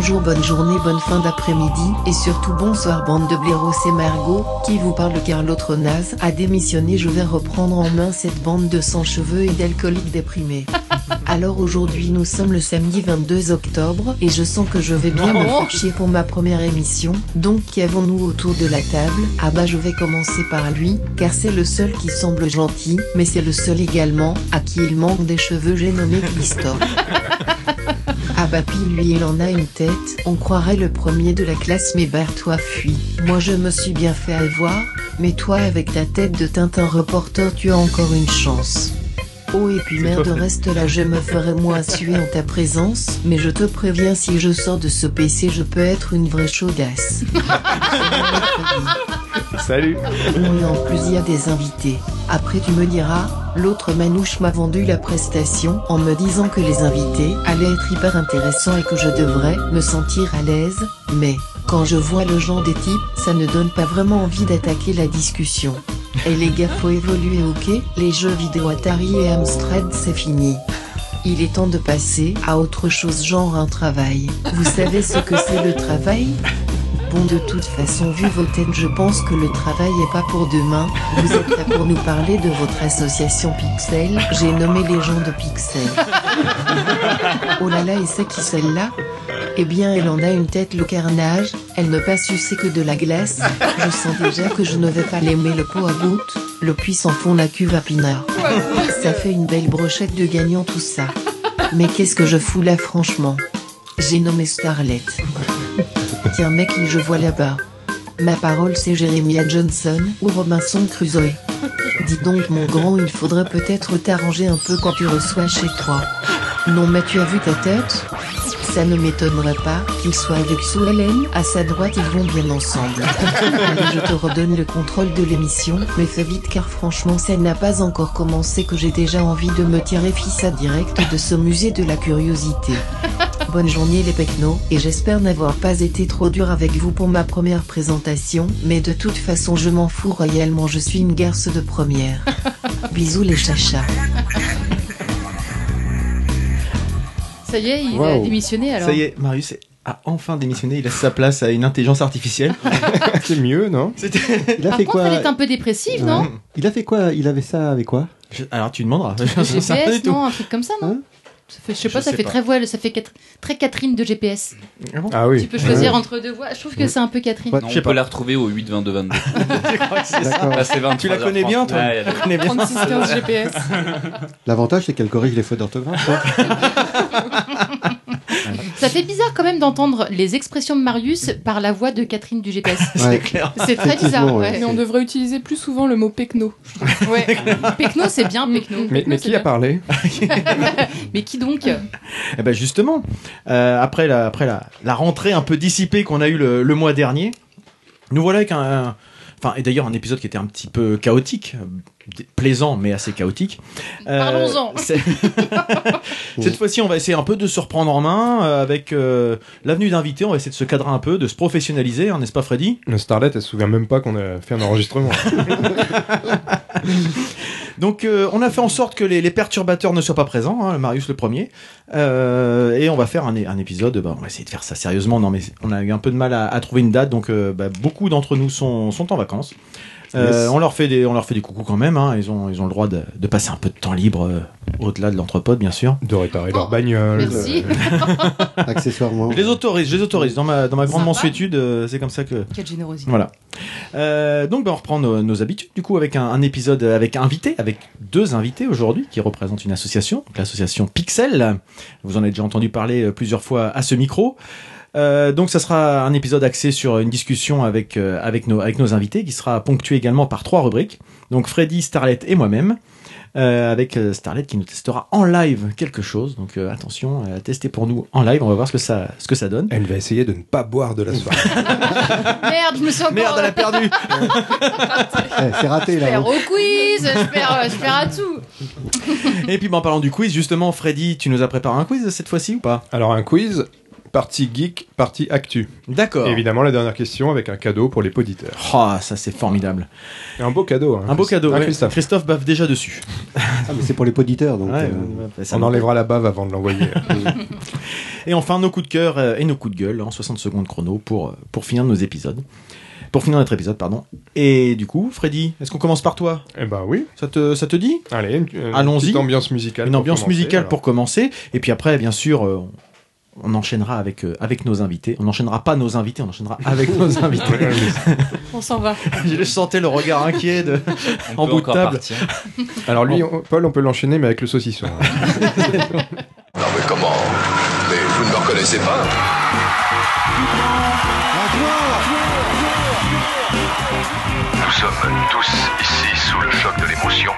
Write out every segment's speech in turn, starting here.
bonjour, bonne journée, bonne fin d'après-midi, et surtout bonsoir bande de blaireaux, c'est Margot, qui vous parle car l'autre naze a démissionné. Je vais reprendre en main cette bande de sans-cheveux et d'alcooliques déprimés. Alors aujourd'hui nous sommes le samedi 22 octobre, et je sens que je vais bien me faire chier pour ma première émission, donc qui avons-nous autour de la table? Ah bah je vais commencer par lui, car c'est le seul qui semble gentil, mais c'est le seul également, à qui il manque des cheveux, j'ai nommé Christophe. Ah bah puis lui il en a une tête, on croirait le premier de la classe, mais barre-toi, fuis. Moi je me suis bien fait avoir, mais toi avec ta tête de Tintin reporter tu as encore une chance. Oh et puis merde, reste là, je me ferai moins suer en ta présence, mais je te préviens, si je sors de ce PC je peux être une vraie chaudasse. Salut. Et en plus il y a des invités. Après tu me diras, l'autre manouche m'a vendu la prestation en me disant que les invités allaient être hyper intéressants et que je devrais me sentir à l'aise, mais quand je vois le genre des types, ça ne donne pas vraiment envie d'attaquer la discussion. Et les gars, faut évoluer, ok? Les jeux vidéo Atari et Amstrad c'est fini. Il est temps de passer à autre chose, genre un travail. Vous savez ce que c'est le travail? Bon, de toute façon, vu vos têtes, je pense que le travail est pas pour demain. Vous êtes là pour nous parler de votre association Pixel. J'ai nommé les gens de Pixel. Oh là là, et c'est qui celle-là? Eh bien, elle en a une tête, le carnage. Elle ne pas sucer que de la glace. Je sens déjà que je ne vais pas l'aimer, le pot à gouttes. Le puits sans fond, la cuve à pinard. Ça fait une belle brochette de gagnant tout ça. Mais qu'est-ce que je fous là, franchement? J'ai nommé Starlet. Tiens mec, je vois là-bas. Ma parole c'est Jeremiah Johnson ou Robinson Crusoe. Dis donc mon grand, il faudrait peut-être t'arranger un peu quand tu reçois chez toi. Non mais tu as vu ta tête? Ça ne m'étonnerait pas qu'il soit avec Sue Ellen, à sa droite ils vont bien ensemble. Allez, je te redonne le contrôle de l'émission, mais fais vite car franchement ça n'a pas encore commencé que j'ai déjà envie de me tirer fissa direct de ce musée de la curiosité. Bonne journée les pecnos, et j'espère n'avoir pas été trop dur avec vous pour ma première présentation, mais de toute façon je m'en fous royalement, je suis une garce de première. Bisous les chachas. Ça y est, il a démissionné alors. Ça y est, Marius a enfin démissionné, il laisse sa place à une intelligence artificielle. C'est mieux, non? Il a Par fait contre, quoi? elle est un peu dépressive, non? Il a fait quoi? Il avait ça avec quoi? Alors tu demanderas. Je sais pas GPS, du tout. non? Un truc comme ça, non? Ça fait, je sais pas, ça fait très voile, ça fait très Catherine de GPS. Ah oui. Tu peux choisir entre deux voix. Je trouve que c'est un peu Catherine. Non, on peut la retrouver au 8 22 22. Bah, c'est 23, tu la connais bien, toi? Ouais, tu la connais bien. 36 15 GPS. L'avantage, c'est qu'elle corrige les fautes d'orthographe. Ça fait bizarre quand même d'entendre les expressions de Marius par la voix de Catherine du GPS. C'est clair. C'est très bizarre. Ouais. Mais on devrait utiliser plus souvent le mot pecno. Ouais. Pecno, c'est bien, Pecno. Mais Pecno, qui c'est a bien. parlé? Mais qui donc? Eh ben justement, après la rentrée un peu dissipée qu'on a eue le mois dernier, nous voilà avec et d'ailleurs un épisode qui était un petit peu chaotique, plaisant mais assez chaotique. Parlons-en. Cette fois-ci, on va essayer un peu de se reprendre en main avec l'avenue d'invités. On va essayer de se cadrer un peu, de se professionnaliser, hein, n'est-ce pas, Freddy? Le Starlet, elle se souvient même pas qu'on a fait un enregistrement. Donc, on a fait en sorte que les perturbateurs ne soient pas présents, hein, Marius le premier, et on va faire un épisode. On va essayer de faire ça sérieusement. Non, mais on a eu un peu de mal à trouver une date, donc beaucoup d'entre nous sont en vacances. On leur fait des coucous quand même, hein. Ils ont le droit de passer un peu de temps libre au-delà de l'entrepode, bien sûr. De réparer leur bagnole. Merci. Accessoirement. Je les autorise. Dans ma grande Sympa. mansuétude, c'est comme ça que. Quelle générosité. Voilà. Donc on reprend nos habitudes du coup avec un épisode avec deux invités aujourd'hui qui représentent une association, donc l'association Pixel. Vous en avez déjà entendu parler plusieurs fois à ce micro. Donc ça sera un épisode axé sur une discussion avec nos invités qui sera ponctué également par 3 rubriques. Donc Freddy, Starlet et moi-même. Avec Starlet qui nous testera en live quelque chose. Donc attention, tester pour nous en live. On va voir ce que ça donne. Elle va essayer de ne pas boire de la soirée. Merde, je me sens encore... Merde, elle a perdu. C'est raté Je là. perds au quiz, je perds à tout. Et puis en parlant du quiz, justement, Freddy, tu nous as préparé un quiz cette fois-ci ou pas? Alors un quiz, partie geek, partie actu. D'accord. Évidemment, la dernière question avec un cadeau pour les auditeurs. Oh, ça c'est formidable. Et un beau cadeau. Hein, Un beau cadeau. Ouais. Christophe. Christophe bave déjà dessus. Ah, mais c'est pour les poditeurs donc. Ouais, On enlèvera la bave avant de l'envoyer. Et enfin, nos coups de cœur et nos coups de gueule en 60 secondes chrono pour finir nos épisodes. Pour finir notre épisode, pardon. Et du coup, Freddy, est-ce qu'on commence par toi ? Eh ben oui. Ça te dit ? Allez, une Allons-y. petite ambiance musicale. Une pour ambiance commencer, musicale alors. pour commencer. Et puis après, bien sûr, on enchaînera avec nos invités. On n'enchaînera pas nos invités, on enchaînera avec nos invités. On s'en va. Je sentais le regard inquiet On en peut bout de encore table. partir. Alors lui, Paul, on peut l'enchaîner, mais avec le saucisson. Non mais comment? Mais vous ne me reconnaissez pas? Nous sommes tous ici sous le choc de l'émotion.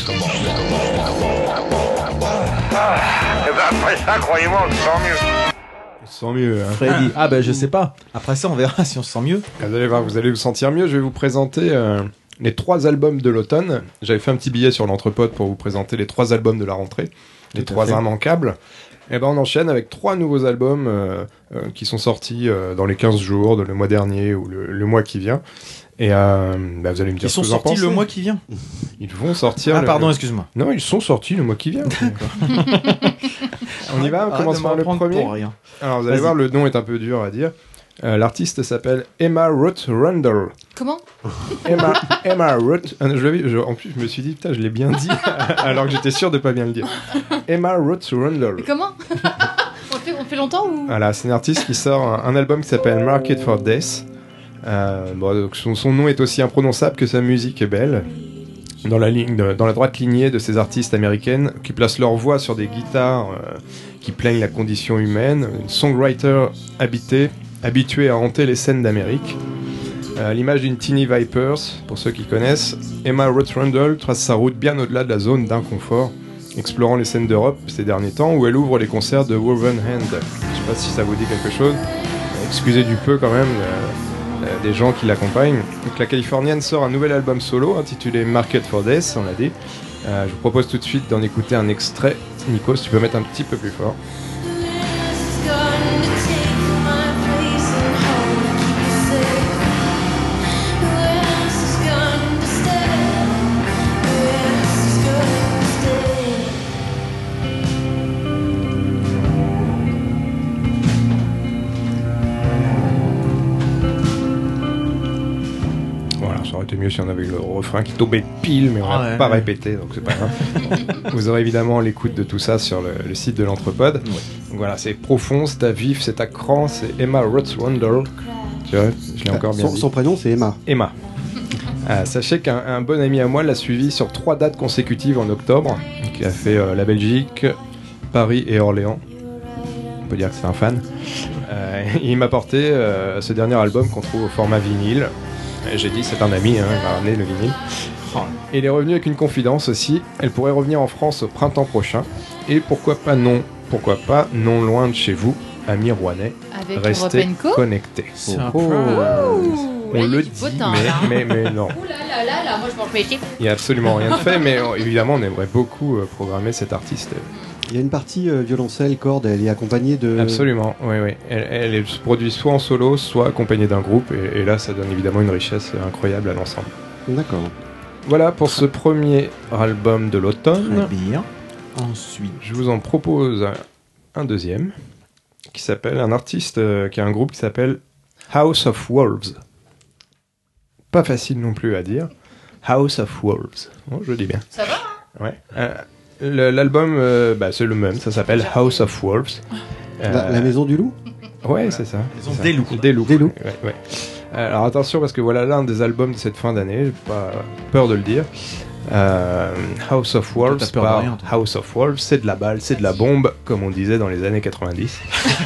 Et ben après ça, croyez-moi, on se sent mieux. On se sent mieux. Hein. Freddy, ah ben je sais pas. Après ça, on verra si on se sent mieux. Vous allez voir, vous allez vous sentir mieux. Je vais vous présenter les 3 albums de l'automne. J'avais fait un petit billet sur l'Entrepode pour vous présenter les 3 albums de la rentrée. Les 3 immanquables. Et ben on enchaîne avec 3 nouveaux albums qui sont sortis dans les 15 jours, le mois dernier ou le mois qui vient. Et vous allez me dire Ils ce sont que vous en sortis pensez. le mois qui vient. Ils vont sortir. Ah pardon, excuse-moi. Non, ils sont sortis le mois qui vient. On y va, on Arrête commence de me par le reprendre premier. pour rien. Alors vous allez Vas-y. voir, le nom est un peu dur à dire. L'artiste s'appelle Emma Ruth Rundle. Comment ? Emma Ruth. En plus, je me suis dit, putain, je l'ai bien dit, alors que j'étais sûr de pas bien le dire. Emma Ruth Rundle. Comment on fait longtemps ou Voilà, c'est une artiste qui sort un album qui s'appelle Market for Death. Donc son nom est aussi imprononçable que sa musique est belle. Dans la droite lignée de ces artistes américaines qui placent leur voix sur des guitares qui plaignent la condition humaine, une songwriter habituée à hanter les scènes d'Amérique. À l'image d'une Teeny Vipers, pour ceux qui connaissent, Emma Ruth Rundle trace sa route bien au-delà de la zone d'inconfort, explorant les scènes d'Europe ces derniers temps où elle ouvre les concerts de Woven Hand. Je sais pas si ça vous dit quelque chose. Excusez du peu quand même des gens qui l'accompagnent. Donc la Californienne sort un nouvel album solo intitulé Market for Death, on l'a dit. Je vous propose tout de suite d'en écouter un extrait. Nikos, tu peux mettre un petit peu plus fort. Voilà, ça aurait été mieux si on avait le refrain qui tombait pile, mais on va pas répéter, donc c'est pas grave. Vous aurez évidemment l'écoute de tout ça sur le site de l'Entrepode. Donc voilà, c'est profond, c'est à vif, c'est à cran, c'est Emma Ruth Rundle. Tu vois, je l'ai encore bien dit. Son prénom, c'est Emma. Emma. Sachez qu'un bon ami à moi l'a suivi sur 3 dates consécutives en octobre, qui a fait la Belgique, Paris et Orléans. On peut dire que c'est un fan. Il m'a apporté ce dernier album qu'on trouve au format vinyle. J'ai dit, c'est un ami, hein, il m'a ramené le vinyle. Et il est revenu avec une confidence aussi. Elle pourrait revenir en France au printemps prochain. Et pourquoi pas non loin de chez vous, amis rouennais. avec Restez Europenco connectés. Surprise. On le du dit, potin, là. mais non. Ouh là, moi je m'en fais chier. Il n'y a absolument rien de fait, mais évidemment, on aimerait beaucoup programmer cet artiste. Il y a une partie violoncelle, corde, elle est accompagnée de... Absolument, oui. Elle se produit soit en solo, soit accompagnée d'un groupe, et là, ça donne évidemment une richesse incroyable à l'ensemble. D'accord. Voilà pour ce premier album de l'automne. Très bien. Ensuite, Je vous en propose un deuxième, qui s'appelle un artiste qui a un groupe qui s'appelle House of Wolves. Pas facile non plus à dire. House of Wolves. Bon, je le dis bien. Ça va Ouais. L'album, c'est le même, ça s'appelle House of Wolves. La maison du loup. Ouais, c'est ça. Maison c'est ça. des loups. Des loups. Des loups. Ouais. Alors attention, parce que voilà l'un des albums de cette fin d'année, j'ai pas peur de le dire. House of Wolves T'as peur de par rien, toi. House of Wolves, c'est de la balle, c'est de la bombe, comme on disait dans les années 90.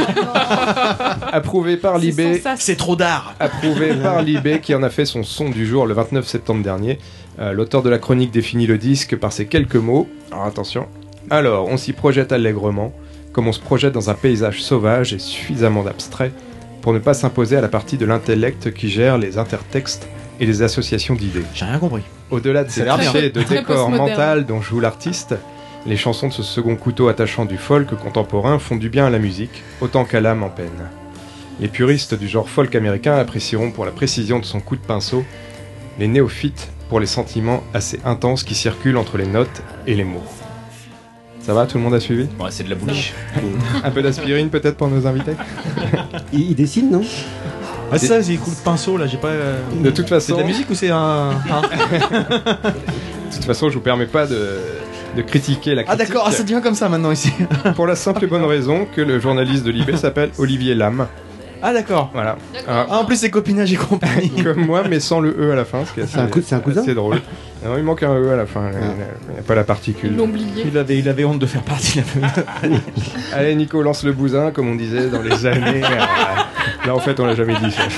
Approuvé par C'est Libé. sans ça. c'est trop d'art. Approuvé par Libé qui en a fait son son du jour le 29 septembre dernier. L'auteur de la chronique définit le disque par ces quelques mots. Alors attention. Alors, on s'y projette allègrement, comme on se projette dans un paysage sauvage et suffisamment abstrait pour ne pas s'imposer à la partie de l'intellect qui gère les intertextes et les associations d'idées. J'ai rien compris. Au-delà de Ça ces a l'air bien. clichés de Très décor postmoderne. mental dont joue l'artiste, les chansons de ce second couteau attachant du folk contemporain font du bien à la musique, autant qu'à l'âme en peine. Les puristes du genre folk américain apprécieront pour la précision de son coup de pinceau, les néophytes pour les sentiments assez intenses qui circulent entre les notes et les mots. Ça va, tout le monde a suivi? Ouais, c'est de la bouliche. Un peu d'aspirine peut-être pour nos invités? Il dessine, non? Ah, c'est ça, c'est coup de pinceau là, j'ai pas. De toute C'est façon, de la musique ou c'est un. de toute façon, je vous permets pas de critiquer la Ah critique. d'accord, ça devient comme ça maintenant ici. Pour la simple et bonne raison que le journaliste de Libé s'appelle Olivier Lame. Ah d'accord. Voilà. Ah, en plus c'est copinage et compagnie. Comme moi, mais sans le E à la fin, ce qui est assez, C'est un cousin assez drôle. Non, il manque un E à la fin, il n'y a pas la particule. L'omblier. Il avait honte de faire partie de la Allez Nico, lance le bousin, comme on disait dans les années. Là en fait on l'a jamais dit ça.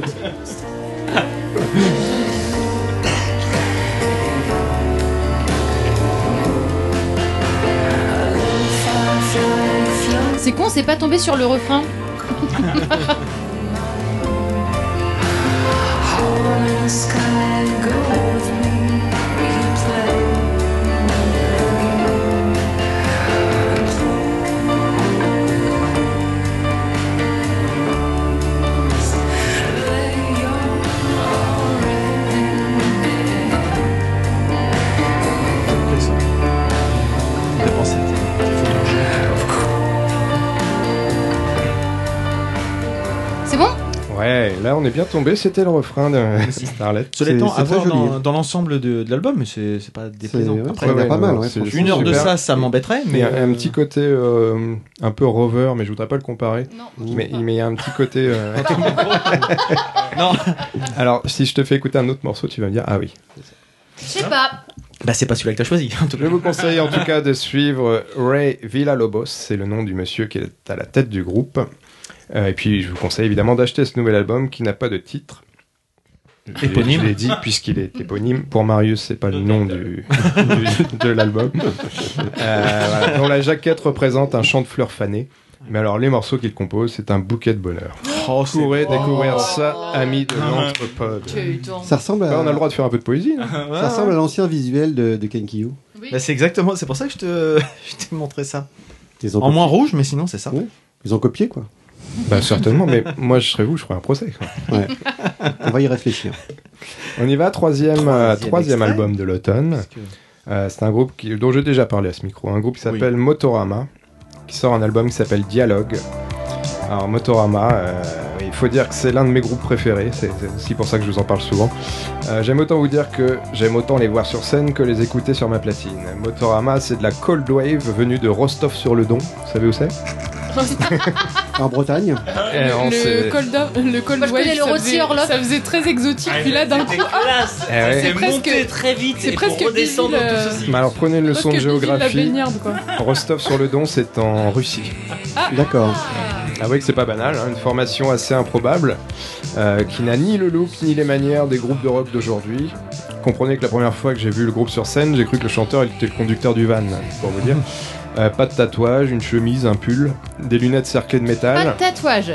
C'est con, c'est pas tombé sur le refrain. C'est bon? Ouais, là on est bien tombé, c'était le refrain de Starlet. Cela étant, c'est à voir très joli, dans l'ensemble de l'album, mais c'est pas déplaisant. ouais, Après, ça a l'air pas mal, ouais, c'est franchement. une heure de super. ça m'embêterait, Mais mais il y a un petit côté un peu rover, mais je voudrais pas le comparer. Non. Mais il y a un petit côté. non. Alors, si je te fais écouter un autre morceau, tu vas me dire ah oui. Je sais pas. Bah c'est pas celui-là que t'as choisi. En tout Je cas. vous conseille en tout cas de suivre Ray Villalobos, c'est le nom du monsieur qui est à la tête du groupe. Et puis je vous conseille évidemment d'acheter ce nouvel album qui n'a pas de titre. Éponyme. Je l'ai dit puisqu'il est éponyme. Pour Marius, c'est pas le nom de l'album. Voilà, dont la jaquette représente un champ de fleurs fanées. Mais alors les morceaux qu'il compose, c'est un bouquet de bonheur. Oh, Vous pourrez découvrir ça, amis de l'Entrepode. Putain. Ça ressemble à, Bah, on a le droit de faire un peu de poésie. Hein. ça ressemble à l'ancien visuel de Kenkyu. Oui. Bah, c'est exactement, c'est pour ça que je t'ai montré ça. Ils ont En moins rouge, mais sinon c'est ça. Ouais. Ils ont copié, quoi. Bah certainement, mais moi je serais vous, je ferais un procès. Quoi. Ouais. On va y réfléchir. On y va, troisième extrait. album de l'automne. Parce que- C'est un groupe dont j'ai déjà parlé à ce micro, un groupe qui s'appelle Motorama, qui sort un album qui s'appelle Dialogue. Alors Motorama, il faut dire que c'est l'un de mes groupes préférés, c'est aussi pour ça que je vous en parle souvent. J'aime autant vous dire que j'aime autant les voir sur scène que les écouter sur ma platine. Motorama, c'est de la cold wave venue de Rostov-sur-le-Don, vous savez où c'est? En Bretagne, Le cold Moi, je wave, connais le rôti Orloff. ça faisait très exotique. Puis là, d'un coup, Eh ouais. c'est presque très vite c'est presque redescendre tout ceci. Mais alors prenez une leçon de presque Bibi la géographie. baignarde, quoi. Rostov-sur-le-Don, c'est en Russie. d'accord. Avouez que c'est pas banal, hein, une formation assez improbable, qui n'a ni le look ni les manières des groupes de rock d'aujourd'hui. Comprenez que la première fois que j'ai vu le groupe sur scène, j'ai cru que le chanteur était le conducteur du van, pour vous dire. Pas de tatouage, une chemise, un pull, des lunettes cerclées de Pas métal, de tatouage.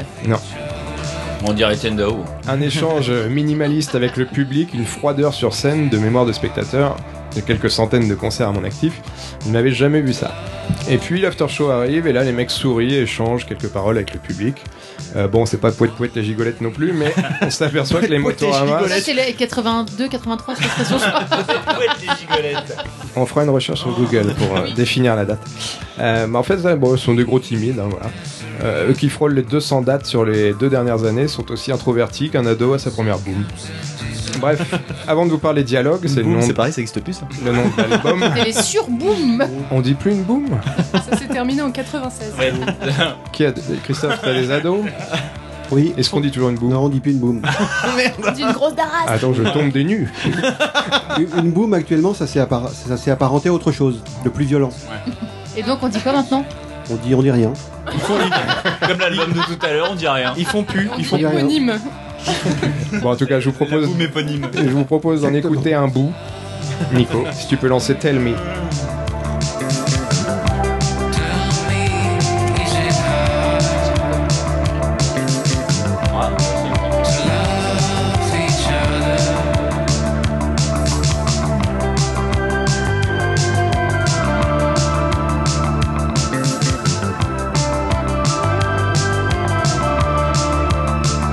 On dirait Tendao. un échange minimaliste avec le public, une froideur sur scène de mémoire de spectateurs, de quelques centaines de concerts à mon actif. Vous n'avez jamais vu ça. Et puis l'after show arrive et là les mecs sourient et échangent quelques paroles avec le public. Bon, c'est pas poète poète la gigolette non plus, mais on s'aperçoit que les Motorama. Ça, c'est les 82, 83, cette expression, je crois. On fera une recherche sur Google pour définir la date. Mais en fait, bon, ce sont des gros timides, hein, voilà. Eux qui frôlent les 200 dates sur les 2 dernières années sont aussi introvertis qu'un ado à sa première boom. Bref, avant de vous parler dialogue, c'est le Boom, nom, c'est pareil, ça existe plus ça. le nom de l'album. C'est les surboom. On dit plus une boom. Ça s'est terminé en 96. Qui a Christophe, t'as des ados? Oui. Est-ce qu'on dit toujours une boom? Non, on dit plus une boom. D'une grosse darasse. Attends, je tombe des nues. Une boom, actuellement, ça s'est apparenté à autre chose, de plus violent. Et donc, on dit quoi maintenant? On dit rien. Comme l'album de tout à l'heure, on dit rien. Ils font plus, ils font dit rien. Éponyme. Bon, en tout cas, je vous propose d'en Exactement. écouter un bout. Nico, si tu peux lancer Tell Me.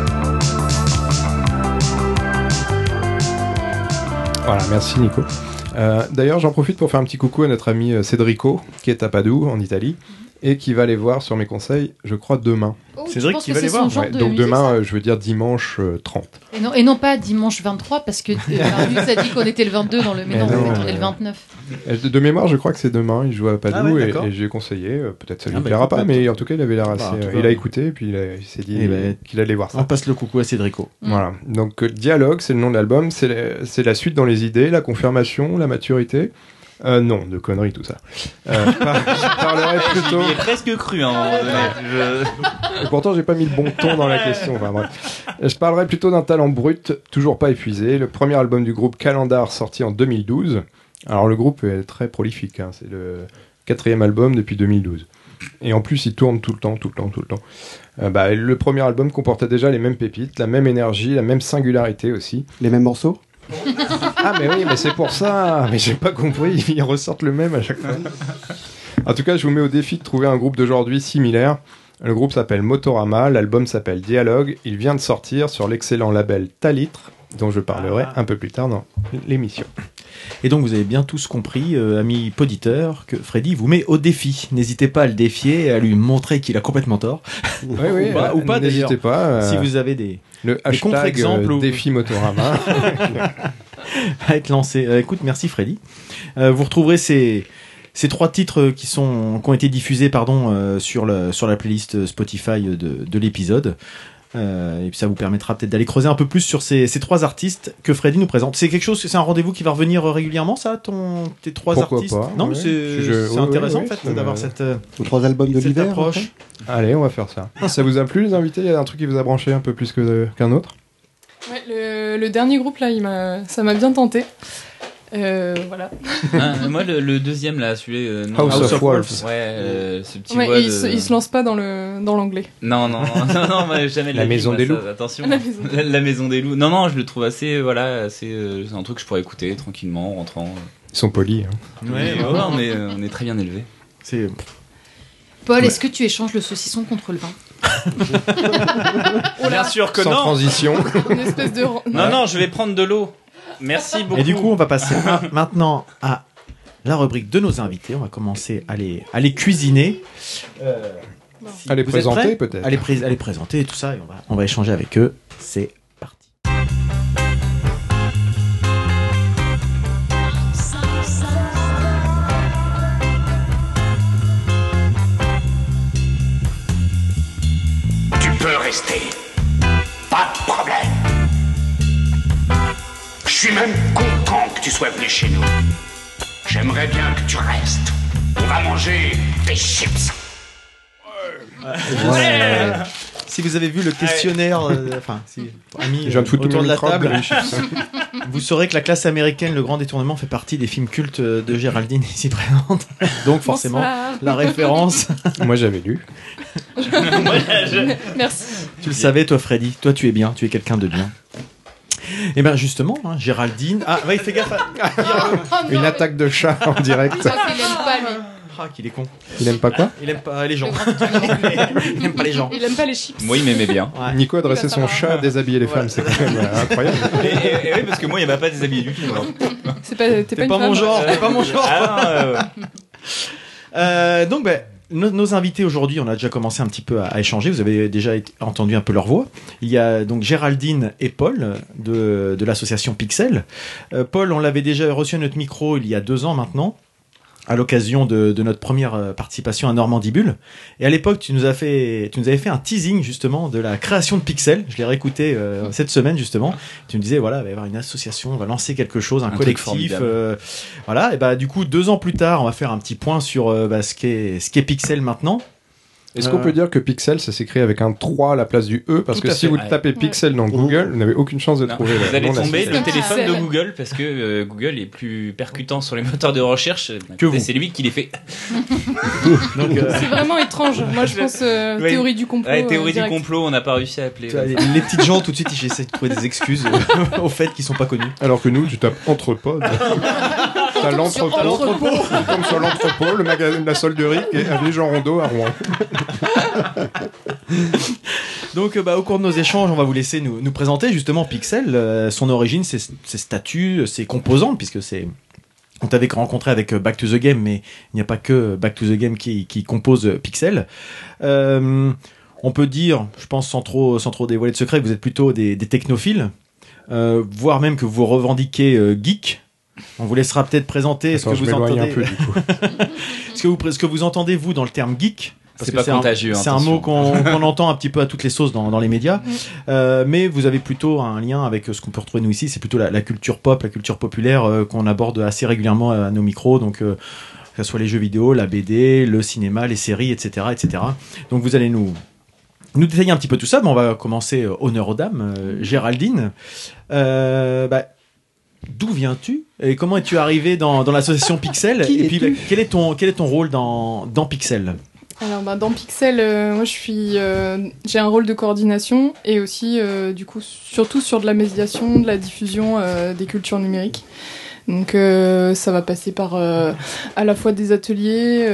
Voilà, merci Nico. D'ailleurs, j'en profite pour faire un petit coucou à notre ami Cédrico, qui est à Padoue, en Italie, et qui va aller voir sur mes conseils, je crois, demain. Oh, Cédric qui va les voir. Ouais, donc demain, je veux dire dimanche 30. Et non pas dimanche 23, parce que Marius a dit qu'on était le 22 dans le... Mais non, on est le 29. De mémoire, je crois que c'est demain, il joue à Padoue, Ah ouais, et j'ai conseillé, peut-être ça lui Ah bah, plaira écoute, pas, mais en tout cas, il avait l'air assez... en tout cas, il a écouté, et puis il s'est dit qu'il allait voir ça. On passe le coucou à Cédrico. Voilà, donc Dialogue, c'est le nom de l'album, c'est la suite dans les idées, la confirmation, la maturité. Non, de conneries tout ça. Je parlerai plutôt... J'y ai presque cru à un moment donné. Et pourtant, j'ai pas mis le bon ton dans la question. Enfin, bref. Je parlerai plutôt d'un talent brut, toujours pas épuisé. Le premier album du groupe Calendar, sorti en 2012. Alors, le groupe est très prolifique. Hein. C'est le 4e album depuis 2012. Et en plus, il tourne tout le temps. Le premier album comportait déjà les mêmes pépites, la même énergie, la même singularité aussi. Les mêmes morceaux? Ah mais oui, mais c'est pour ça. Mais j'ai pas compris, ils ressortent le même à chaque fois. En tout cas, je vous mets au défi de trouver un groupe d'aujourd'hui similaire. Le groupe s'appelle Motorama, l'album s'appelle Dialogue. Il vient de sortir sur l'excellent label Talitre, dont je parlerai un peu plus tard dans l'émission. Et donc vous avez bien tous compris, amis poditeurs, que Freddy vous met au défi. N'hésitez pas à le défier et à lui montrer qu'il a complètement tort. Oui, ou pas d'ailleurs. N'hésitez pas. Si vous avez des hashtag contre-exemples défi Motorama à être lancé. Écoute, merci Freddy. Vous retrouverez ces 3 titres qui ont été diffusés sur la playlist Spotify de l'épisode. Et puis ça vous permettra peut-être d'aller creuser un peu plus sur ces 3 artistes que Freddy nous présente. C'est un rendez-vous qui va revenir régulièrement, ça, tes 3 Pourquoi artistes? pas, Non, mais c'est intéressant en fait d'avoir cette aux 3 albums de l'hiver approche. Allez, on va faire ça. Ça vous a plu, les invités? Il y a un truc qui vous a branché un peu plus qu'un autre? Ouais, le dernier groupe là, ça m'a bien tenté. Voilà. Moi, le deuxième là, celui House of Wolves. Ouais, ce petit Ouais, voix il se lance pas dans l'anglais. Non, jamais de la maison des loups. Attention, la maison des loups. Non, je le trouve assez, c'est un truc que je pourrais écouter tranquillement en rentrant. Ils sont polis. Hein. Ouais, on est très bien élevés. Paul, est-ce que tu échanges le saucisson contre le vin? Bien sûr que Sans non. transition. Une espèce de... Non, je vais prendre de l'eau. Merci beaucoup. Et du coup, on va passer maintenant à la rubrique de nos invités. On va commencer à les cuisiner. À les présenter peut-être. À les présenter et tout ça. Et on va échanger avec eux. C'est parti. Tu peux rester. Pas de problème. Je suis même content que tu sois venu chez nous. J'aimerais bien que tu restes. On va manger des chips. Ouais. Si vous avez vu le questionnaire, amis autour de la table, vous saurez que La Classe américaine, Le Grand Détournement fait partie des films cultes de Géraldine ici présente. Donc forcément, la référence. Moi j'avais lu. Merci. Tu le savais toi Freddy, toi tu es bien, tu es quelqu'un de bien. Et bien justement, Géraldine... Ah oui, fais gaffe à... Une attaque de chat en direct. Il aime pas lui. Ah, qu'il est con. Il aime pas quoi? Il aime pas les gens. Il aime pas les gens. Il aime pas les chips. Moi, il m'aimait bien. Ouais. Nico a dressé son chat à déshabiller les femmes, c'est quand même incroyable. Et oui, parce que moi, il m'a pas déshabillé du tout. T'es pas mon genre. T'es pas mon genre. Donc, nos invités aujourd'hui, on a déjà commencé un petit peu à échanger. Vous avez déjà entendu un peu leur voix. Il y a donc Géraldine et Paul de l'association Pixel. Paul, on l'avait déjà reçu à notre micro il y a 2 ans maintenant, à l'occasion de notre première participation à Normandibule. Et à l'époque, tu nous avais fait un teasing justement de la création de Pixel. Je l'ai réécouté cette semaine justement. Tu me disais voilà, il va y avoir une association, on va lancer quelque chose, un collectif. Voilà. Et du coup, 2 ans plus tard, on va faire un petit point sur ce qu'est Pixel maintenant. Est-ce qu'on peut dire que Pixel, ça s'écrit avec un 3 à la place du E? Parce que si vous tapez Pixel dans Google, vous n'avez aucune chance de trouver vous allez tomber le téléphone de Google, parce que Google est plus percutant sur les moteurs de recherche que vous. C'est lui qui les fait. Donc, c'est vraiment étrange. Moi, je pense théorie du complot. Théorie du complot, on n'a pas réussi à appeler. Les petites gens, tout de suite, ils essaient de trouver des excuses au fait qu'ils sont pas connus. Alors que nous, tu tapes Entrepôt. T'as l'entrepôt. Comme sur l'entrepôt, le magasin de la solderie et avec Jean Rondeau à Rouen. Donc au cours de nos échanges, on va vous laisser nous présenter justement Pixel, son origine, ses statuts, ses composantes, puisque c'est On t'avait rencontré avec Back to the Game, mais il n'y a pas que Back to the Game qui compose Pixel. On peut dire, je pense sans trop dévoiler de secret, que vous êtes plutôt des technophiles, voire même que vous revendiquez geek. On vous laissera peut-être présenter ce que vous entendez. Un peu, du coup. ce que vous entendez vous dans le terme geek. Parce que c'est pas contagieux. C'est un mot qu'on entend un petit peu à toutes les sauces dans les médias. Mais vous avez plutôt un lien avec ce qu'on peut retrouver nous ici. C'est plutôt la culture pop, la culture populaire qu'on aborde assez régulièrement à nos micros. Donc, que ce soit les jeux vidéo, la BD, le cinéma, les séries, etc., etc. Donc, vous allez nous détailler un petit peu tout ça. Mais on va commencer honneur aux dames. Géraldine, d'où viens-tu et comment es-tu arrivé dans l'association Pixel? Et puis quel est ton rôle dans Pixel? Alors dans Pixel, moi j'ai un rôle de coordination et aussi du coup surtout sur de la médiation, de la diffusion des cultures numériques. Donc ça va passer par à la fois des ateliers,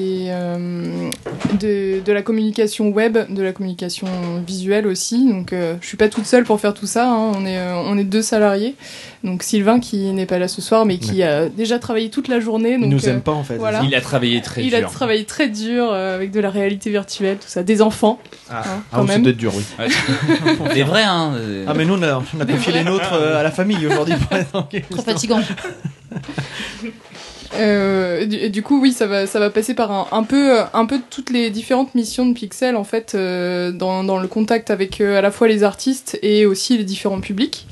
de la communication web, de la communication visuelle aussi. Donc je suis pas toute seule pour faire tout ça, hein. On est 2 salariés. Donc Sylvain qui n'est pas là ce soir mais qui a déjà travaillé toute la journée. Donc, il nous aime pas en fait. Voilà. Il a travaillé très dur. Il a travaillé très dur avec de la réalité virtuelle, tout ça, des enfants. Quand même. Ça doit être dur, oui. Ouais. C'est vrai, hein. Ah mais nous on a confié les nôtres à la famille aujourd'hui. Trop fatigant. Du coup, oui, ça va passer par un peu toutes les différentes missions de Pixel en fait, dans le contact avec à la fois les artistes et aussi les différents publics,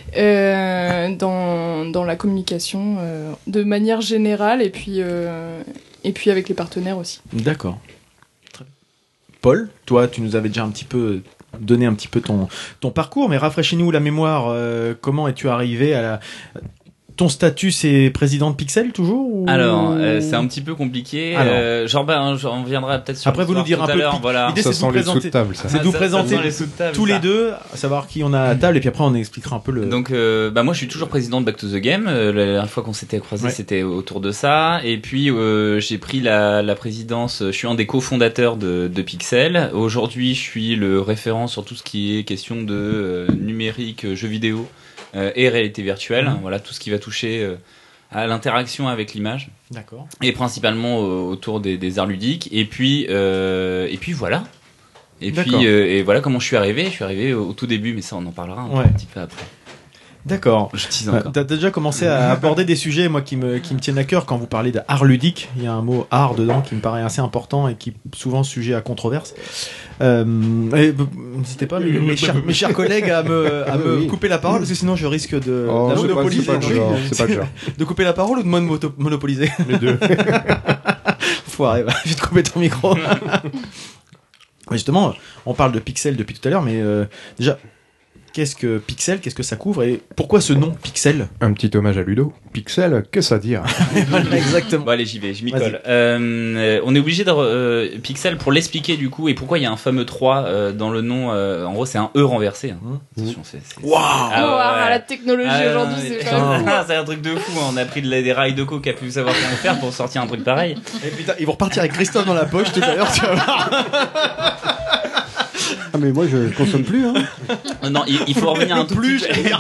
dans la communication de manière générale et puis avec les partenaires aussi. D'accord. Paul, toi, tu nous avais déjà un petit peu donné un petit peu ton parcours, mais rafraîchis-nous la mémoire. Comment es-tu arrivé à ton statut, c'est président de Pixel toujours ou... Alors, c'est un petit peu compliqué. On reviendra peut-être sur. Après, vous nous direz un peu. Voilà. L'idée, c'est de vous présenter. C'est de vous présenter tous les deux, à savoir qui on a à table, et puis après, on expliquera un peu le. Donc, moi, je suis toujours président de Back to the Game. La dernière fois qu'on s'était croisés, c'était autour de ça. Et puis, j'ai pris la présidence. Je suis un des cofondateurs de Pixel. Aujourd'hui, je suis le référent sur tout ce qui est question de numérique, jeux vidéo. Et réalité virtuelle, voilà tout ce qui va toucher à l'interaction avec l'image. D'accord. Et principalement autour des arts ludiques. Et puis voilà. Et voilà comment je suis arrivé. Je suis arrivé au tout début, mais ça on en parlera un petit peu après. D'accord. Je tease encore. T'as déjà commencé à aborder des sujets, moi, qui me tiennent à cœur quand vous parlez d'art ludique. Il y a un mot art dedans qui me paraît assez important et qui est souvent sujet à controverse. N'hésitez pas, mes chers collègues, à me couper la parole, parce que sinon je risque de monopoliser. C'est pas dur. De couper la parole ou de monopoliser? Les deux. Foiré, je vais te couper ton micro. Justement, on parle de Pixel depuis tout à l'heure, mais déjà... Qu'est-ce que Pixel? Qu'est-ce que ça couvre? Et pourquoi ce nom Pixel? Un petit hommage à Ludo. Pixel, qu'est-ce à dire? Voilà, exactement. Bon, allez, j'y vais, je m'y colle. On est obligé de Pixel pour l'expliquer du coup, et pourquoi il y a un fameux 3 dans le nom. En gros, c'est un E renversé. Hein. Attention, Waouh, la technologie aujourd'hui, c'est quand même. C'est un truc de fou. Hein. On a pris des rails de coke à pu savoir comment faire pour sortir un truc pareil. Et putain, ils vont repartir avec Christophe dans la poche tout à l'heure. Tu vas voir. Ah mais moi je consomme plus hein. Non, il faut revenir un tout petit peu.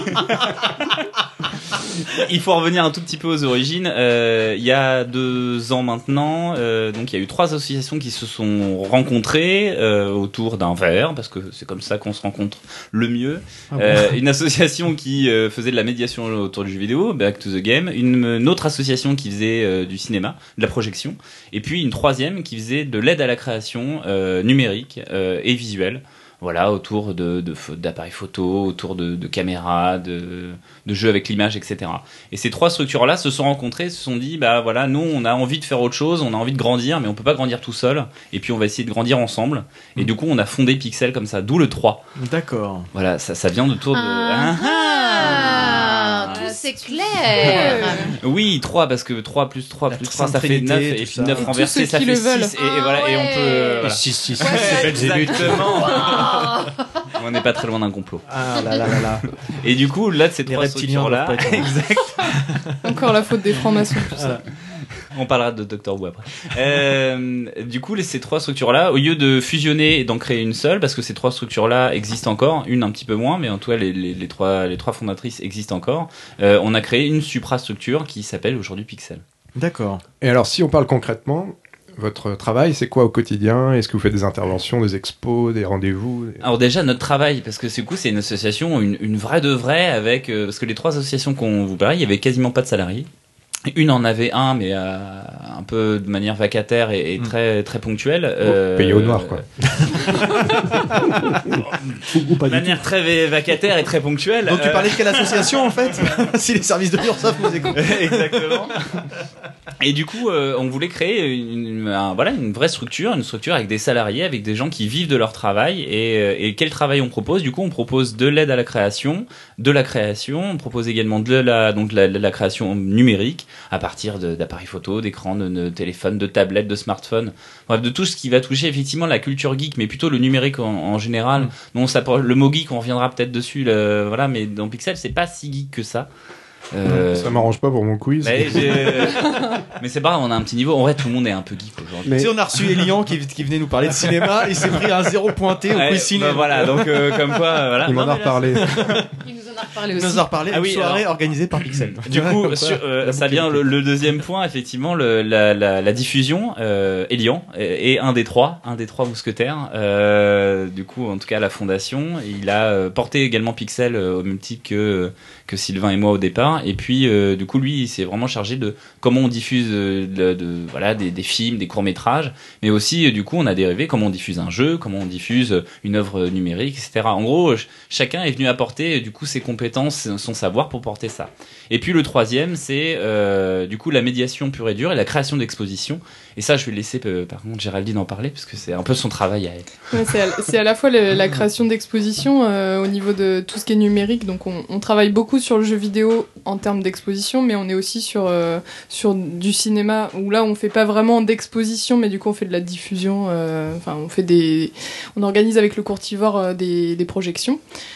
Il faut revenir un tout petit peu aux origines. Il y a 2 ans maintenant, donc il y a eu 3 associations qui se sont rencontrées autour d'un verre, parce que c'est comme ça qu'on se rencontre le mieux. Une association qui faisait de la médiation autour du jeu vidéo, Back to the Game, une autre association qui faisait du cinéma, de la projection, et puis une 3e qui faisait de l'aide à la création numérique et visuelle. Voilà, autour d'appareils photo, autour de caméras, de jeux avec l'image, etc. Et ces 3 structures-là se sont rencontrées, se sont dit, bah voilà, nous on a envie de faire autre chose, on a envie de grandir, mais on peut pas grandir tout seul. Et puis on va essayer de grandir ensemble. Et du coup, on a fondé Pixel comme ça, d'où le 3. D'accord. Voilà, ça vient autour de. Tout c'est clair. Oui, 3 parce que 3 plus 3 plus 3 ça fait 9 et puis 9 renversé ça fait 6 et voilà et on peut voilà. 6 exactement. On n'est pas très loin d'un complot. Ah là là là là. Et du coup là de ces 3 structures là, exact. Encore la faute des francs-maçons tout ça. On parlera de Doctor Who après. Du coup, ces trois structures-là, au lieu de fusionner et d'en créer une seule, parce que ces trois structures-là existent encore, une un petit peu moins, mais en tout cas, les trois fondatrices existent encore, on a créé une suprastructure qui s'appelle aujourd'hui Pixel. D'accord. Et alors, si on parle concrètement, votre travail, c'est quoi au quotidien? Est-ce que vous faites des interventions, des expos, des rendez-vous? Alors déjà, notre travail, parce que du coup, c'est une association, une vraie de vraie, avec parce que les trois associations qu'on vous parlait, il y avait quasiment pas de salariés. Une en avait un, mais un peu de manière vacataire et très très ponctuelle. Payé au noir, quoi. Ou pas De manière très vacataire et très ponctuelle. Donc tu parlais de quelle association en fait? Si les services de l'URSSAF nous écoutent. Exactement. Et du coup, on voulait créer une vraie structure, une structure avec des salariés, avec des gens qui vivent de leur travail. Et quel travail on propose? Du coup, on propose de l'aide à la création, on propose également de la création numérique à partir d'appareils photo, d'écrans, de téléphones, de tablettes, de smartphones, bref, de tout ce qui va toucher effectivement la culture geek, mais plutôt le numérique en général. Non, le mot geek, on reviendra peut-être dessus, mais dans Pixel, c'est pas si geek que ça. Ça m'arrange pas pour mon quiz. Mais c'est pas grave, on a un petit niveau. En vrai, tout le monde est un peu geek aujourd'hui. Tu sais, on a reçu Elian qui venait nous parler de cinéma. Il s'est pris un 0 pointé au quiz ciné. Voilà, donc comme quoi, voilà. Il m'en a reparlé. Il nous en a reparlé aussi. Il nous a reparlé. Ah oui, soirée organisée par Pixel. Du coup, ça vient le deuxième point, effectivement, la diffusion. Elian est un des trois mousquetaires. Du coup, en tout cas, la fondation. Il a porté également Pixel au même titre que Sylvain et moi au départ. Et puis, du coup, lui, il s'est vraiment chargé de comment on diffuse des films, des courts-métrages, mais aussi, du coup, on a dérivé comment on diffuse un jeu, comment on diffuse une œuvre numérique, etc. En gros, chacun est venu apporter, du coup, ses compétences, son savoir pour porter ça. Et puis, le troisième, c'est, du coup, la médiation pure et dure et la création d'expositions. Et ça, je vais laisser, par contre, Géraldine en parler, parce que c'est un peu son travail à elle. Ouais, c'est à la fois la création d'expositions au niveau de tout ce qui est numérique. Donc, on travaille beaucoup sur le jeu vidéo en termes d'exposition, mais on est aussi sur du cinéma, où là, on fait pas vraiment d'exposition, mais du coup, on fait de la diffusion. On organise avec le Courtivore des projections.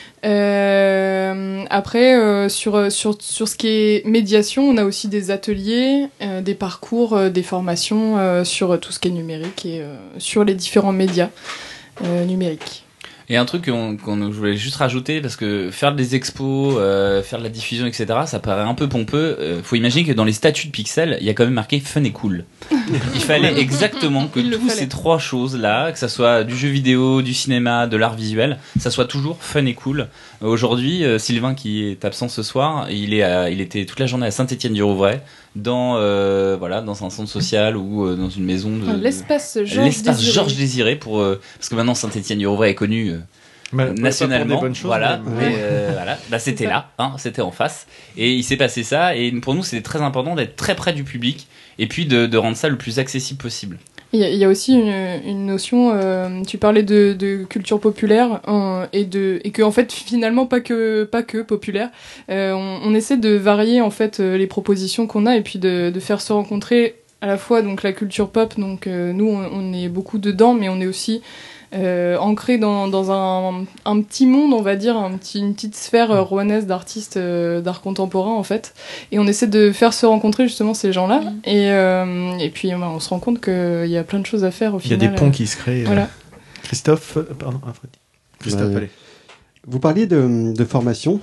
Après, sur ce qui est médiation, on a aussi des ateliers, des parcours, des formations sur tout ce qui est numérique et sur les différents médias numériques. Et un truc je voulais juste rajouter, parce que faire des expos, faire de la diffusion, etc., ça paraît un peu pompeux. Faut imaginer que dans les statuts de Pixel, il y a quand même marqué fun et cool. Il fallait exactement que ces trois choses-là, que ça soit du jeu vidéo, du cinéma, de l'art visuel, ça soit toujours fun et cool. Aujourd'hui, Sylvain, qui est absent ce soir, il était toute la journée à Saint-Étienne-du-Rouvray, dans un centre social ou dans une maison de l'espace Georges Désiré, parce que maintenant Saint-Étienne-du-Rouvray est connu nationalement, voilà, c'était là, c'était en face, et il s'est passé ça, et pour nous c'était très important d'être très près du public et puis de rendre ça le plus accessible possible. Il y a aussi une notion, tu parlais de culture populaire et que en fait finalement pas que populaire. On essaie de varier en fait les propositions qu'on a et puis de faire se rencontrer à la fois donc la culture pop, donc nous on est beaucoup dedans, mais on est aussi ancré dans un petit monde, on va dire, une petite sphère rouennaise d'artistes d'art contemporain en fait, et on essaie de faire se rencontrer justement ces gens-là, et puis on se rend compte qu'il y a plein de choses à faire au final. Il y a des ponts qui se créent. Voilà. Christophe, allez. Vous parliez de formation.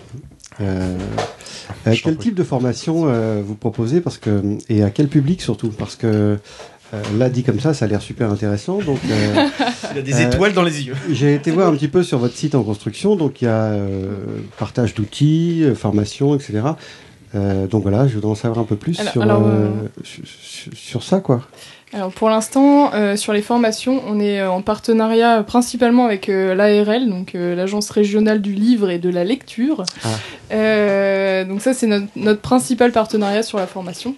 Quel type de formation vous proposez, et à quel public surtout, parce que là, dit comme ça a l'air super intéressant. Donc, il a des étoiles dans les yeux. J'ai été voir un petit peu sur votre site en construction. Donc, il y a partage d'outils, formation, etc. Donc voilà, je voudrais en savoir un peu plus sur ça, quoi. Alors pour l'instant, sur les formations, on est en partenariat principalement avec l'ARL, donc l'Agence régionale du livre et de la lecture. Donc ça, c'est notre principal partenariat sur la formation.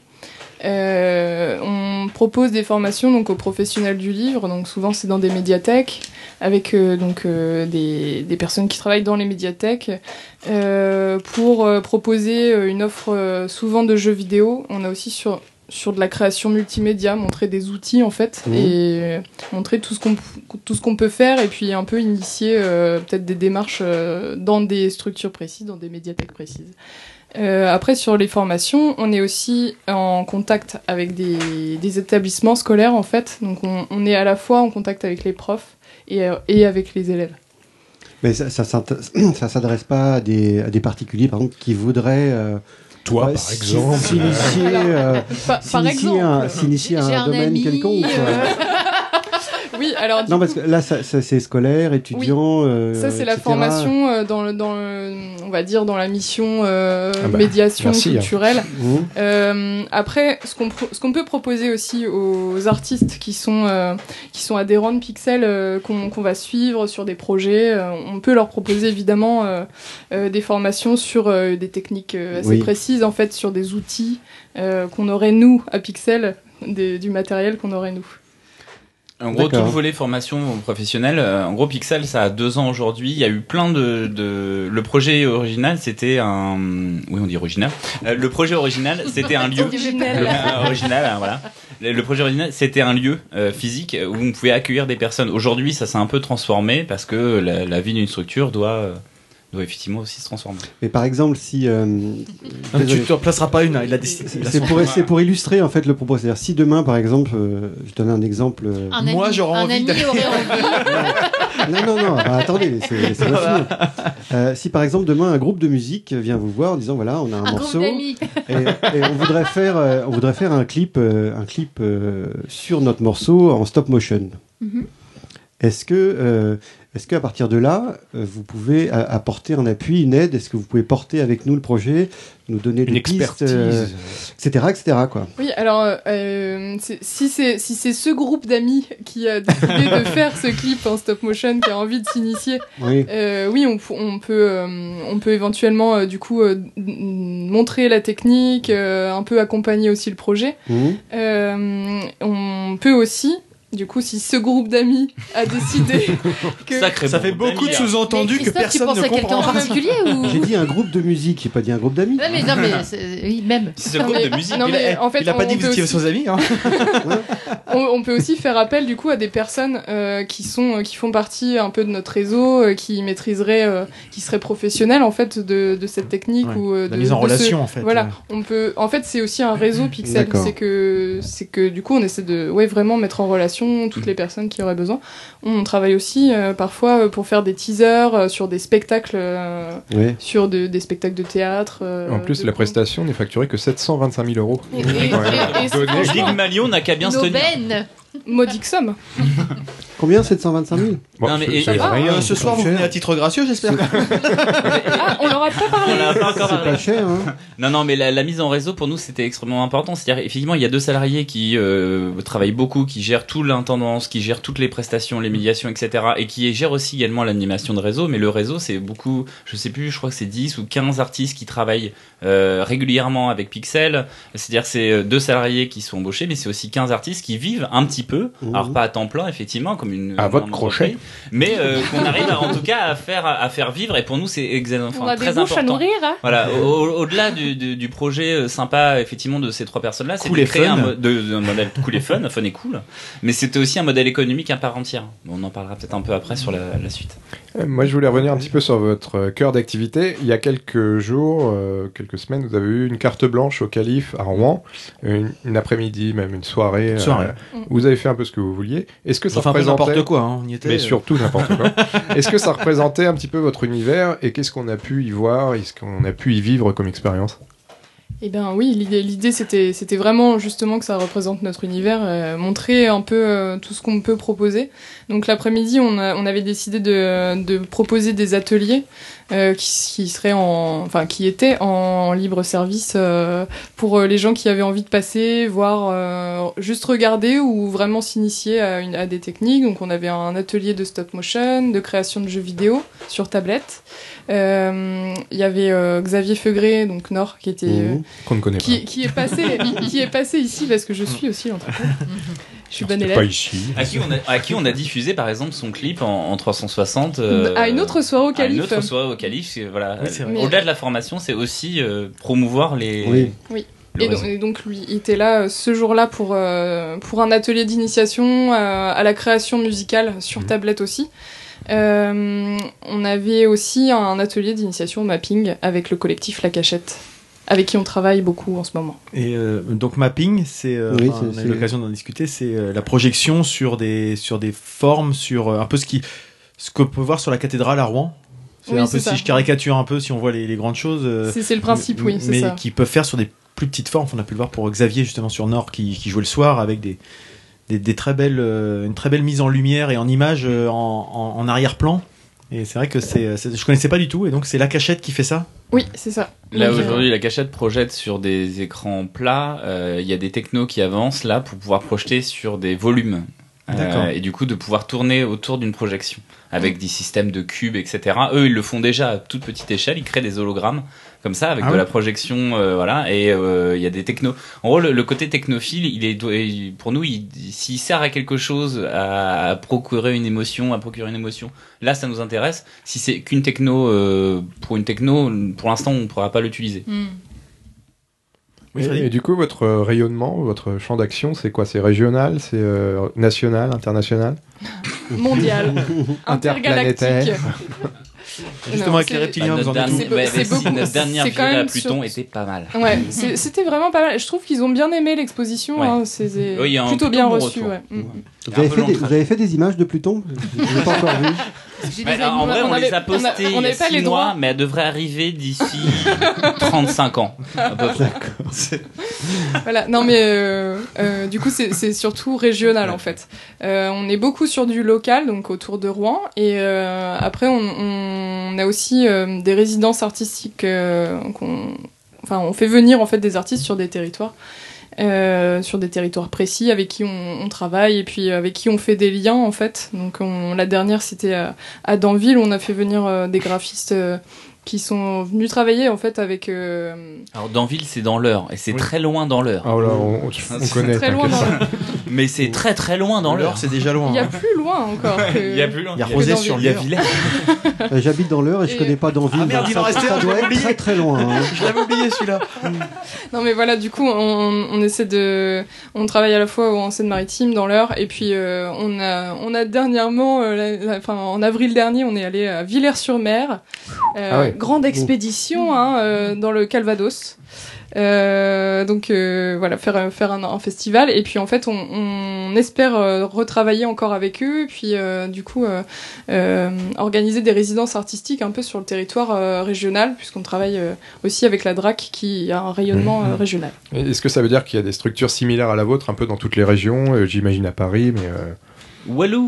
On propose des formations donc aux professionnels du livre, donc souvent c'est dans des médiathèques avec des personnes qui travaillent dans les médiathèques pour proposer une offre souvent de jeux vidéo. On a aussi sur de la création multimédia, montrer des outils en fait, et montrer tout ce qu'on peut faire, et puis un peu initier peut-être des démarches dans des structures précises, dans des médiathèques précises. Après, sur les formations, on est aussi en contact avec des établissements scolaires, en fait. Donc, on est à la fois en contact avec les profs et avec les élèves. Mais ça s'adresse pas à des particuliers, par exemple, qui voudraient... Toi, par exemple. S'initier à un domaine quelconque. Oui, alors non, parce que là, c'est scolaire, étudiant. Oui. Ça, c'est la formation on va dire dans la mission médiation culturelle. Après, ce qu'on peut proposer aussi aux artistes qui sont adhérents de Pixel, qu'on va suivre sur des projets, on peut leur proposer évidemment des formations sur des techniques assez précises, en fait, sur des outils qu'on aurait nous à Pixel, du matériel qu'on aurait nous. En gros, tout le volet formation professionnelle, en gros, Pixel, ça a 2 ans aujourd'hui. Il y a eu plein le projet original, c'était un... Oui, on dit original. Le projet original, c'était un lieu... original, voilà. Le projet original, c'était un lieu physique où on pouvait accueillir des personnes. Aujourd'hui, ça s'est un peu transformé parce que la vie d'une structure doit effectivement aussi se transformer. Mais par exemple, si... tu ne replaceras pas une, il a décidé. C'est pour illustrer en fait le propos. C'est-à-dire si demain, par exemple, je donne un exemple... Moi, j'aurais envie... Un ami aurait envie... Non, attendez, c'est pas fini. Si par exemple, demain, un groupe de musique vient vous voir en disant, voilà, on a un morceau... et on voudrait faire un clip sur notre morceau en stop motion. Mm-hmm. Est-ce qu'à partir de là, vous pouvez apporter un appui, une aide? Est-ce que vous pouvez porter avec nous le projet, nous donner des pistes, etc., quoi. Oui, alors si c'est ce groupe d'amis qui a décidé de faire ce clip en stop motion, qui a envie de s'initier, on peut éventuellement du coup montrer la technique, un peu accompagner aussi le projet. On peut aussi, du coup, si ce groupe d'amis a décidé que... Ça fait beaucoup de sous-entendus que personne ne comprend. Tu penses à quelqu'un en particulier ou... J'ai dit un groupe de musique, j'ai pas dit un groupe d'amis. Non mais oui, même. C'est ce groupe de musique. En fait, il a pas dit que vous étiez vos amis. Hein. On peut aussi faire appel du coup à des personnes qui font partie un peu de notre réseau, qui maîtriseraient, qui seraient professionnels en fait de cette technique ou de la mise en relation en fait. Voilà, on peut. En fait, c'est aussi un réseau Pixel. C'est que du coup, on essaie de vraiment mettre en relation toutes les personnes qui auraient besoin. On travaille aussi parfois pour faire des teasers sur des spectacles, sur des spectacles de théâtre. En plus, la prestation n'est facturée que 725 000 €. Je dis que Malion n'a qu'à bien se tenir. Modique somme. Combien? 725 000? Bon, non, mais ce soir, vous venez à titre gracieux, j'espère. On leur a pas parlé. On leur a pas encore parlé. C'est pas cher, hein. Non, mais la mise en réseau, pour nous, c'était extrêmement important. C'est-à-dire, effectivement, il y a 2 salariés qui travaillent beaucoup, qui gèrent tout l'intendance, qui gèrent toutes les prestations, les médiations, etc. Et qui gèrent aussi également l'animation de réseau. Mais le réseau, c'est beaucoup, je sais plus, je crois que c'est 10 ou 15 artistes qui travaillent régulièrement avec Pixel. C'est-à-dire, c'est 2 salariés qui sont embauchés, mais c'est aussi 15 artistes qui vivent un petit peu. Alors, pas à temps plein, effectivement, comme à votre crochet, mais qu'on arrive en tout cas à faire vivre. Et pour nous, c'est très important. À nourrir, hein. Voilà, au-delà du projet sympa, effectivement, de ces 3 personnes-là, c'est de créer un modèle cool et fun et cool. Mais c'était aussi un modèle économique à part entière. On en parlera peut-être un peu après sur la suite. Moi, je voulais revenir un petit peu sur votre cœur d'activité. Il y a quelques jours, quelques semaines, vous avez eu une carte blanche au Calife à Rouen, une après-midi, même une soirée. Vous avez fait un peu ce que vous vouliez. Est-ce que ça représentait n'importe quoi, hein, on y était, mais surtout n'importe quoi. Est-ce que ça représentait un petit peu votre univers et qu'est-ce qu'on a pu y voir, est-ce qu'on a pu y vivre comme expérience? Eh bien oui, l'idée c'était vraiment justement que ça représente notre univers, montrer un peu tout ce qu'on peut proposer. Donc l'après-midi, on avait décidé de proposer des ateliers qui étaient en libre service pour les gens qui avaient envie de passer, voir juste regarder ou vraiment s'initier à des techniques. Donc on avait un atelier de stop motion, de création de jeux vidéo sur tablette. Il y avait Xavier Feugré, donc Nord, qui était qu'on ne connaît pas, qui est passé ici parce que je suis aussi l'entreprise. Je suis bonne élève. Pas ici. À qui on a diffusé par exemple son clip en 360 à une autre soirée au Calife. À une autre soirée au Calife, voilà. Oui, au-delà de la formation, c'est aussi promouvoir les. Oui. Et donc lui, il était là ce jour-là pour un atelier d'initiation à la création musicale sur tablette aussi. On avait aussi un atelier d'initiation au mapping avec le collectif La Cachette. avec qui on travaille beaucoup en ce moment. Et donc mapping, c'est on a eu l'occasion d'en discuter, c'est la projection sur des formes, sur un peu ce qu'on peut voir sur la cathédrale à Rouen. C'est un peu si je caricature un peu, si on voit les grandes choses. C'est le principe, oui, c'est ça. Mais qui peuvent faire sur des plus petites formes. On a pu le voir pour Xavier justement sur Nord qui jouait le soir avec des très belles, une très belle mise en lumière et en image en arrière-plan. Et c'est vrai que je connaissais pas du tout, et donc c'est La Cachette qui fait ça. Oui, c'est ça. Là aujourd'hui, La Cachette projette sur des écrans plats. Il y a des technos qui avancent là pour pouvoir projeter sur des volumes. Et du coup de pouvoir tourner autour d'une projection avec des systèmes de cubes, etc. Eux, ils le font déjà à toute petite échelle. Ils créent des hologrammes comme ça avec de la projection, voilà. Et il y a des technos. En gros, le côté technophile, pour nous, s'il sert à quelque chose, à procurer une émotion, là, ça nous intéresse. Si c'est qu'une techno pour une techno, pour l'instant, on ne pourra pas l'utiliser. Et du coup, votre rayonnement, votre champ d'action, c'est quoi? C'est régional, c'est national, international, mondial, intergalactique. Justement, avec les reptiliens, notre dernière visite à Pluton était pas mal. Ouais, c'était vraiment pas mal. Je trouve qu'ils ont bien aimé l'exposition. Ouais. C'est plutôt bien reçu. Ouais. Vous avez fait des images de Pluton? Je l'ai pas encore vu. En vrai, on les a postées il y a 6 mois, mais elles devraient arriver d'ici 35 ans. À peu près. Voilà, non mais du coup c'est surtout régional en fait. On est beaucoup sur du local, donc autour de Rouen, et après on a aussi des résidences artistiques. On fait venir en fait des artistes sur des territoires. Sur des territoires précis avec qui on travaille et puis avec qui on fait des liens en fait. Donc la dernière c'était à Danville, on a fait venir des graphistes qui sont venus travailler en fait avec. Alors Danville c'est dans l'Eure et c'est très loin dans l'Eure. Ah là, on connaît. Très loin dans l'Eure. Mais c'est très très loin dans l'Eure. C'est déjà loin. Il y a plus loin encore. Il y a plus loin. Il y a Rosé sur l'Eure. J'habite dans l'Eure et je connais pas Danville. Ah merde, il en restait un. Ça doit être très très loin. Hein. Je l'avais oublié celui-là. Non mais voilà, du coup on essaie on travaille à la fois en Seine-Maritime dans l'Eure et puis on a dernièrement en avril dernier on est allé à Villers-sur-Mer, grande expédition dans le Calvados. Donc voilà, faire un festival et puis en fait on espère retravailler encore avec eux et puis du coup organiser des résidences artistiques un peu sur le territoire régional puisqu'on travaille aussi avec la DRAC qui a un rayonnement régional. Est-ce que ça veut dire qu'il y a des structures similaires à la vôtre un peu dans toutes les régions? J'imagine à Paris, mais... Walou.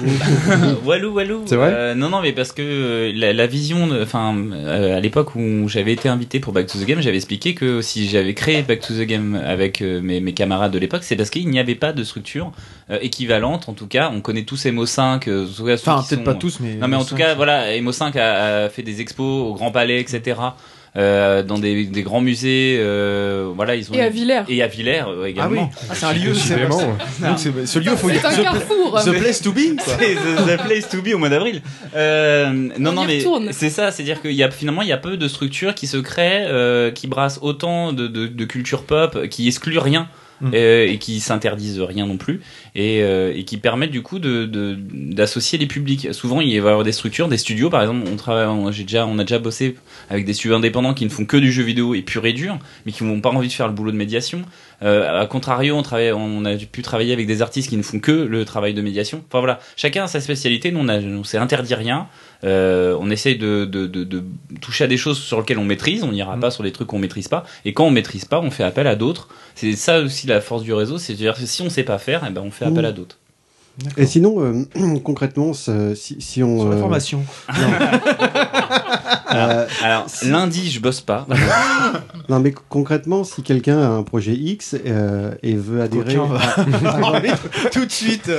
C'est vrai? Non, mais parce que la vision, à l'époque où j'avais été invité pour Back to the Game, j'avais expliqué que si j'avais créé Back to the Game avec mes camarades de l'époque, c'est parce qu'il n'y avait pas de structure équivalente. En tout cas, on connaît tous Emo5. Enfin, peut-être pas tous, mais. Non, mais en tout cas, voilà, Emo5 a fait des expos au Grand Palais, etc. Dans des grands musées, voilà, ils ont et à Villers également. Ah oui, c'est un lieu, ce lieu, faut c'est un carrefour. The place to be. C'est the place to be au mois d'avril. Non, mais c'est ça, c'est-à-dire qu'il y a finalement il y a peu de structures qui se créent, qui brassent autant de culture pop, qui excluent rien. Et qui s'interdisent rien non plus et qui permettent du coup d'associer les publics. Souvent il va y avoir des structures, des studios par exemple, on a déjà bossé avec des studios indépendants qui ne font que du jeu vidéo et pur et dur mais qui n'ont pas envie de faire le boulot de médiation. À contrario, on a pu travailler avec des artistes qui ne font que le travail de médiation. Enfin voilà, chacun a sa spécialité. Nous on s'est interdit rien. On essaye de toucher à des choses sur lesquelles on maîtrise. On n'ira pas sur des trucs qu'on maîtrise pas. Et quand on maîtrise pas, on fait appel à d'autres. C'est ça aussi la force du réseau. C'est-à-dire que si on sait pas faire, eh ben on fait appel à d'autres. Et sinon, concrètement, si on... Sur la formation. Alors, lundi, je bosse pas. Non, mais concrètement, si quelqu'un a un projet X et veut adhérer... Tout de suite.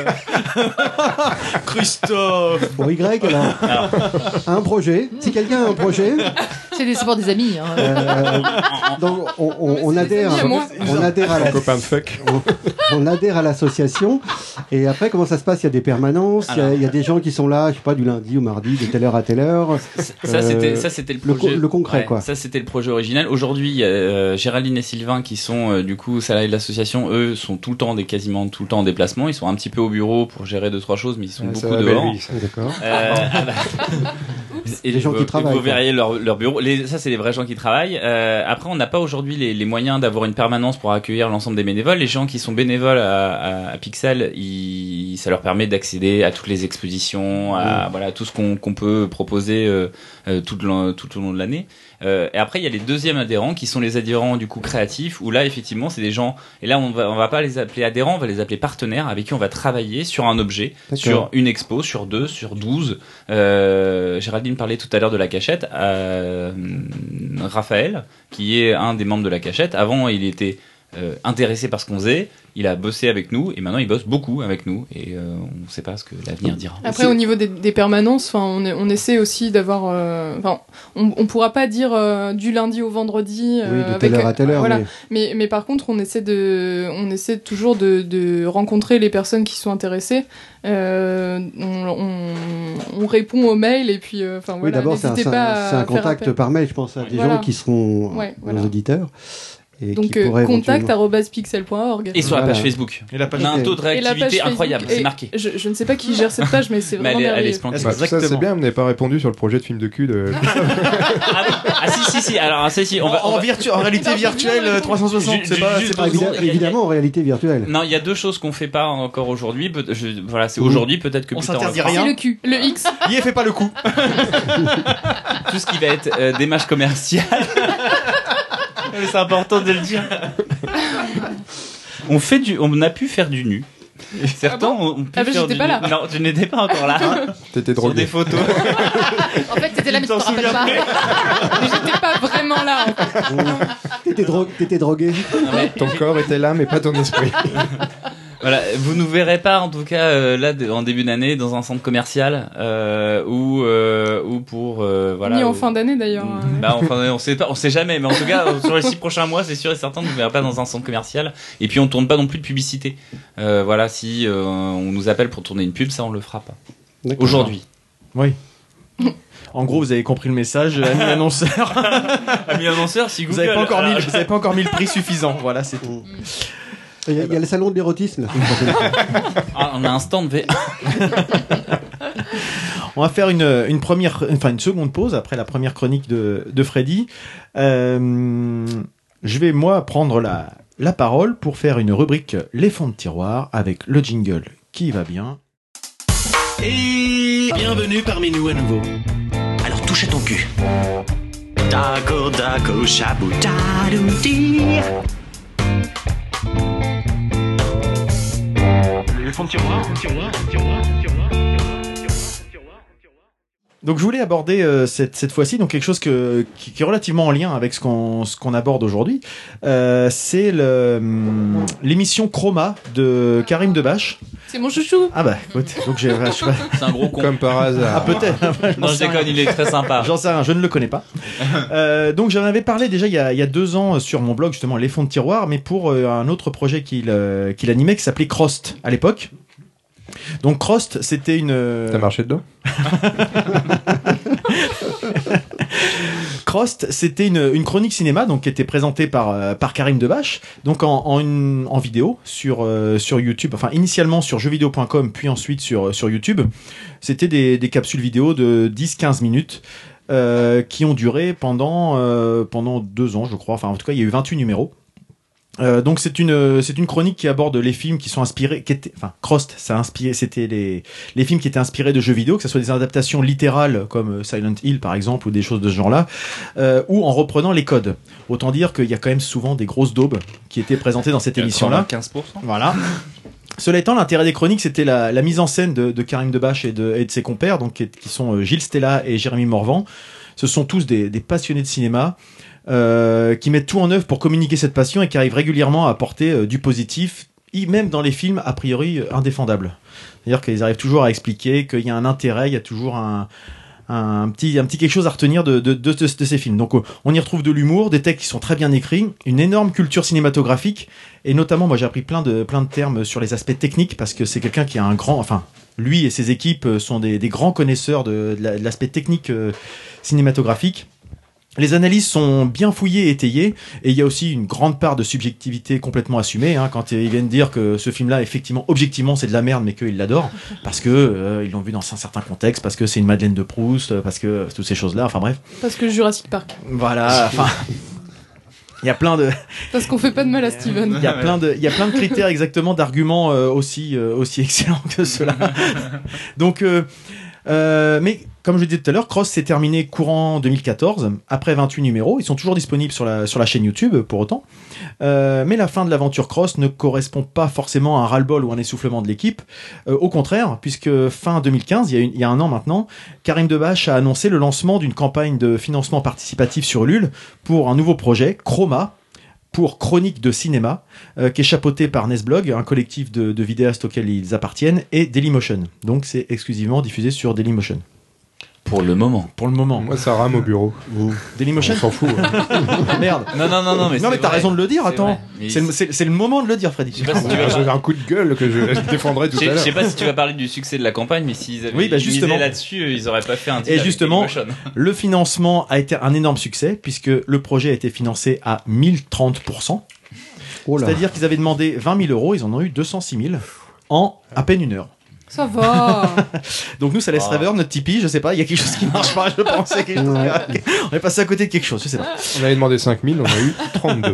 Christophe. Pour Y, alors. Un projet. Si quelqu'un a un projet... C'est pour des amis. Donc, on adhère à la... copain de fuck. On adhère à l'association. Et après, comment ça se passe? Il y a des permanences, il y a des gens qui sont là, je sais pas, du lundi au mardi, de telle heure à telle heure. Ça, c'était le projet. Le concret, quoi. Ça, c'était le projet original. Aujourd'hui, Géraldine et Sylvain, qui sont du coup salariés de l'association, eux sont quasiment tout le temps en déplacement. Ils sont un petit peu au bureau pour gérer 2-3 choses, mais ils sont beaucoup dehors. D'accord. Et les gens qui travaillent. Vous verriez leur bureau. Ça, c'est les vrais gens qui travaillent. Après, on n'a pas aujourd'hui les moyens d'avoir une permanence pour accueillir l'ensemble des bénévoles. Les gens qui sont bénévoles à Pixel, ça leur permet d'accéder à toutes les expositions, à voilà tout ce qu'on peut proposer tout au long de l'année. Et après, il y a les deuxièmes adhérents qui sont les adhérents du coup créatifs, où là, effectivement, c'est des gens. Et là, on va pas les appeler adhérents, on va les appeler partenaires, avec qui on va travailler sur un objet, sur une expo, sur 2, sur 12. Géraldine parlait tout à l'heure de la cachette. Raphaël, qui est un des membres de la cachette, avant, il était intéressé par ce qu'on faisait, il a bossé avec nous et maintenant il bosse beaucoup avec nous et on ne sait pas ce que l'avenir dira. Après au niveau des permanences, on essaie aussi d'avoir on pourra pas dire du lundi au vendredi de telle heure à telle heure, voilà. mais par contre on essaie toujours de rencontrer les personnes qui sont intéressées. On répond aux mails et puis oui, d'abord c'est un contact par mail, je pense à des gens qui seront nos auditeurs. Et donc contact@pixel.org et sur la page Facebook. Et la page on a un taux de réactivité incroyable, c'est marqué. Je ne sais pas qui gère cette page, mais c'est vraiment merveilleux. Ça c'est bien, vous n'avez pas répondu sur le projet de film de cul de. Si. Alors si. En réalité virtuelle 360. C'est pas évidemment en réalité virtuelle. Non, il y a deux choses qu'on fait pas encore aujourd'hui. Voilà, c'est aujourd'hui peut-être que on plus tard. s'interdit rien. C'est le cul, le X. Il fait pas le coup. Tout ce qui va être démarche commerciale. Mais c'est important de le dire. On a pu faire du nu. Certains ont pu faire j'étais du pas nu. là. Non, je n'étais pas encore là. T'étais drogué. Sur des photos. En fait, t'étais là, mais tu t'en rappelles pas. Mais j'étais pas vraiment là. En fait. T'étais drogué. Ton corps était là, mais pas ton esprit. Voilà, vous nous verrez pas en tout cas là en début d'année dans un centre commercial ou pour voilà. Ni en fin d'année d'ailleurs. Enfin, on sait jamais, mais en tout cas sur les 6 prochains mois, c'est sûr et certain, vous ne verrez pas dans un centre commercial. Et puis on tourne pas non plus de publicité. Voilà, si on nous appelle pour tourner une pub, ça on le fera pas. D'accord. Aujourd'hui. Oui. En gros, vous avez compris le message, ami annonceur. Ami annonceur, si vous avez pas encore mis le prix suffisant. Voilà, c'est tout. Il y a le salon de l'érotisme. On a un stand V. On va faire une seconde pause après la première chronique de Freddy. Je vais moi prendre la parole pour faire une rubrique Les fonds de tiroir avec le jingle qui va bien. Et bienvenue parmi nous à nouveau. Alors touche à ton cul. Dago, chabou, dadouti. Les fonds de tiroir. Donc je voulais aborder cette fois-ci donc quelque chose qui est relativement en lien avec ce qu'on aborde aujourd'hui. C'est l'émission Chroma de Karim Debache. C'est mon chouchou. Ah bah écoute, donc c'est un gros con. Comme par hasard. Ah peut-être. Non, je déconne, il est très sympa. J'en sais rien, je ne le connais pas. Donc j'en avais parlé déjà il y a 2 ans sur mon blog justement Les fonds de tiroir, mais pour un autre projet qu'il animait qui s'appelait Crost à l'époque. Donc Crost, c'était une... T'as marché dedans? Crost, c'était une chronique cinéma donc qui était présentée par Karim Debache, donc en vidéo sur YouTube, enfin initialement sur jeuxvideo.com puis ensuite sur YouTube. C'était des capsules vidéo de 10-15 minutes qui ont duré pendant 2 ans je crois, enfin en tout cas il y a eu 28 numéros. Donc c'est une chronique qui aborde les films qui sont inspirés, Crost, c'était les films qui étaient inspirés de jeux vidéo, que ce soit des adaptations littérales comme Silent Hill par exemple ou des choses de ce genre-là, ou en reprenant les codes. Autant dire qu'il y a quand même souvent des grosses daubes qui étaient présentées dans cette émission-là. 15%. Voilà. Cela étant, l'intérêt des chroniques, c'était la mise en scène de Karim Debache et de ses compères, donc qui sont Gilles Stella et Jérémy Morvan. Ce sont tous des passionnés de cinéma. Qui mettent tout en œuvre pour communiquer cette passion et qui arrivent régulièrement à apporter du positif, même dans les films a priori indéfendables. C'est-à-dire qu'ils arrivent toujours à expliquer qu'il y a un intérêt, il y a toujours un petit quelque chose à retenir de ces films. Donc on y retrouve de l'humour, des textes qui sont très bien écrits, une énorme culture cinématographique, et notamment moi j'ai appris plein de termes sur les aspects techniques parce que c'est quelqu'un qui a lui et ses équipes sont des grands connaisseurs de l'aspect technique cinématographique. Les analyses sont bien fouillées et étayées, et il y a aussi une grande part de subjectivité complètement assumée, hein, quand ils viennent dire que ce film-là, effectivement, objectivement, c'est de la merde, mais qu'ils l'adorent, parce que ils l'ont vu dans un certain contexte, parce que c'est une Madeleine de Proust, parce que toutes ces choses-là, enfin bref. Parce que Jurassic Park. Voilà, enfin... Il y a plein de... Parce qu'on fait pas de mal à Steven. Il y a plein de critères, exactement, d'arguments aussi excellents que ceux-là. Donc... mais comme je le disais tout à l'heure, Cross s'est terminé courant 2014, après 28 numéros. Ils sont toujours disponibles sur la chaîne YouTube, pour autant. Mais la fin de l'aventure Cross ne correspond pas forcément à un ras-le-bol ou un essoufflement de l'équipe. Au contraire, puisque fin 2015, il y a un an maintenant, Karim Debache a annoncé le lancement d'une campagne de financement participatif sur Ulule pour un nouveau projet, Chroma, pour Chronique de cinéma, qui est chapeauté par Nesblog, un collectif de vidéastes auxquels ils appartiennent, et Dailymotion. Donc c'est exclusivement diffusé sur Dailymotion. Pour le moment. Moi, ça rame au bureau. Dailymotion. On s'en fout. Merde. Non, mais t'as raison de le dire, attends. Mais C'est le moment de le dire, Freddy. J'ai un coup de gueule que je défendrai tout à l'heure. Je sais pas si tu vas parler du succès de la campagne, mais s'ils avaient misé là-dessus, ils auraient pas fait un deal. Et avec justement, Dailymotion. le financement a été un énorme succès, puisque le projet a été financé à 1030%. C'est-à-dire qu'ils avaient demandé 20 000 euros, ils en ont eu 206 000 en à peine une heure. Ça va. Donc nous, ça laisse rêveur notre Tipeee, je sais pas, il y a quelque chose qui marche pas, je pense. On est passé à côté de quelque chose, je sais pas. On avait demandé 5 000, on a eu 32.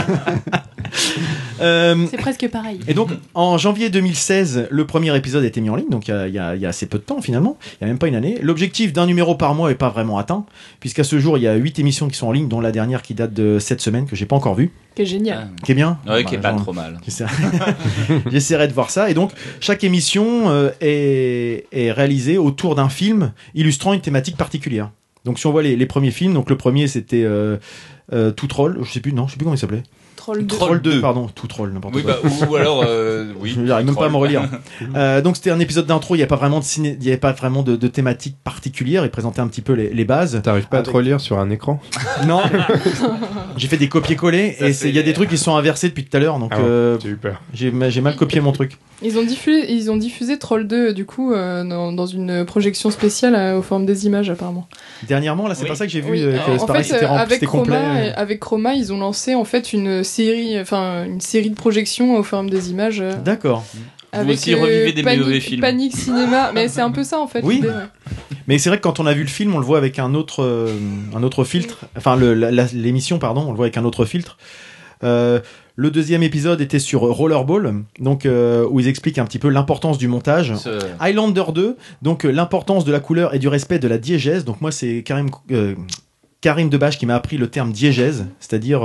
C'est presque pareil. Et donc, en janvier 2016, le premier épisode a été mis en ligne, donc il y a assez peu de temps finalement, il n'y a même pas une année. L'objectif d'un numéro par mois n'est pas vraiment atteint, puisqu'à ce jour, il y a 8 émissions qui sont en ligne, dont la dernière qui date de cette semaine, que j'ai pas encore vue. Qui est génial. Qui est bien. Ouais, qui est pas trop mal. J'essaierai de voir ça. Et donc, chaque émission est réalisée autour d'un film illustrant une thématique particulière. Donc, si on voit les premiers films, donc le premier c'était Tout Troll, je sais plus comment il s'appelait. Troll 2, pardon, Tout Troll, n'importe quoi. Ou alors, oui. Je n'arrive même pas à me relire. Donc c'était un épisode d'intro, il n'y avait pas vraiment de thématique particulière, il présentait un petit peu les bases. T'arrives pas à te relire sur un écran? Non. J'ai fait des copier-coller et il y a des trucs qui sont inversés depuis tout à l'heure, donc j'ai eu peur. J'ai mal copié mon truc. Ils ont diffusé Troll 2 du coup dans une projection spéciale au Forum des Images apparemment. Dernièrement là, c'est pas ça que j'ai vu. En fait, avec Chroma, avec Chroma, ils ont lancé en fait une série de projections au Forum des Images. D'accord. Vous aussi revivez des mauvais films. Panique Cinéma, mais c'est un peu ça en fait. Oui. L'idée, ouais. Mais c'est vrai que quand on a vu le film, on le voit avec un autre filtre. Enfin, l'émission, pardon, on le voit avec un autre filtre. Le deuxième épisode était sur Rollerball, donc où ils expliquent un petit peu l'importance du montage. Highlander 2, donc l'importance de la couleur et du respect de la diégèse. Donc moi, c'est Karim Debache qui m'a appris le terme diégèse, c'est-à-dire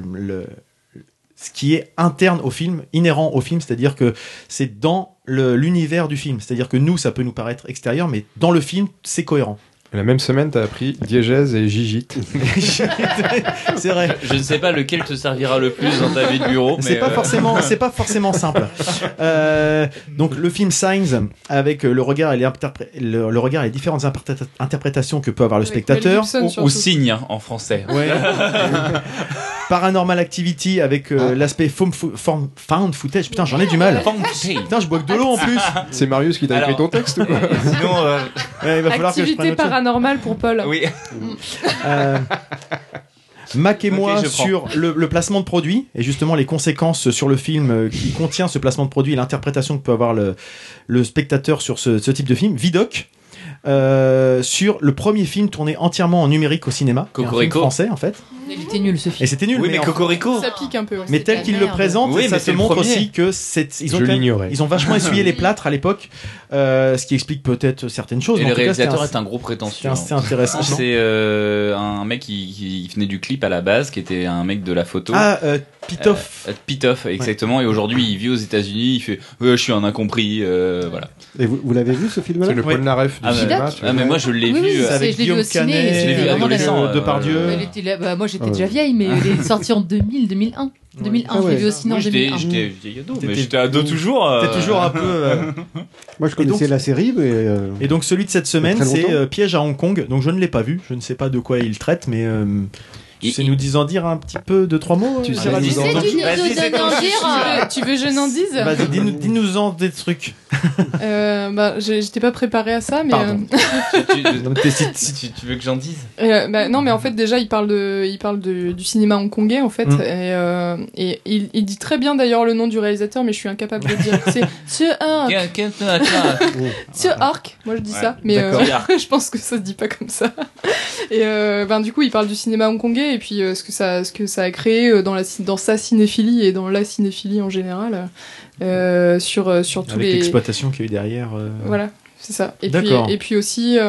ce qui est interne au film, inhérent au film, c'est-à-dire que c'est dans l'univers du film. C'est-à-dire que nous, ça peut nous paraître extérieur, mais dans le film, c'est cohérent. La même semaine, t'as appris diégèse et gigite. C'est vrai. Je ne sais pas lequel te servira le plus dans ta vie de bureau. C'est pas forcément simple. Donc le film Signs, avec le regard et les différentes interprétations que peut avoir le spectateur. Ou signe en français. Ouais. Paranormal Activity avec l'aspect found footage. Putain, j'en ai du mal. Putain, je bois que de l'eau en plus. C'est Marius qui t'a écrit ton texte ou quoi? Sinon, il va falloir que je prenne paranormal pour Paul. Oui. Mac et moi sur le placement de produit et justement les conséquences sur le film qui contient ce placement de produit et l'interprétation que peut avoir le spectateur sur ce type de film. Vidoc. Sur le premier film tourné entièrement en numérique au cinéma, Cocorico, français en fait. Il était nul ce film. Et c'était nul. Oui, mais Cocorico, ça pique un peu. Mais tel qu'il le présente, ça te montre aussi que ils ont vachement essuyé les plâtres à l'époque, ce qui explique peut-être certaines choses. Et le réalisateur est un gros prétentieux. C'est intéressant. C'est un mec qui venait du clip à la base, qui était un mec de la photo. Pitoff, exactement. Et aujourd'hui, il vit aux États-Unis. Il fait, je suis un incompris, voilà. Et vous l'avez vu ce film-là? C'est le Polnareff du cinéma. Mais moi je l'ai vu avec Guillaume Canet, je l'ai vu adolescent. Depardieu. Moi j'étais déjà vieille, mais il est sorti en 2000, 2001. 2001, je l'ai vu au cinéma en 2001. J'étais ado, mais j'étais ado toujours. T'es toujours un peu. Moi je connaissais la série, mais. Et donc celui de cette semaine, c'est Piège à Hong Kong. Donc je ne l'ai pas vu. Je ne sais pas de quoi il traite, mais Tu sais nous en dire un petit peu, 2-3 mots Tu sais Tu sais, tu veux je n'en dise Vas-y, dis-nous en des trucs. J'étais pas préparée à ça, mais. Pardon. Si tu veux que j'en dise. Non, mais en fait, déjà, il parle du cinéma hongkongais, en fait, et il dit très bien d'ailleurs le nom du réalisateur, mais je suis incapable de le dire. C'est Thieu Arc. Moi, je dis ça, mais je pense que ça se dit pas comme ça. Et du coup, il parle du cinéma hongkongais et puis ce que ça a créé dans sa cinéphilie et dans la cinéphilie en général, sur tous avec l'exploitation qu'il y a eu derrière. Voilà, c'est ça. Et puis aussi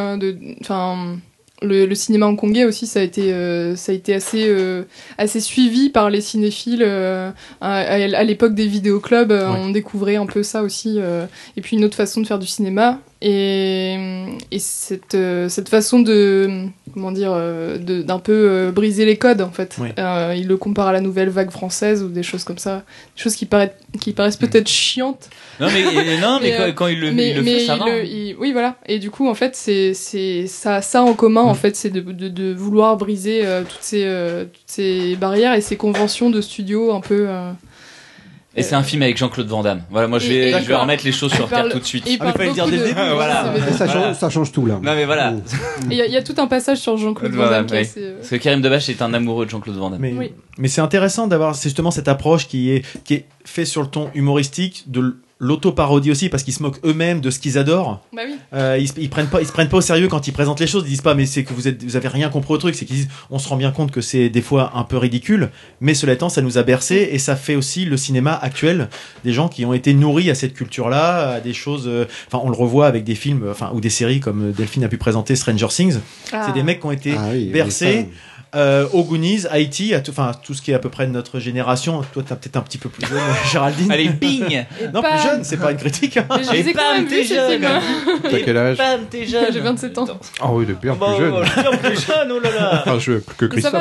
le cinéma hongkongais aussi, ça a été assez suivi par les cinéphiles à l'époque des vidéoclubs. On découvrait un peu ça aussi, et puis une autre façon de faire du cinéma et cette façon d'un peu briser les codes en fait. Il le compare à la nouvelle vague française ou des choses comme ça, des choses qui paraissent peut-être chiantes. Non mais quand il le fait, ça va. Oui, voilà. Et du coup, en fait, c'est ça en commun, en fait, c'est de vouloir briser toutes ces barrières et ces conventions de studio un peu. Et c'est un film avec Jean-Claude Van Damme. Voilà, moi je vais remettre les choses sur terre tout de suite. Il parle fallait le dire dès le début. Voilà. Ça change tout là. Non mais voilà. Il y a tout un passage sur Jean-Claude Van Damme. Parce que Karim Debache est un amoureux de Jean-Claude Van Damme. Mais c'est intéressant d'avoir justement cette approche qui est faite sur le ton humoristique de l'auto-parodie aussi, parce qu'ils se moquent eux-mêmes de ce qu'ils adorent. Bah oui. Ils se prennent pas au sérieux quand ils présentent les choses. Ils disent pas mais c'est que vous avez rien compris au truc. C'est qu'ils disent on se rend bien compte que c'est des fois un peu ridicule, mais cela étant ça nous a bercé et ça fait aussi le cinéma actuel des gens qui ont été nourris à cette culture-là, à des choses. On le revoit avec des films, ou des séries comme Delphine a pu présenter Stranger Things. C'est des mecs qui ont été bercés. Aux Goonies, Haïti, tout ce qui est à peu près de notre génération. Toi, t'es peut-être un petit peu plus jeune, Géraldine. Allez, bing. Non, plus jeune, c'est pas une critique. Hein. Et bam, t'es jeune. T'as quel âge? T'es jeune. J'ai 27 ans. Ah oui, de bien plus jeune. Bien plus jeune, oh là là. Enfin, je plus que Christophe.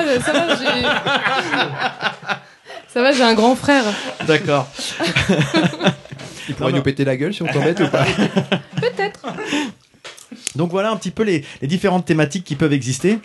Ça va, j'ai un grand frère. D'accord. Il pourrait nous péter la gueule si on t'embête ou pas? Peut-être. Donc voilà un petit peu les différentes thématiques qui peuvent exister.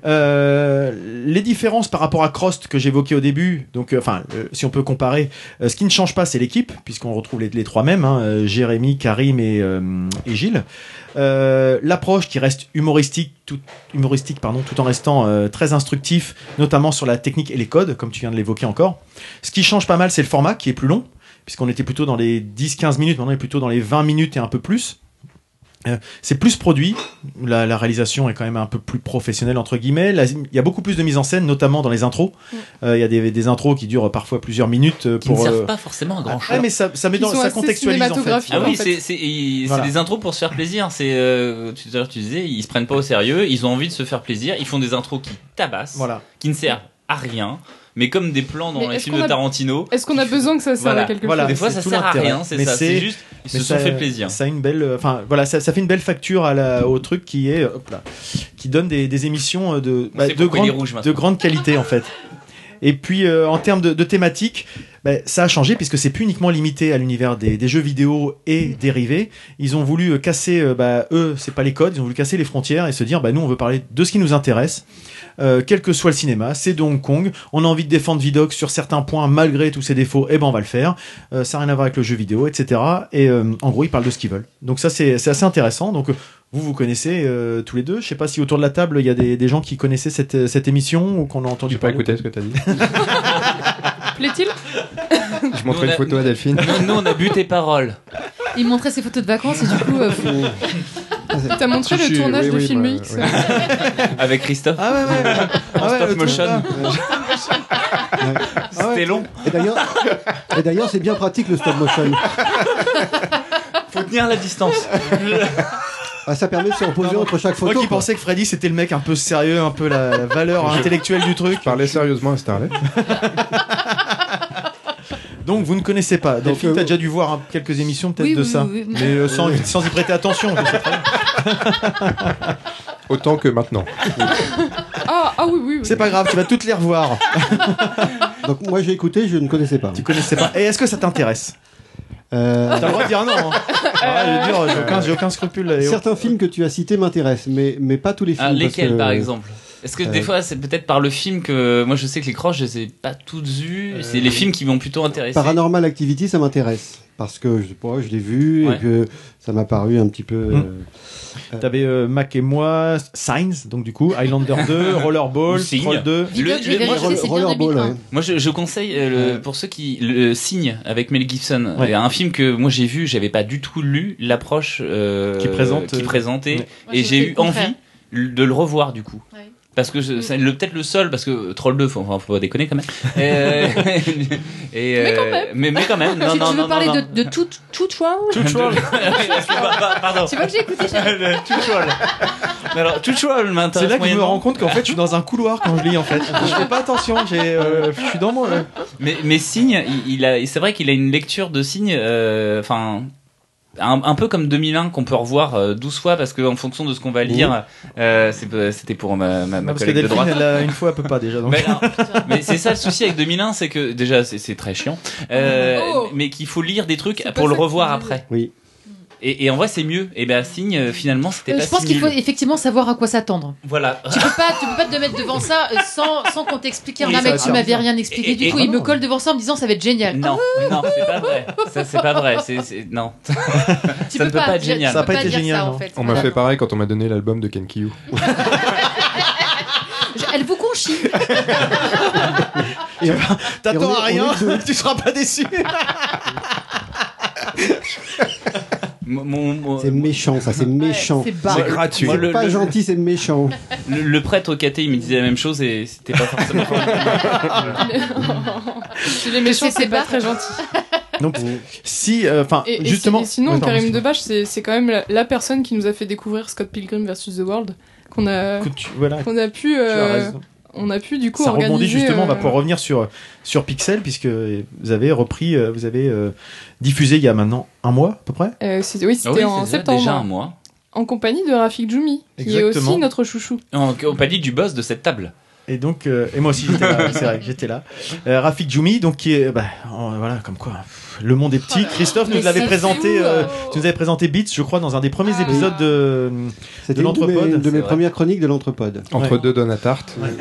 Les différences par rapport à Crost que j'évoquais au début, donc si on peut comparer, ce qui ne change pas c'est l'équipe, puisqu'on retrouve les trois mêmes, Jérémy, Karim et Gilles. L'approche qui reste humoristique tout en restant très instructif, notamment sur la technique et les codes, comme tu viens de l'évoquer encore. Ce qui change pas mal c'est le format qui est plus long, puisqu'on était plutôt dans les 10-15 minutes, maintenant on est plutôt dans les 20 minutes et un peu plus. C'est plus produit, la réalisation est quand même un peu plus professionnelle entre guillemets. Il y a beaucoup plus de mise en scène, notamment dans les intros. Il y a des intros qui durent parfois plusieurs minutes qui ne servent pas forcément à grand chose. Mais ça met ça contextualise en fait. Ah oui, c'est des intros pour se faire plaisir. C'est tout à l'heure tu disais, ils se prennent pas au sérieux, ils ont envie de se faire plaisir, ils font des intros qui tabassent, qui ne servent à rien. Mais comme des plans dans les films de Tarantino. Est-ce qu'on a besoin que ça serve à quelque chose? Des fois, ça sert à rien, c'est ça. C'est juste, ils se sont fait plaisir. Ça a une belle, ça fait une belle facture au truc qui est, qui donne des émissions de grande qualité en fait. Et puis en termes de thématiques, ça a changé puisque c'est plus uniquement limité à l'univers des jeux vidéo et dérivés. Ils ont voulu casser, eux, c'est pas les codes, ils ont voulu casser les frontières et se dire, nous on veut parler de ce qui nous intéresse. Quel que soit le cinéma, c'est de Hong Kong, on a envie de défendre Vidoc sur certains points malgré tous ses défauts, on va le faire, ça n'a rien à voir avec le jeu vidéo, etc. Et en gros ils parlent de ce qu'ils veulent, donc ça c'est assez intéressant. Donc vous connaissez tous les deux, je sais pas si autour de la table il y a des gens qui connaissaient cette émission ou qu'on a entendu parler. J'ai pas écouté ce que t'as dit. Plaît-il? Je montrais une photo à Delphine. Nous on a bu tes paroles. Il montrait ses photos de vacances et du coup t'as montré le tournage de Film X avec Christophe. En stop motion. C'était long. Et d'ailleurs c'est bien pratique le stop motion. Faut tenir la distance. Ça permet de se reposer entre chaque photo. Moi qui pensais que Freddy c'était le mec un peu sérieux, un peu la valeur intellectuelle du truc. Je parlais sérieusement à Starlet. Donc vous ne connaissez pas. Delphine, t'as déjà dû voir quelques émissions peut-être de ça, mais sans y prêter attention. Je sais très bien. Autant que maintenant. Oui. C'est pas grave, tu vas toutes les revoir. Donc moi j'ai écouté, je ne connaissais pas. Tu connaissais pas. Et est-ce que ça t'intéresse? T'as le droit de dire non. Je veux dire, j'ai aucun scrupule. Certains films que tu as cités m'intéressent, mais pas tous les films. Lesquels par exemple? Est-ce que des fois, c'est peut-être par le film que moi je sais que les croches, je les ai pas toutes vues. C'est les films qui m'ont plutôt intéressé. Paranormal Activity, ça m'intéresse parce que je sais pas, je l'ai vu et que ça m'a paru un petit peu. T'avais Mac et moi, Signs, donc du coup, Highlander 2, Rollerball, Troll 2. Rollerball, ouais. Moi, je conseille pour ceux qui le Signe avec Mel Gibson. Il y a un film que moi j'ai vu, j'avais pas du tout lu l'approche qui présentait, et j'ai eu envie de le revoir du coup. Ouais. Parce que c'est peut-être le seul, parce que Troll 2, faut pas déconner quand même. Mais quand même. Mais quand même. Non, tu veux parler de tout Troll? Pardon. Tu vois que j'ai écouté Tout Troll. Alors, tout Troll m'intéresse. C'est là que je me rends compte qu'en fait, je suis dans un couloir quand je lis, en fait. Je fais pas attention, je suis dans mon... Mais Signe, c'est vrai qu'il a une lecture de Signe, un peu comme 2001 qu'on peut revoir 12 fois parce qu'en fonction de ce qu'on va lire, c'était pour ma collègue de droite. Parce que Delphine, elle une fois, elle peut pas déjà. Donc. Mais c'est ça le souci avec 2001, c'est que déjà c'est très chiant, mais qu'il faut lire des trucs pour le revoir après. Oui. Et en vrai c'est mieux. Et ben Signe finalement c'était pas si je pense qu'il faut effectivement savoir à quoi s'attendre. Voilà. Tu peux pas te mettre devant ça sans qu'on t'explique. Ah mec, tu m'avais rien expliqué. Du coup, il me colle devant ça en me disant ça va être génial. Non, c'est pas vrai. Ça c'est pas vrai. Non. Ça ne peut pas être génial. Ça n'a pas été génial. On m'a fait pareil quand on m'a donné l'album de Ken Kiyou. Elle vous conchit. T'attends à rien, tu seras pas déçu. C'est méchant, ça, c'est méchant. C'est gratuit. C'est pas gentil, c'est méchant. Le prêtre au caté, il me disait la même chose et c'était pas forcément. Les méchants, c'est pas très gentil. Donc, justement. Et sinon, Karim Debache, c'est quand même la personne qui nous a fait découvrir Scott Pilgrim vs. The World, qu'on a pu. On a pu du coup ça organiser. rebondit justement, on va pouvoir revenir sur Pixel puisque vous avez diffusé il y a maintenant un mois à peu près. C'était en septembre. Déjà un mois. En compagnie de Rafik Djoumi, qui est aussi notre chouchou. En compagnie du boss de cette table. Et donc, et moi aussi j'étais là, c'est vrai que j'étais là. Rafik Djoumi, donc qui est, voilà, comme quoi, le monde est petit. Christophe nous l'avait présenté, tu nous avais présenté Beats, je crois, dans un des premiers épisodes de l'Entrepode. C'était de mes premières chroniques de l'Entrepode. Entre deux Donatart. Ouais.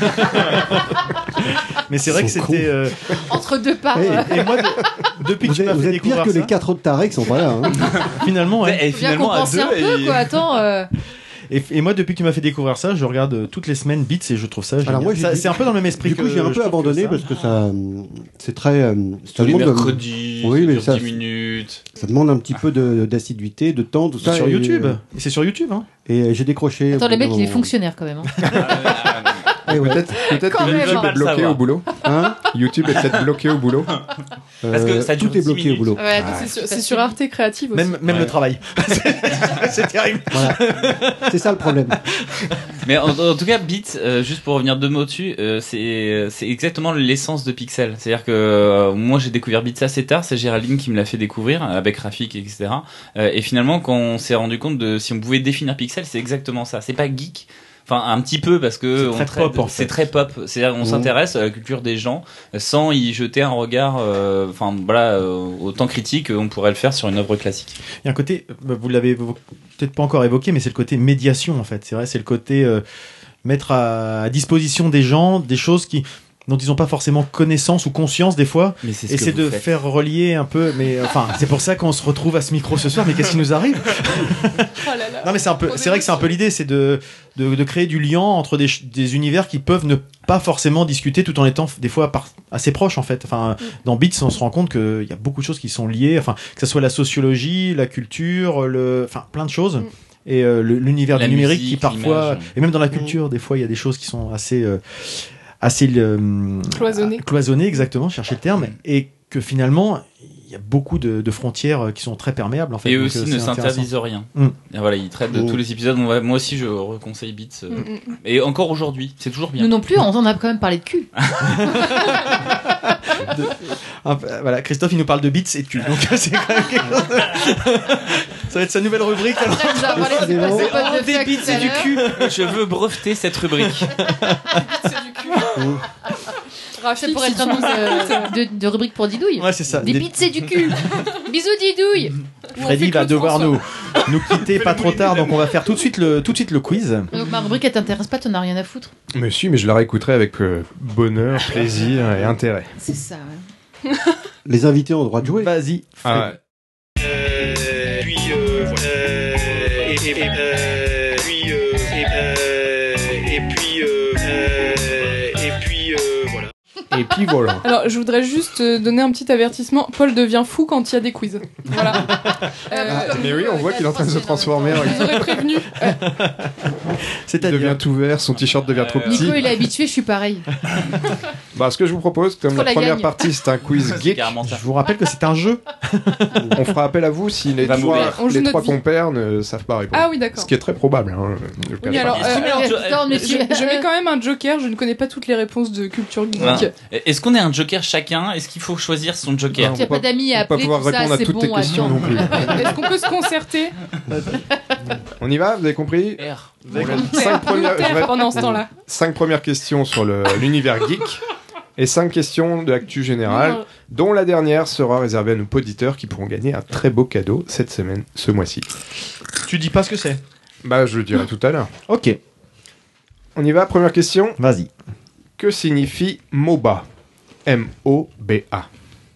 Mais c'est vrai que c'était entre deux parts. Et moi, depuis que tu m'as fait découvrir ça, pire que les 4 autres tarés qui sont pas là. Hein. Finalement, ouais. Et finalement à deux. Un peu, quoi. Attends. Et moi, depuis que tu m'as fait découvrir ça, je regarde toutes les semaines Beats et je trouve ça génial. Alors moi, c'est un peu dans le même esprit. Du coup, j'ai un peu abandonné parce que ça, c'est très. Tous les mercredis, oui, mais ça, 10 minutes. Ça demande un petit peu d'assiduité, de temps, tout ça. Sur YouTube. Et c'est sur YouTube, hein. Et j'ai décroché. Attends, le mec, il est fonctionnaire quand même. Peut-être que YouTube est bloqué au boulot. Hein, YouTube est peut-être bloqué au boulot. Parce que ça dure tout est bloqué minutes. au boulot. Ouais, c'est sur Arte Créative aussi. Même le travail. C'est terrible. Voilà. C'est ça le problème. Mais en tout cas, Beats, juste pour revenir 2 mots dessus, c'est exactement l'essence de Pixel. C'est-à-dire que moi j'ai découvert Beats assez tard, c'est Géraldine qui me l'a fait découvrir avec Rafik, etc. Et finalement, quand on s'est rendu compte de si on pouvait définir Pixel, c'est exactement ça. C'est pas geek. Enfin, un petit peu parce que c'est très pop. C'est-à-dire qu'on s'intéresse à la culture des gens sans y jeter un regard, autant critique qu'on pourrait le faire sur une œuvre classique. Il y a un côté, vous l'avez peut-être pas encore évoqué, mais c'est le côté médiation en fait. C'est vrai, c'est le côté mettre à disposition des gens des choses dont ils n'ont pas forcément connaissance ou conscience des fois, et c'est de faire relier un peu, mais enfin c'est pour ça qu'on se retrouve à ce micro ce soir. Mais qu'est-ce qui nous arrive? Non mais c'est vrai que c'est un peu l'idée, c'est de créer du lien entre des univers qui peuvent ne pas forcément discuter tout en étant des fois assez proches en fait. Enfin dans Beats on se rend compte qu'il y a beaucoup de choses qui sont liées, enfin que ce soit la sociologie, la culture, plein de choses. Et l'univers du numérique qui parfois, et même dans la culture des fois il y a des choses qui sont assez cloisonné, exactement, chercher le terme, et que finalement il y a beaucoup de frontières qui sont très perméables en fait. Et eux aussi ne s'interdisent rien. Et voilà, ils traitent de tous les épisodes. Moi aussi je reconseille Beats. Et encore aujourd'hui, c'est toujours bien. Nous non plus, on en a quand même parlé de cul. Voilà, Christophe il nous parle de Beats et de cul, donc c'est quand même quelque chose ça va être sa nouvelle rubrique. Des Beats et du cul. Je veux breveter cette rubrique. C'est du cul. Ça pourrait être un nom de rubrique pour Didouille. Ouais, c'est ça. Des Beats et du cul. Bisous Didouille. Freddy va devoir nous quitter pas trop tard, donc on va faire tout de suite le quiz. Donc ma rubrique, elle t'intéresse pas, t'en as rien à foutre. Mais si, mais je la réécouterai avec bonheur, plaisir et intérêt. C'est ça, ouais. Les invités ont le droit de jouer. Vas-y. Ah, et puis voilà. Alors, je voudrais juste donner un petit avertissement. Paul devient fou quand il y a des quiz. Voilà. Mais oui, on voit qu'il est en train de se transformer. Je vous aurais prévenu. Il devient tout vert, son t-shirt devient trop petit. Nico, il est habitué, je suis pareil. Bah, ce que je vous propose, comme la première partie, c'est un quiz geek. Je vous rappelle que c'est un jeu. On fera appel à vous si les trois compères ne savent pas répondre. Ah oui, d'accord. Ce qui est très probable. Hein, oui, alors, je mets quand même un joker. Je ne connais pas toutes les réponses de culture geek. Est-ce qu'on est un joker chacun? Est-ce qu'il faut choisir son joker? Il n'y a pas d'amis à appeler, pouvoir répondre à toutes tes questions non plus. Est-ce qu'on peut se concerter? On y va? Vous avez compris? Vous avez 5 premières pendant ce temps-là. 5 premières questions sur l'univers geek et 5 questions de l'actu générale, dont la dernière sera réservée à nos auditeurs qui pourront gagner un très beau cadeau cette semaine, ce mois-ci. Tu dis pas ce que c'est? Bah, je le dirai tout à l'heure. Ok. On y va, première question. Vas-y. Que signifie MOBA? M-O-B-A.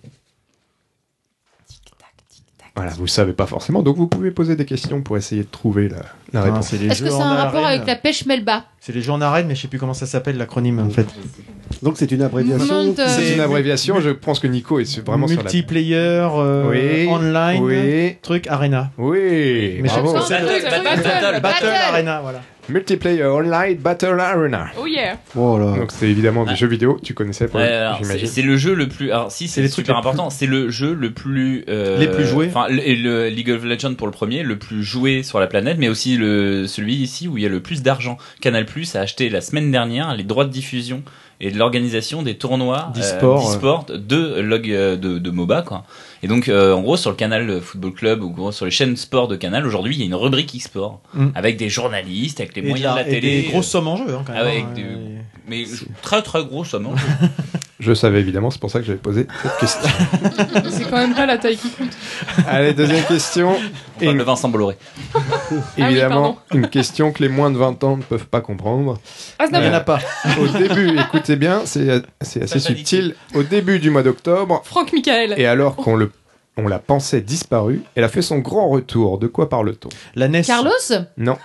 Voilà, vous savez pas forcément, donc vous pouvez poser des questions pour essayer de trouver la réponse. Est-ce que c'est un rapport avec la pêche Melba? C'est les jeux en arène, mais je sais plus comment ça s'appelle l'acronyme en fait. Donc c'est une abréviation. C'est une abréviation, je pense que Nico est vraiment sur la... Multiplayer, online, truc, Arena. Oui, mais bravo. Battle Arena, voilà. Multiplayer Online Battle Arena. Oh yeah. Oh là. Donc c'est évidemment des jeux vidéo, tu connaissais pas, j'imagine. C'est le jeu le plus... Alors si, c'est super important, c'est le jeu le plus... les plus joués. Enfin, le League of Legends pour le premier, le plus joué sur la planète, mais aussi celui ici où il y a le plus d'argent. Canal+ a acheté la semaine dernière les droits de diffusion et de l'organisation des tournois d'e-sport de MOBA, quoi. Et donc, en gros, sur le Canal Football Club ou sur les chaînes sport de Canal, aujourd'hui, il y a une rubrique e-sport avec des journalistes, avec les moyens de la télé. Et des grosses sommes en jeu, hein, quand même. Mais très très gros sommes en jeu. Je savais évidemment, c'est pour ça que j'avais posé cette question. C'est quand même pas la taille qui compte. Allez, deuxième question. Et le Vincent Bolloré. Évidemment, une question que les moins de 20 ans ne peuvent pas comprendre. Il n'y en a pas. Au début, écoutez bien, c'est assez subtil. Au début du mois d'octobre, Franck Michael. Et alors qu'on la pensait disparue, elle a fait son grand retour. De quoi parle-t-on? La NES. Carlos? Non.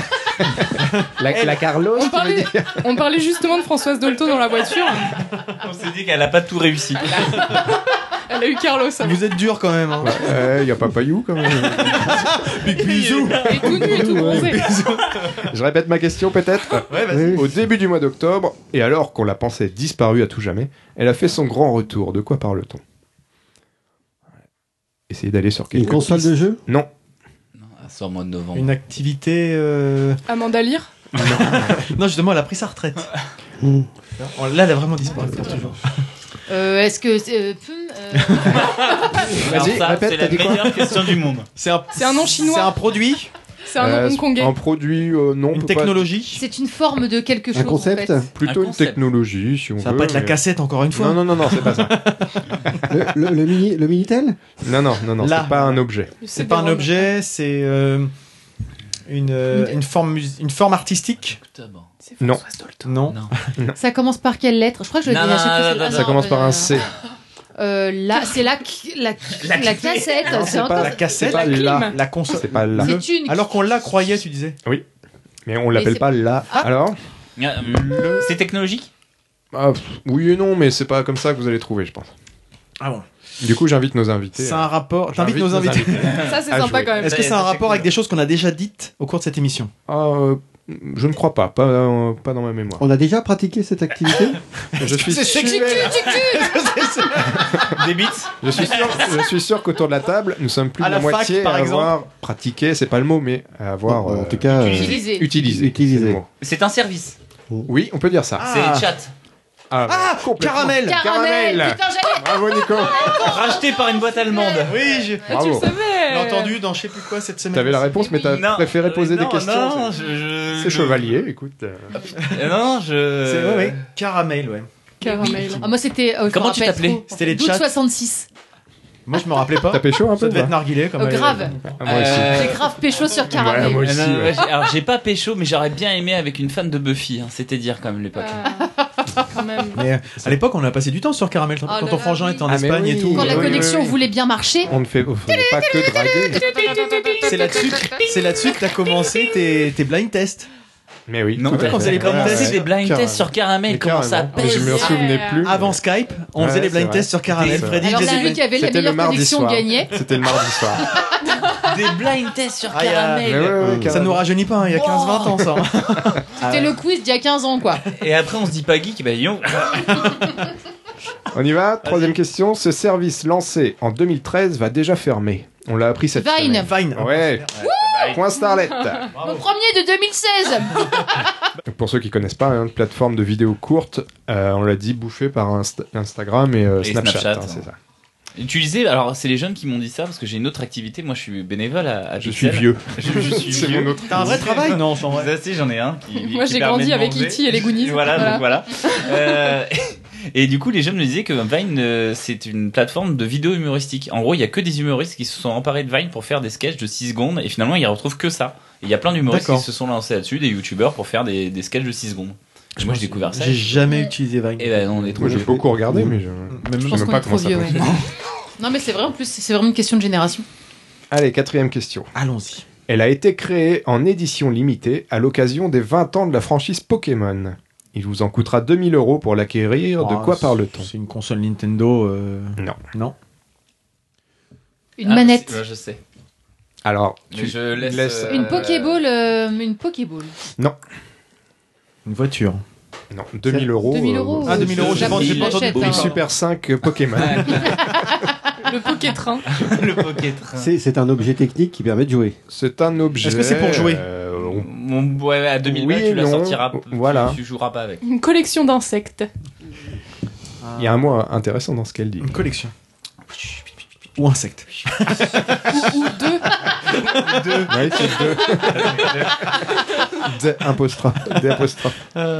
la Carlos, on parlait justement de Françoise Dolto dans la voiture. On s'est dit qu'elle a pas tout réussi. Elle a eu Carlos. Vous êtes dur quand même. Hein. Il y a Papayou quand même. Bisous. Et tout nu et tout bronzé. Je répète ma question peut-être. Ouais, vas-y. Au début du mois d'octobre, et alors qu'on la pensait disparue à tout jamais, elle a fait son grand retour. De quoi parle-t-on? Essayez d'aller sur quelques Une console de jeu? Non. Sur le mois de novembre. Une activité... Amanda Lear? Non, justement, elle a pris sa retraite. Là, elle a vraiment disparu pour toujours. Est-ce que... Vas-y, répète, c'est la meilleure question du monde. C'est un nom chinois. C'est un produit? C'est un nom hongkongais. Un produit, non. Une technologie? C'est une forme de quelque chose. Un concept? En fait. Plutôt une technologie, si on veut. Ça va pas être la cassette, encore une fois? Non, c'est pas ça. le Minitel? Non, c'est pas un objet. C'est pas un objet, c'est une forme artistique? Non. Non. Ça commence par quelle lettre? Je crois que je l'ai dit à chaque fois. Ça commence par un C. Là, c'est la cassette. C'est pas la cassette, la console. C'est pas là. Alors qu'on la croyait, tu disais. Oui. Mais on l'appelle pas là. Alors? C'est technologique? Oui et non, mais c'est pas comme ça que vous allez trouver, je pense. Ah bon. Du coup, j'invite nos invités. C'est un rapport. T'invites nos invités. Ça, c'est sympa quand même. Est-ce que c'est un rapport avec des choses qu'on a déjà dites au cours de cette émission? Je ne crois pas dans ma mémoire. On a déjà pratiqué cette activité? Je suis sûr. Des bits. Je suis sûr qu'autour de la table, nous sommes plus de la moitié à avoir pratiqué, c'est pas le mot, mais à avoir en tout cas utilisé. C'est un service. Oui, on peut dire ça. C'est le chat. Caramel. Putain, j'allais... Bravo Nico. Racheté par une boîte allemande. Oui, tu le savais. J'ai entendu dans je sais plus quoi cette semaine. T'avais la réponse, mais t'as préféré poser des questions. Non, c'est chevalier, écoute. Caramel, ouais. Caramel. Moi, c'était... Comment tu t'appelais? C'était les chats. 66. Moi, je me rappelais pas. T'as pécho un peu? Ça devait être narguilé comme grave. Moi aussi. J'ai grave pécho sur caramel. Ouais, moi aussi. Ouais. Alors j'ai pas pécho, mais j'aurais bien aimé avec une fan de Buffy. Hein. C'était dire quand même l'époque. Quand même. Mais à l'époque, on a passé du temps sur Caramel quand ton frangin était en Espagne et tout. Quand la connexion voulait bien marcher. On ne fait pas que draguer. C'est là-dessus que t'as commencé tes blind tests. Mais oui. Non, quand on faisait les blind tests, des blind tests sur Caramel. Comment ça Mais je me souvenais plus. Avant Skype, on faisait les blind tests sur Caramel. Freddy, alors celui qui avait la meilleure connexion gagnait. C'était le mardi soir. Des blind tests sur Caramel. Ça nous rajeunit pas, il y a 15-20 ans ça. C'était le quiz d'il y a 15 ans quoi. Et après on se dit pas geek, bah yon. On y va, troisième question. Ce service lancé en 2013 va déjà fermer. On l'a appris cette semaine. Vine. Ouais. Point Starlet. Mon premier de 2016. Pour ceux qui connaissent pas, une plateforme de vidéos courtes, on l'a dit, bouffée par Instagram et Snapchat. Hein, c'est ça. Utilisé, alors c'est les jeunes qui m'ont dit ça parce que j'ai une autre activité. Moi je suis bénévole à Je Pixel. suis vieux. Je suis C'est vieux. mon autre. T'as un vrai travail? Non, en vrai. Ça, si, j'en ai un. Moi j'ai grandi avec E.T. et les Goonies. Voilà. Et du coup, les jeunes me disaient que Vine, c'est une plateforme de vidéos humoristiques. En gros, il y a que des humoristes qui se sont emparés de Vine pour faire des sketchs de 6 secondes et finalement, ils retrouvent que ça. Et il y a plein d'humoristes qui se sont lancés là-dessus, des youtubeurs pour faire des sketchs de 6 secondes. Moi, j'ai découvert ça. J'ai jamais utilisé Vine. Et ben, on est trop Moi, j'ai beaucoup regardé, mais Je pense qu'on est trop vieux. Non, mais c'est vrai, en plus, c'est vraiment une question de génération. Allez, quatrième question. Allons-y. Elle a été créée en édition limitée à l'occasion des 20 ans de la franchise Pokémon. Il vous en coûtera 2000 € pour l'acquérir. De quoi parle-t-on? C'est une console Nintendo. Non. Une manette. Je sais. Alors, je laisse. Une Pokéball. Une Pokéball. Non. Une voiture. Non, 2000 €. 2000 €. Ah, 2000 €, j'ai pas entendu. Une Super 5 Pokémon. Le Pokétrain. Le Pokétrain. C'est un objet technique qui permet de jouer. C'est un objet. Est-ce que c'est pour jouer? Ouais, à 2000 oui, tu la non. sortiras. Voilà. Tu joueras pas avec. Une collection d'insectes. Il y a un mot intéressant dans ce qu'elle dit. Une collection. Ou insectes. ou deux. Ouais, c'est deux. Des apostrophes.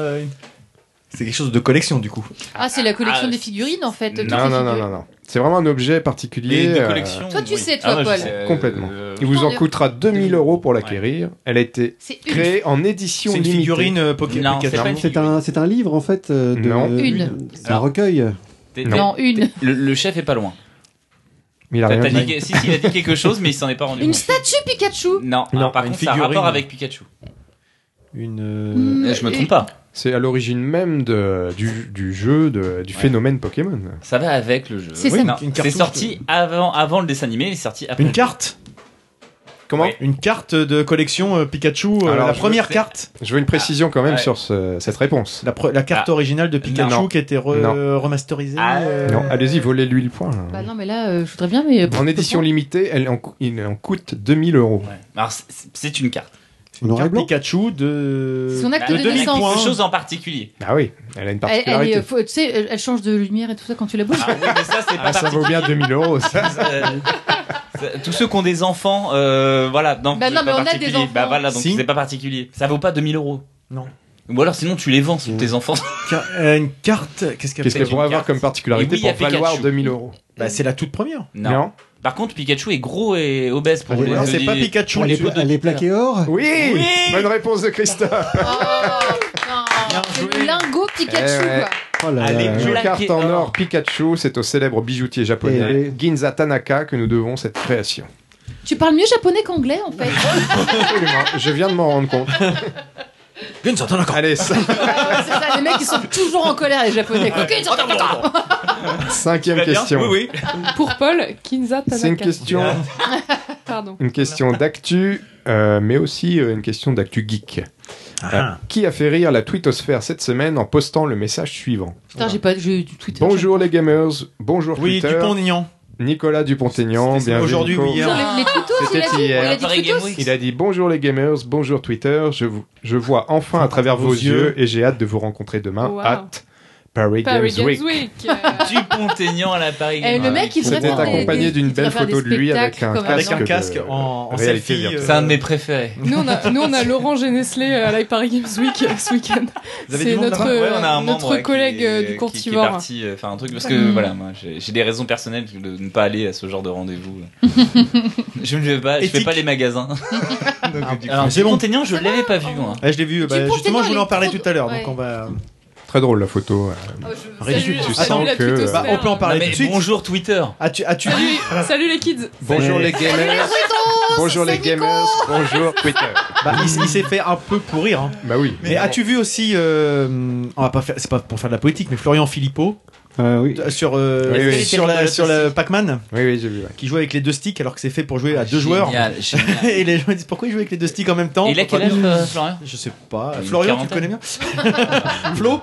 C'est quelque chose de collection du coup. Ah, c'est la collection des figurines en fait. Non. C'est vraiment un objet particulier. De collection. Toi, tu sais, toi, Paul. Complètement. Il vous en coûtera 2000 € pour l'acquérir. Elle a été créée en édition limitée. C'est une figurine Pokémon. C'est un livre en fait. Non. C'est un recueil. Non, une. Le chef est pas loin. Il a rien dit. Si, il a dit quelque chose, mais il s'en est pas rendu Une compte. statue Pikachu. Non, par contre, ça a un rapport avec Pikachu. Je me trompe pas. C'est à l'origine même du jeu, du phénomène Pokémon. Ça va avec le jeu. C'est ça. C'est sorti avant le dessin animé, il est sorti après. Une carte. Comment? Une carte de collection Pikachu, la première carte. Je veux une précision quand même sur cette réponse. La carte originale de Pikachu qui a été remasterisée. Non, allez-y, volez-lui le point. Bah non, mais là, je voudrais bien, mais... En édition limitée, il en coûte 2000 €. Ouais. Alors, c'est une carte. Une carte Pikachu de... Son acte de naissance. Quelque chose en particulier. Ah oui, elle a une particularité. Tu sais, elle change de lumière et tout ça quand tu la bouges. Ah oui, mais ça, c'est pas ça vaut bien 2000 €, ça. Tous ceux qui ont des enfants, voilà. Non, bah non, mais on a des enfants. Bah voilà, donc c'est pas particulier. Ça vaut pas 2000 €. Non. Ou alors sinon tu les vends sur tes enfants. Une carte, qu'est-ce qu'elle pourrait avoir comme particularité pour valoir 2000 €? Bah c'est la toute première. Non. Par contre, Pikachu est gros et obèse pour jouer. C'est pas Pikachu. Elle est plaquée or. Oui. Bonne réponse de Christophe. C'est le lingot Pikachu, quoi. Une carte en or Pikachu, c'est au célèbre bijoutier japonais Ginza Tanaka que nous devons cette création. Tu parles mieux japonais qu'anglais, en fait. Absolument, je viens de m'en rendre compte. Ginza Tanaka. Allez, c'est ça, les mecs ils sont toujours en colère, les japonais. Ginza Tanaka. Cinquième question. Oui. Pour Paul, Kinza Tanaka. C'est une question. Pardon. Une question d'actu, mais aussi une question d'actu geek. Qui a fait rire la twittosphère cette semaine en postant le message suivant? Putain, j'ai du Twitter. Bonjour les gamers, bonjour Twitter. Oui, Dupont-Aignan. Nicolas Dupont-Aignan, bienvenue. Aujourd'hui ou hier. Les twittos, il a dit bonjour les gamers, bonjour Twitter, je vois enfin à travers vos yeux et j'ai hâte de vous rencontrer demain. Wow. Hâte. Paris Games Week. Dupont-Aignan à la Paris Games Week. Le mec, il C'était accompagné d'une belle photo de lui avec un casque en réalité selfie. C'est un de mes préférés. Nous, on a Laurent Genestlé à la Paris Games Week ce week-end. C'est notre collègue du Courtivore. Qui est parti faire un truc parce que voilà, moi j'ai des raisons personnelles de ne pas aller à ce genre de rendez-vous. Je ne vais pas, je fais pas les magasins. Alors Dupont-Aignan, je l'avais pas vu moi. Je l'ai vu. Justement, je voulais en parler tout à l'heure. Donc on va. Très drôle la photo. Tu sens que on peut en parler tout de suite. Bonjour Twitter. Salut les kids. Bonjour les gamers. Bonjour les gamers. Bonjour Twitter. Il s'est fait un peu pourrir. Hein. Bah oui. Mais as-tu vu aussi on va pas faire, c'est pas pour faire de la politique, mais Florian Philippot. Oui. Sur la Pac-Man. Oui, j'ai vu. Ouais. Qui joue avec les 2 sticks alors que c'est fait pour jouer à 2 joueurs. Génial. Et les gens disent pourquoi il joue avec les 2 sticks en même temps. Il a quel âge, Florian? Je sais pas. Florian, tu le connais bien? Flo?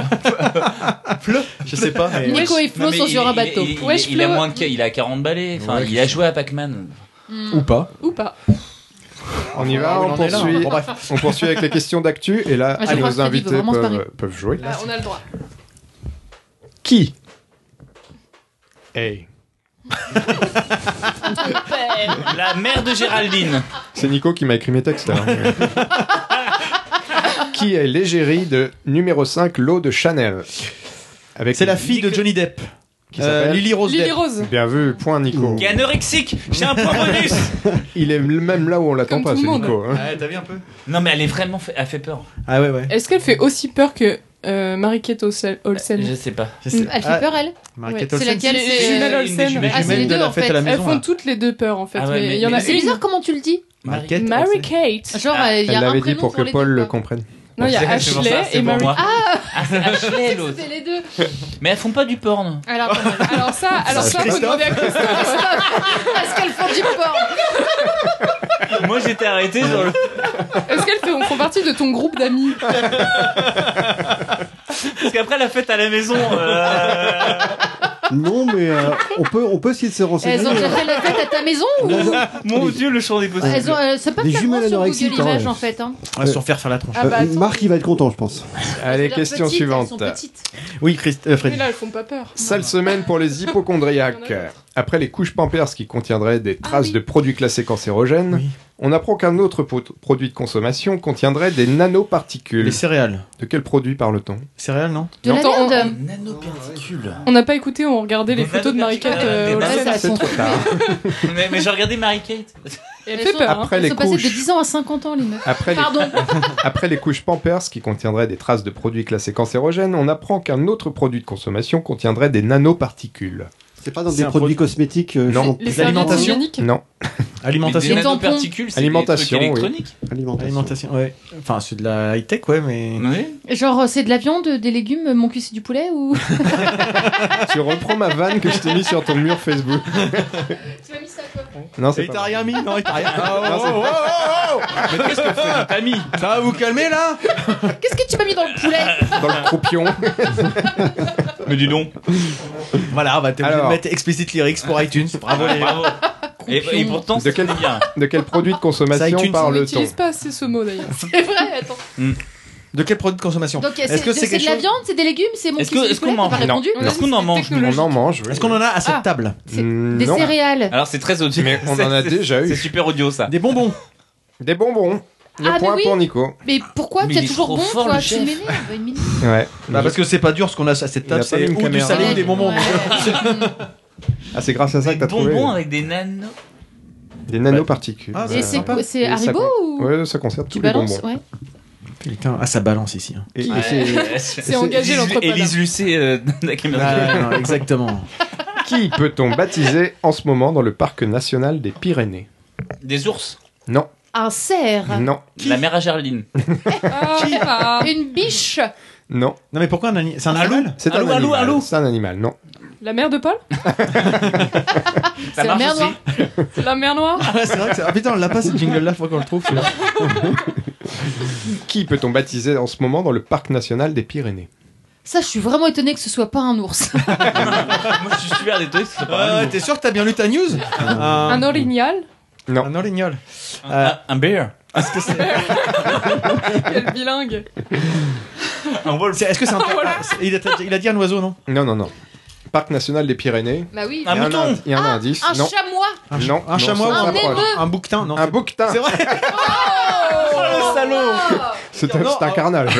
Je sais pas. Mais... Nico et Flo sont sur un bateau. Il a moins de il a 40 balais. Enfin, il a joué à Pac-Man. Ou pas. On y va, on poursuit. Bon, on poursuit avec les questions d'actu et là, nos invités peuvent jouer. On a le droit. Qui? Hey. La mère de Géraldine. C'est Nico qui m'a écrit mes textes. Qui est l'égérie de numéro 5, l'eau de Chanel? C'est la fille de Johnny Depp. Qui s'appelle Lily Rose. Bien vu, point Nico. Qui est anorexique. J'ai un point bonus. Il est même là où on l'attend pas, c'est Nico. Hein. Ouais, t'as vu un peu? Non, mais elle est vraiment elle fait peur. Ah ouais. Est-ce qu'elle fait aussi peur que Marie-Kate Olsen? Je sais pas. Elle fait peur, elle? Marie-Kate C'est laquelle? C'est jumelles Olsen. C'est les deux en fait. Elles font toutes les deux peur en fait. Mais il y en a c'est bizarre comment tu le dis. Marie-Kate. Genre, il y a Elle un l'avait prénom dit pour que Paul le comprenne. Non, il y a Ashley et Marie. C'est Ashley l'autre. C'est les deux. Mais elles font pas du porn. Alors ça, faut demander à Christophe. Est-ce qu'elles font du porn? Moi j'étais arrêté sur le. Est-ce qu'elles font partie de ton groupe d'amis? Parce qu'après la fête à la maison. Non, mais on peut essayer de se renseigner. Elles ont déjà fait la fête à ta maison ou... Mon Dieu, le champ des possibles. C'est pas faire sur Google Images en fait. On va se refaire la tronche. Marc, il va être content, je pense. Allez, question suivante. Oui, Freddy. Mais là, elles font pas peur. Sale semaine pour les hypochondriaques. Après les couches Pampers qui contiendraient des traces de produits classés cancérogènes, on apprend qu'un autre produit de consommation contiendrait des nanoparticules. Les céréales. De quel produit parle-t-on? Céréales, non? De la viande. Nanoparticules. On n'a pas écouté, on regardait les photos de Marie-Kate Olsen. C'est trop tard. Mais j'ai regardé Marie-Kate. Elle fait peur. Après Elles sont passées de 10 ans à 50 ans, les meufs. Après les couches Pampers qui contiendraient des traces de produits classés cancérogènes, on apprend qu'un autre produit de consommation contiendrait des nanoparticules. C'est pas dans des produits cosmétiques non. Les alimentation non. Alimentation. Des nanoparticules, c'est alimentation, des trucs électroniques. Alimentation, ouais. Enfin, c'est de la high-tech, ouais, mais... Oui. Genre, c'est de la viande, des légumes, mon cul c'est du poulet ou... Tu reprends ma vanne que je t'ai mis sur ton mur Facebook. Tu m'as mis ça, quoi. Non, c'est pas. Il t'a rien mis? Non, il t'a rien. Mais qu'est-ce que Freddy t'a mis? Ça va vous calmer, là? Qu'est-ce que tu m'as mis dans le poulet? Dans le croupion. Mais dis donc. Voilà, on va te mettre explicit lyrics pour iTunes. Bravo. Et pourtant, de quel produit de consommation parle-t-on? On n'utilise pas assez ce mot d'ailleurs. C'est vrai, attends. De quel produit de consommation? Donc, c'est de la viande, c'est des légumes, c'est mon cul c'est du poulet? T'as pas répondu? Est-ce qu'on en mange? On en mange. Est-ce qu'on en a à cette table? Des céréales. Alors c'est très audio. Mais on en a déjà eu. C'est super audio ça. Des bonbons. Des bonbons. Le point pour Nico. Mais pourquoi tu as toujours bon, toi? Tu m'énerves. Ouais. Bah parce que c'est pas dur ce qu'on a à cette table, c'est ou du salé ou des bonbons. Ah, c'est grâce à ça que t'as trouvé. Des bonbons avec des nanos. Des nanoparticules. Ah, c'est Haribo ou? Ouais, ça concerne tous les bonbons. Ouais. Putain, ça balance ici. C'est engagé l'entrepreneur. Élise Lucet exactement. Qui peut-on baptiser en ce moment dans le parc national des Pyrénées? Des ours? Non. Un cerf? Non. La mère à Gerline? Une biche? Non. Non, mais pourquoi un animal? C'est un animal? C'est un animal. C'est un animal, non. La mère de Paul? C'est la mer noire? C'est la mer noire? C'est vrai que c'est... Ah putain, on l'a pas ce jingle-là, faut qu'on le trouve. Qui peut-on baptiser en ce moment dans le parc national des Pyrénées? Ça, je suis vraiment étonné que ce soit pas un ours. Moi, je suis super étonné que ce soit pas un ours. T'es sûr que t'as bien lu ta news? Un orignal? Non. Un orignal. Un bear? Est-ce que c'est... Quel bilingue. Est-ce que c'est un... il a dit un oiseau, non? Non. Parc national des Pyrénées. Bah oui. Un mouton. Il y a un indice. Un Non. chamois. Non. Un chamois ou un émeu. un bouquetin? Non. Un bouquetin. C'est vrai. Oh, le salaud. C'est un carnage.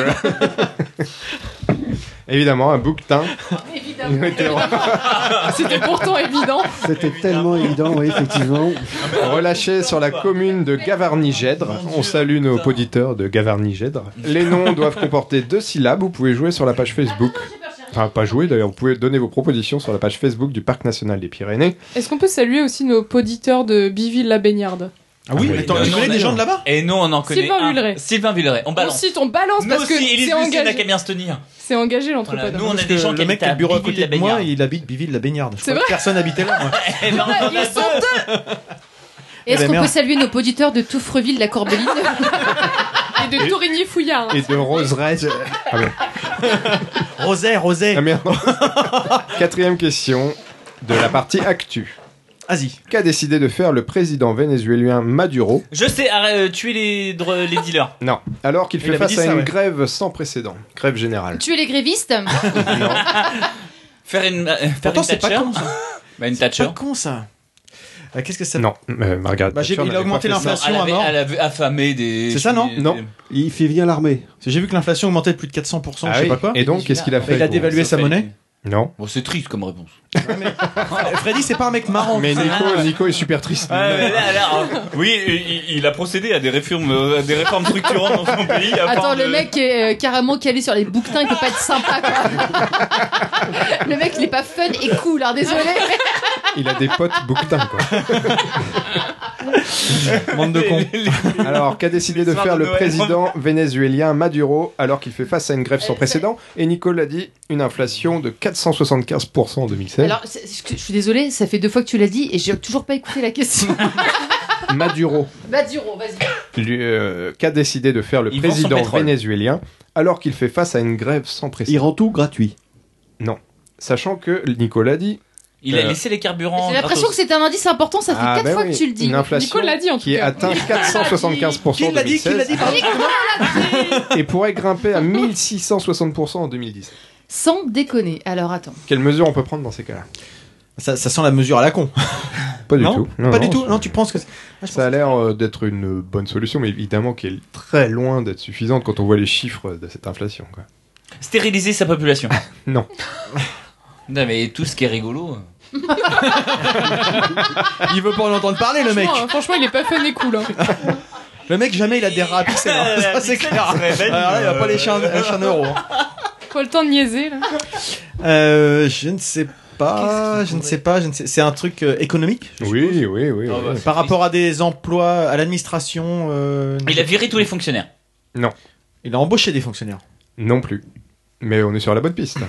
Évidemment, un bouquetin. Évidemment. C'était pourtant évident. C'était tellement évident, oui, effectivement. Relâché sur la commune de Gavarnie-Gèdre. On salue nos auditeurs de Gavarnie-Gèdre. Les noms doivent comporter 2 syllabes. Vous pouvez jouer sur la page Facebook. Enfin, pas jouer d'ailleurs, vous pouvez donner vos propositions sur la page Facebook du Parc National des Pyrénées. Est-ce qu'on peut saluer aussi nos auditeurs de Biville-la-Baignarde? Ah oui, mais tu connais des gens de là-bas? Et nous, on en connaît Sylvain Villeray. Sylvain Villeray. On balance. On balance Nous parce aussi, que Élise c'est Lucien n'a engagé. qu'à bien se tenir. C'est engagé l'entrepôt. Voilà, nous, on a des gens qui le mec habitent qui a à le bureau à côté de moi, Biville-la-Baignarde. il habite Biville-la-Baignarde. Je C'est crois que vrai personne habitait là, moi. Eh ben, Ils sont deux. Et est-ce ben qu'on peut merde. saluer nos auditeurs de Touffreville, la Corbeline? Et de Tourigny-Fouillard. Et de Roseraie. Ah bon. Rosé. Ah merde. 4e question de la partie actu. Vas-y. Qu'a décidé de faire le président vénézuélien Maduro? Je sais, tuer les dealers. Non. Alors qu'il Il fait avait face dit à ça, une ouais. grève sans précédent. Grève générale. Tuer les grévistes? Non. Faire une Pourtant, c'est pas Thatcher. con, ça. Bah, une C'est Thatcher. pas con, ça. Qu'est-ce que ça... Non. Margaret Bah, Thatcher il a n'avait augmenté pas fait ça. l'inflation à mort. Elle avait affamé des. C'est ça, non Non. Il fait venir l'armée. Parce que j'ai vu que l'inflation augmentait de plus de 400%, Ah je sais oui. pas quoi. Et donc, qu'est-ce qu'il a fait? Il a dévalué sa monnaie. Non. Bon, c'est triste comme réponse. Freddy, c'est pas un mec marrant. Mais Nico est super triste. Oui, il a procédé à des réformes structurantes dans son pays. Attends, le mec est carrément calé sur les bouquetins, il peut pas être sympa, quoi. Le mec, il est pas fun et cool, hein, désolé. Il a des potes bouquetins, quoi. Bande de cons. Alors, qu'a décidé de L'histoire faire de le Noël. président vénézuélien Maduro alors qu'il fait face à une grève sans précédent? Et Nico l'a dit, une inflation de 475% en 2016. Alors, je suis désolée, ça fait 2 fois que tu l'as dit et j'ai toujours pas écouté la question. Maduro. Maduro, vas-y. Qu'a décidé de faire le Il vend son président pétrole. vénézuélien alors qu'il fait face à une grève sans précédent? Il rend tout gratuit. Non. Sachant que, Nico l'a dit, Il a laissé les carburants. J'ai l'impression que c'est un indice important, ça fait 4 fois que tu le dis. Une inflation Nico l'a dit, en tout qui cas. atteint 475% Qui en l'a dit? 2016 Ah, et pourrait grimper à 1660% en 2010. Sans déconner. Alors, attends. Quelle mesure on peut prendre dans ces cas-là? Ça sent la mesure à la con. Pas du Non tout. Pas du tout. Non, tu penses que... Ça a l'air d'être une bonne solution, mais évidemment qui est très loin d'être suffisante quand on voit les chiffres de cette inflation, quoi. Stériliser sa population. Non. Non, mais tout ce qui est rigolo. Il veut pas en entendre parler, le mec. Franchement, il est pas fun et cool. Hein. Le mec, jamais il a des rats à pixels, hein. Ça, c'est clair. Alors là, il va pas lécher un euro. hein. Faut le temps de niaiser, là. Je ne sais pas. Je ne sais pas. C'est un truc économique. je suppose. Oui. Par rapport à des emplois, à l'administration. Il a viré tous les fonctionnaires. Non. Il a embauché des fonctionnaires. Non plus. Mais on est sur la bonne piste.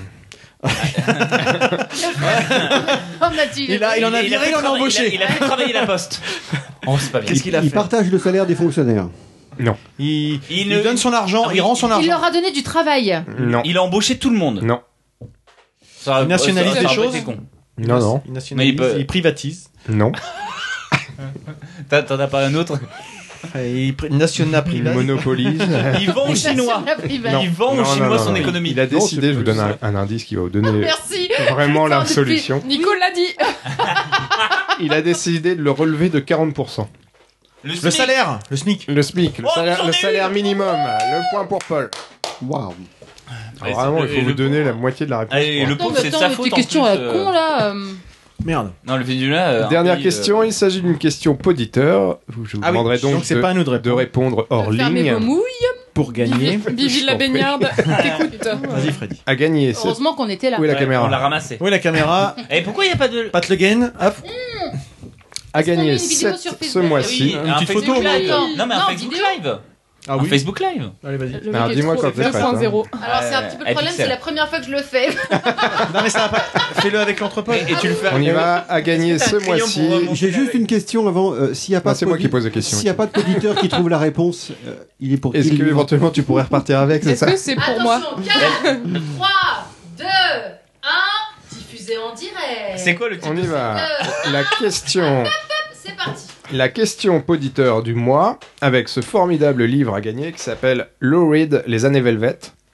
Il en a viré, il en a embauché. Il a fait travailler la poste. Oh, c'est pas bien. Qu'est-ce qu'il a fait? Il partage le salaire des fonctionnaires. Non. Il donne son argent, il rend son Il argent. leur a donné du travail. Non. Il a embauché tout le monde. Non. Ça, Il nationalise ça des aurait pas choses. été con. Non. Il nationalise, Mais il peut- il privatise. Non. T'en as pas un autre? Il national Il privé. monopolise. Il vend aux Chinois. Non. Il vend aux Chinois son économie. Il a décidé, je vous donne un indice qui va vous donner Merci. vraiment la Depuis- solution. Nico l'a dit. Il a décidé de le relever de 40%. Le salaire, le SMIC. Le SMIC, le salaire minimum, le point pour Paul. Waouh. Ouais, Vraiment, il c'est- faut vous le donner la moitié de la réponse. Allez, le Attends, pauvre, mais c'est de attends, sa mais faute. tes en questions plus, à la con, là. Merde. Non, le Venezuela. Dernière pays, question, il s'agit d'une question poditeur. Je vous Ah oui, demanderai donc donc c'est pas à nous de de répondre hors Fermez ligne. vos mouilles. Pour gagner. Biville-la-Baignarde. T'écoutes. Vas-y, Freddy. À gagner, c'est... Heureusement qu'on était là. Où est la Ouais, caméra on l'a ramassé. Oui, la caméra. Et pourquoi il n'y a pas de. Pat Le Guen. Hop. À qu'on met gagner une vidéo 7 sur ce Facebook mois-ci. Oui, Une un petite Facebook photo, Live. attends. Non, mais un Non, Facebook vidéo. Live. Ah Un oui. Facebook Live. Allez, vas-y. Le Alors, mec est dis-moi trop quand t'es prête, 2.0. Alors, c'est un petit peu le problème, Pixel. c'est la première fois que je le fais. Non, mais ça va pas. Fais-le avec l'entrepôt. Et tu le fais. On y va à gagner ce Crayon pour mois-ci. remonter. J'ai juste une question avant. S'il n'y a pas Non, de c'est moi qui podi- pose la question. S'il n'y a pas de poditeur qui trouve la réponse, il est pour qui Est-ce le que livre éventuellement tu pourrais repartir avec, c'est Est-ce ça que c'est pour moi? Attention, 4, 3, 2, 1, diffusé en direct. C'est quoi le titre On y de va. La question... C'est parti. La question poditeur du mois, avec ce formidable livre à gagner qui s'appelle Lou Reed, Les années Velvet,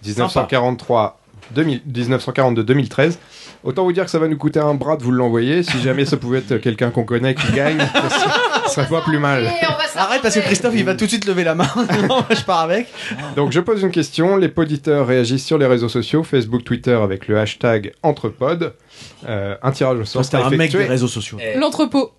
1942-2013. Autant vous dire que ça va nous coûter un bras de vous l'envoyer. Si jamais ça pouvait être quelqu'un qu'on connaît qui gagne, ça serait pas plus mal. Arrête parce que Christophe il va tout de suite lever la main. Non, je pars avec. Donc je pose une question. Les poditeurs réagissent sur les réseaux sociaux, Facebook, Twitter avec le hashtag Entrepod. Un tirage au sort. C'était un mec des réseaux sociaux. L'entrepôt.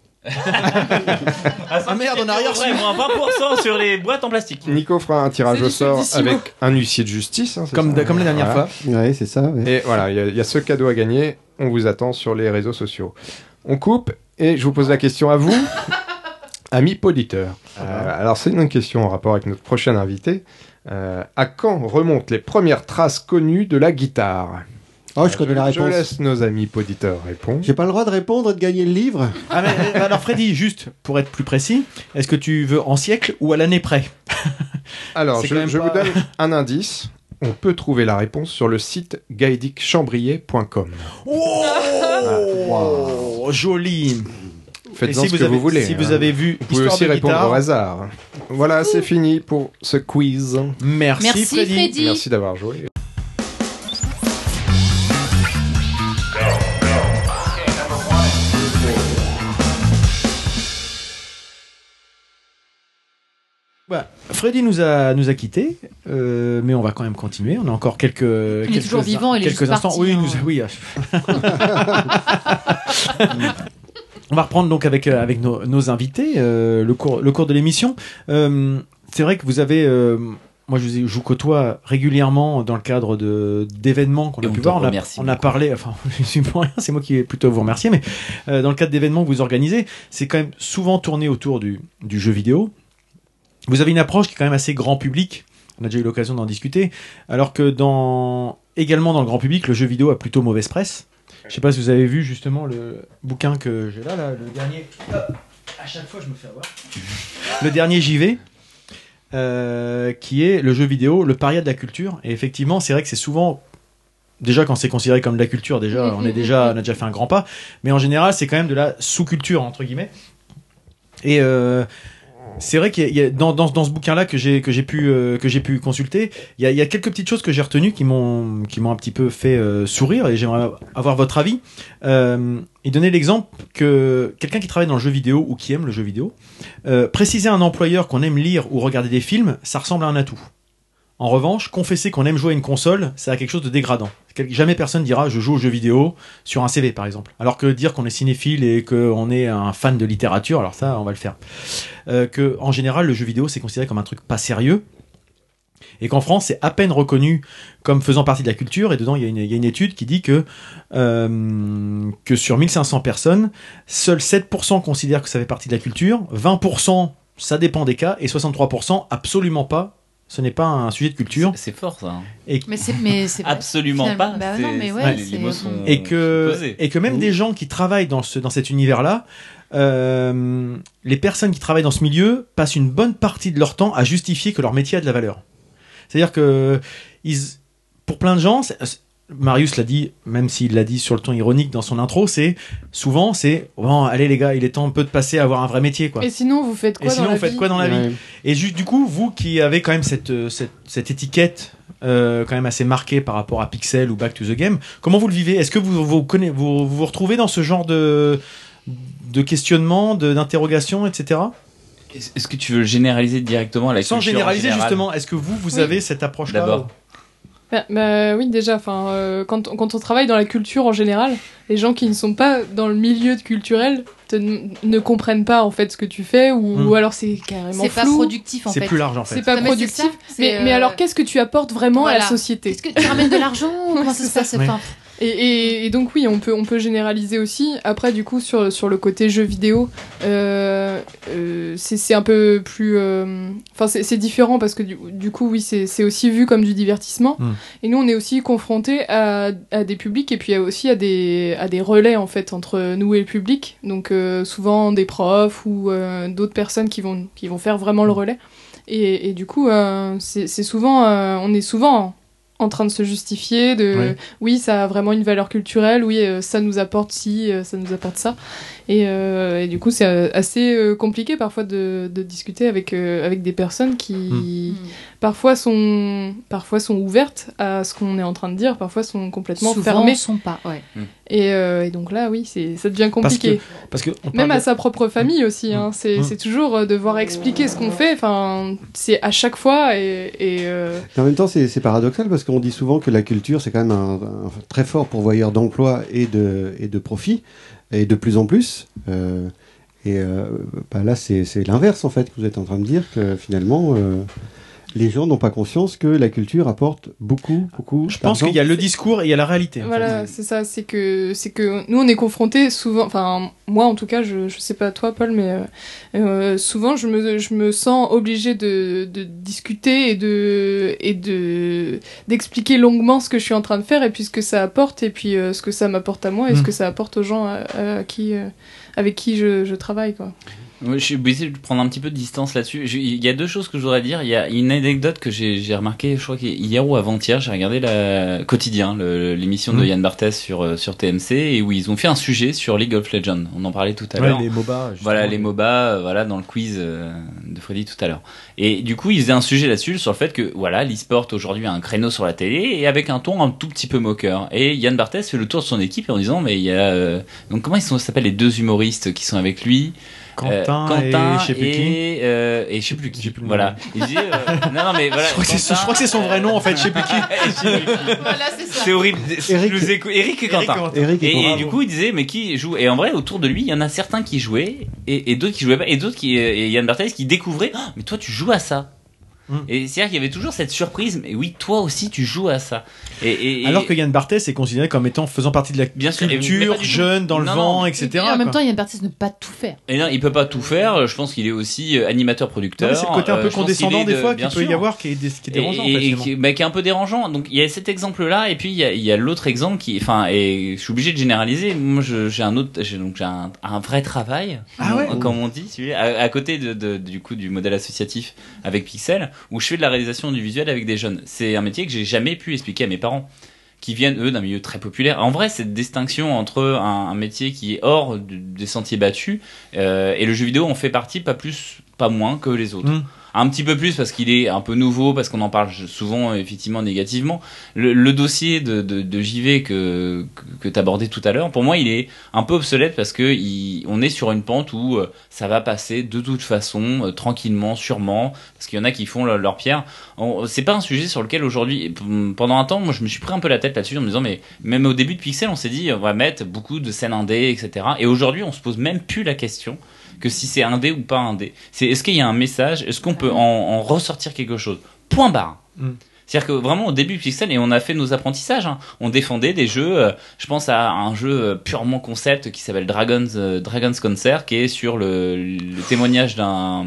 Ah merde, on a rien reçu. Moins 20% sur les boîtes en plastique. Nico fera un tirage au sort avec un huissier de justice. Hein, comme la dernière fois. Ouais, c'est ça. Ouais. Et voilà, il y a ce cadeau à gagner. On vous attend sur les réseaux sociaux. On coupe et je vous pose la question à vous, amis poditeurs. Alors c'est une question en rapport avec notre prochain invité. À quand remontent les premières traces connues de la guitare ? Oh, je connais la réponse. Je laisse nos amis poditeurs répondre. J'ai pas le droit de répondre et de gagner le livre. Ah mais alors Freddy, juste pour être plus précis, est-ce que tu veux en siècle ou à l'année près ? Alors, je vous donne un indice. On peut trouver la réponse sur le site gaïdichambrier.com. Oh, wow. Joli. Faites-en ce que vous voulez. Si vous avez vu, vous pouvez aussi répondre guitare. au hasard. Voilà, c'est fini pour ce quiz. Merci Freddy. Merci d'avoir joué. Bah, Freddy nous a quittés, mais on va quand même continuer. On a encore quelques. Il est toujours vivant, il est quelques juste instants. parti, Oui, hein. oui. On va reprendre donc avec nos invités le cours de l'émission. C'est vrai que vous avez. Moi, je vous côtoie régulièrement dans le cadre d'événements qu'on a pu voir. On a parlé, enfin, je suis pour rien, c'est moi qui vais plutôt vous remercier, mais dans le cadre d'événements que vous organisez, c'est quand même souvent tourné autour du jeu vidéo. Vous avez une approche qui est quand même assez grand public. On a déjà eu l'occasion d'en discuter. Alors que également dans le grand public, le jeu vidéo a plutôt mauvaise presse. Je sais pas si vous avez vu justement le bouquin que j'ai là, le dernier. Hop, à chaque fois, je me fais avoir. Le dernier JV. Qui est le jeu vidéo, le paria de la culture. Et effectivement, c'est vrai que c'est souvent, déjà quand c'est considéré comme de la culture, déjà on a déjà fait un grand pas, mais en général c'est quand même de la sous-culture entre guillemets. Et c'est vrai qu'il y a dans ce bouquin-là que j'ai pu consulter, il y a quelques petites choses que j'ai retenues qui m'ont un petit peu fait sourire, et j'aimerais avoir votre avis. Il donnait l'exemple que quelqu'un qui travaille dans le jeu vidéo ou qui aime le jeu vidéo, préciser à un employeur qu'on aime lire ou regarder des films, ça ressemble à un atout. En revanche, confesser qu'on aime jouer à une console, c'est quelque chose de dégradant. Jamais personne dira je joue aux jeux vidéo sur un CV par exemple. Alors que dire qu'on est cinéphile et qu'on est un fan de littérature, alors ça on va le faire. Que en général le jeu vidéo c'est considéré comme un truc pas sérieux. Et qu'en France, c'est à peine reconnu comme faisant partie de la culture. Et dedans, il y a une étude qui dit que sur 1500 personnes, seuls 7% considèrent que ça fait partie de la culture, 20% ça dépend des cas, et 63% absolument pas. Ce n'est pas un sujet de culture. C'est fort ça. Mais c'est absolument pas. Bah non, mais ouais, les mots sont et que même des gens qui travaillent dans cet univers-là, les personnes qui travaillent dans ce milieu passent une bonne partie de leur temps à justifier que leur métier a de la valeur. C'est-à-dire que pour plein de gens, Marius l'a dit, même s'il l'a dit sur le ton ironique dans son intro, souvent bon, allez les gars, il est temps un peu de passer à avoir un vrai métier, quoi. Et sinon vous faites quoi dans la vie ? Et juste du coup, vous qui avez quand même cette étiquette quand même assez marquée par rapport à Pixel ou Back to the Game, comment vous le vivez ? Est-ce que vous retrouvez dans ce genre de questionnement, d'interrogation, etc. Est-ce que tu veux le généraliser directement à la culture ? Sans généraliser justement, est-ce que vous avez cette approche-là ? D'abord. Oui, déjà, quand on travaille dans la culture en général, les gens qui ne sont pas dans le milieu culturel ne comprennent pas en fait ce que tu fais, ou alors c'est carrément flou. C'est pas productif en fait. C'est plus large en fait. C'est pas productif. Mais alors qu'est-ce que tu apportes vraiment à la société ? Est-ce que tu ramènes de l'argent ou comment ça se passe ? Et donc oui, on peut généraliser aussi. Après, du coup, sur le côté jeu vidéo, c'est un peu plus... c'est différent parce que du coup, oui, c'est aussi vu comme du divertissement. Et nous, on est aussi confrontés à des publics et puis aussi à des relais, en fait, entre nous et le public. Donc souvent des profs ou d'autres personnes qui vont faire vraiment le relais. Et du coup, c'est souvent... on est souvent... en train de se justifier oui, ça a vraiment une valeur culturelle, oui, ça nous apporte ci, ça nous apporte ça. Et du coup, c'est assez compliqué parfois de discuter avec des personnes qui parfois sont ouvertes à ce qu'on est en train de dire, parfois sont complètement fermées. Souvent sont pas, ouais. Et donc là, oui, ça devient compliqué. Parce que même à sa propre famille aussi. Hein, c'est toujours devoir expliquer ce qu'on fait. Enfin, c'est à chaque fois. Et en même temps, c'est paradoxal parce qu'on dit souvent que la culture, c'est quand même un très fort pourvoyeur d'emploi et de profit, et de plus en plus. Là, c'est l'inverse en fait que vous êtes en train de dire, que finalement. Les gens n'ont pas conscience que la culture apporte beaucoup. Je pense qu'il y a le discours et il y a la réalité. Voilà, c'est ça. C'est que nous, on est confrontés souvent. Enfin, moi, en tout cas, je sais pas toi, Paul, mais souvent, je me sens obligée de discuter et d'expliquer longuement ce que je suis en train de faire et puis ce que ça apporte et puis ce que ça m'apporte à moi et ce que ça apporte aux gens avec qui je travaille, quoi. Je suis obligé de prendre un petit peu de distance là-dessus. Il y a deux choses que je voudrais dire. Il y a une anecdote que j'ai remarqué, je crois qu'hier ou avant-hier, j'ai regardé Quotidien, l'émission de Yann Barthès sur TMC, et où ils ont fait un sujet sur League of Legends. On en parlait tout à l'heure. Les MOBA. Voilà, les MOBA, dans le quiz de Freddy tout à l'heure. Et du coup, ils faisaient un sujet là-dessus sur le fait que, l'e-sport aujourd'hui a un créneau sur la télé et avec un ton un tout petit peu moqueur. Et Yann Barthès fait le tour de son équipe en disant, mais il y a, donc comment s'appellent les deux humoristes qui sont avec lui? Quentin et je sais plus qui. Et je sais plus qui. Voilà. Il dit, non, mais voilà. Je crois que c'est son vrai nom, en fait, je sais plus qui. Voilà, c'est ça. C'est horrible. Eric et Quentin. Et du coup, il disait, mais qui joue? Et en vrai, autour de lui, il y en a certains qui jouaient, et d'autres qui jouaient pas, et d'autres et Yann Barthès qui découvraient, oh, mais toi, tu joues à ça. Et c'est-à-dire qu'il y avait toujours cette surprise, mais oui, toi aussi tu joues à ça. Alors que Yann Barthès est considéré comme faisant partie de la culture, jeune, dans le vent, etc. Et en même temps, Yann Barthès ne peut pas tout faire. Et non, il peut pas tout faire. Je pense qu'il est aussi animateur-producteur. C'est le côté un peu condescendant des fois qu'il peut y avoir qui est dérangeant. Qui est un peu dérangeant. Donc il y a cet exemple-là, et puis il y a l'autre exemple et je suis obligé de généraliser. Moi, j'ai un vrai travail, comme on dit, à côté du modèle associatif avec Pixel, où je fais de la réalisation du visuel avec des jeunes. C'est un métier que j'ai jamais pu expliquer à mes parents, qui viennent, eux, d'un milieu très populaire. En vrai, cette distinction entre un métier qui est hors des sentiers battus et le jeu vidéo en fait partie, pas plus, pas moins que les autres. Un petit peu plus parce qu'il est un peu nouveau, parce qu'on en parle souvent effectivement négativement. Le dossier de JV que t'abordais tout à l'heure, pour moi il est un peu obsolète parce que on est sur une pente où ça va passer de toute façon, tranquillement, sûrement, parce qu'il y en a qui font leur pierre. C'est pas un sujet sur lequel aujourd'hui, pendant un temps, moi je me suis pris un peu la tête là-dessus en me disant, mais même au début de Pixel on s'est dit on va mettre beaucoup de scènes indé, etc. Et aujourd'hui on se pose même plus la question que si c'est indé ou pas indé. Est-ce qu'il y a un message? Est-ce qu'on peut en ressortir quelque chose? Point barre. C'est-à-dire que vraiment au début Pixel, et on a fait nos apprentissages, hein, on défendait des jeux, je pense à un jeu purement concept qui s'appelle Dragon's Concert, qui est sur le témoignage d'un...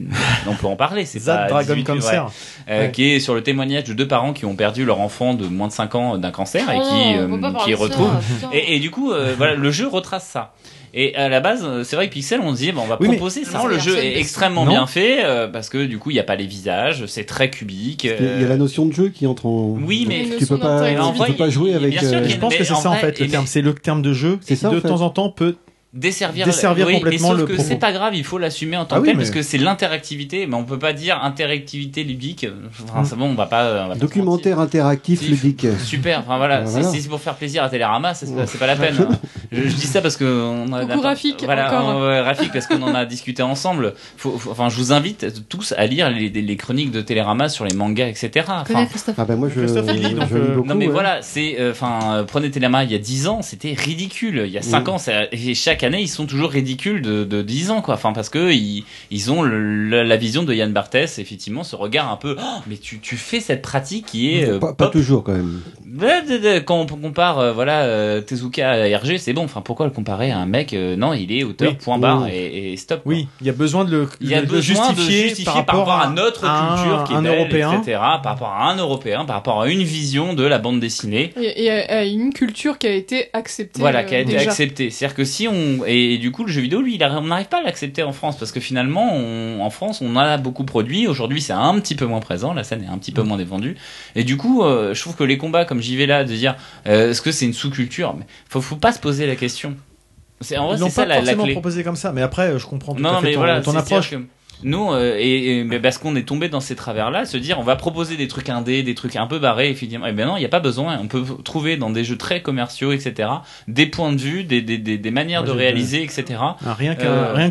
On peut en parler, c'est pas... Dragon Concert. Qui est sur le témoignage de deux parents qui ont perdu leur enfant de moins de 5 ans d'un cancer et qui retrouvent... Et du coup, le jeu retrace ça. Et à la base, c'est vrai que Pixel, on se dit, on va proposer ça. Le jeu est extrêmement bien fait parce que du coup, il n'y a pas les visages, c'est très cubique. Il y a la notion de jeu qui entre en. Oui, mais tu peux pas jouer avec. Je pense que c'est ça en fait. Le terme, c'est le terme de jeu. C'est de temps en temps peut desservir complètement mais sauf le que propos. c'est pas grave, il faut l'assumer en tant que tel parce que c'est l'interactivité, mais on peut pas dire interactivité ludique. Enfin, c'est bon, on va pas documentaire interactif ludique. Super. Enfin voilà, si c'est pour faire plaisir à Télérama, c'est pas la peine. Je dis ça parce que on a Rafik, Rafik, parce qu'on en a discuté ensemble. Enfin, je vous invite tous à lire les chroniques de Télérama sur les mangas, etc. Moi je lis beaucoup. Non mais voilà, prenez Télérama il y a 10 ans, c'était ridicule. Il y a 5 ans, et chaque année ils sont toujours ridicules de 10 ans, quoi. Enfin, parce que ils ont la vision de Yann Barthès, effectivement, ce regard un peu, mais tu fais cette pratique qui est pas toujours quand même. Quand on compare Tezuka à RG, c'est bon. Enfin, pourquoi le comparer à un mec? Non, il est auteur, point barre, et stop. Quoi. Oui, il y a besoin de le justifier par rapport à notre culture qui est belle, Européen, etc. Par rapport à un Européen, par rapport à une vision de la bande dessinée. Et à une culture qui a été acceptée. Voilà, qui a été acceptée. C'est-à-dire que si et du coup, le jeu vidéo, lui, on n'arrive pas à l'accepter en France parce que finalement, en France, on a beaucoup produit. Aujourd'hui, c'est un petit peu moins présent. La scène est un petit peu moins défendue. Et du coup, je trouve que les combats, comme j'y vais là, de dire, est-ce que c'est une sous-culture? Mais faut pas se poser la question. En vrai, Ils l'ont c'est ça pas la forcément clé. proposé comme ça, mais après, je comprends tout Non, à fait mais voilà, ton c'est- approche. c'est-à-dire que nous, mais parce qu'on est tombé dans ces travers-là, se dire on va proposer des trucs indés, des trucs un peu barrés, et finalement, non, il n'y a pas besoin. On peut trouver dans des jeux très commerciaux, etc., des points de vue, des manières de réaliser, etc. Rien que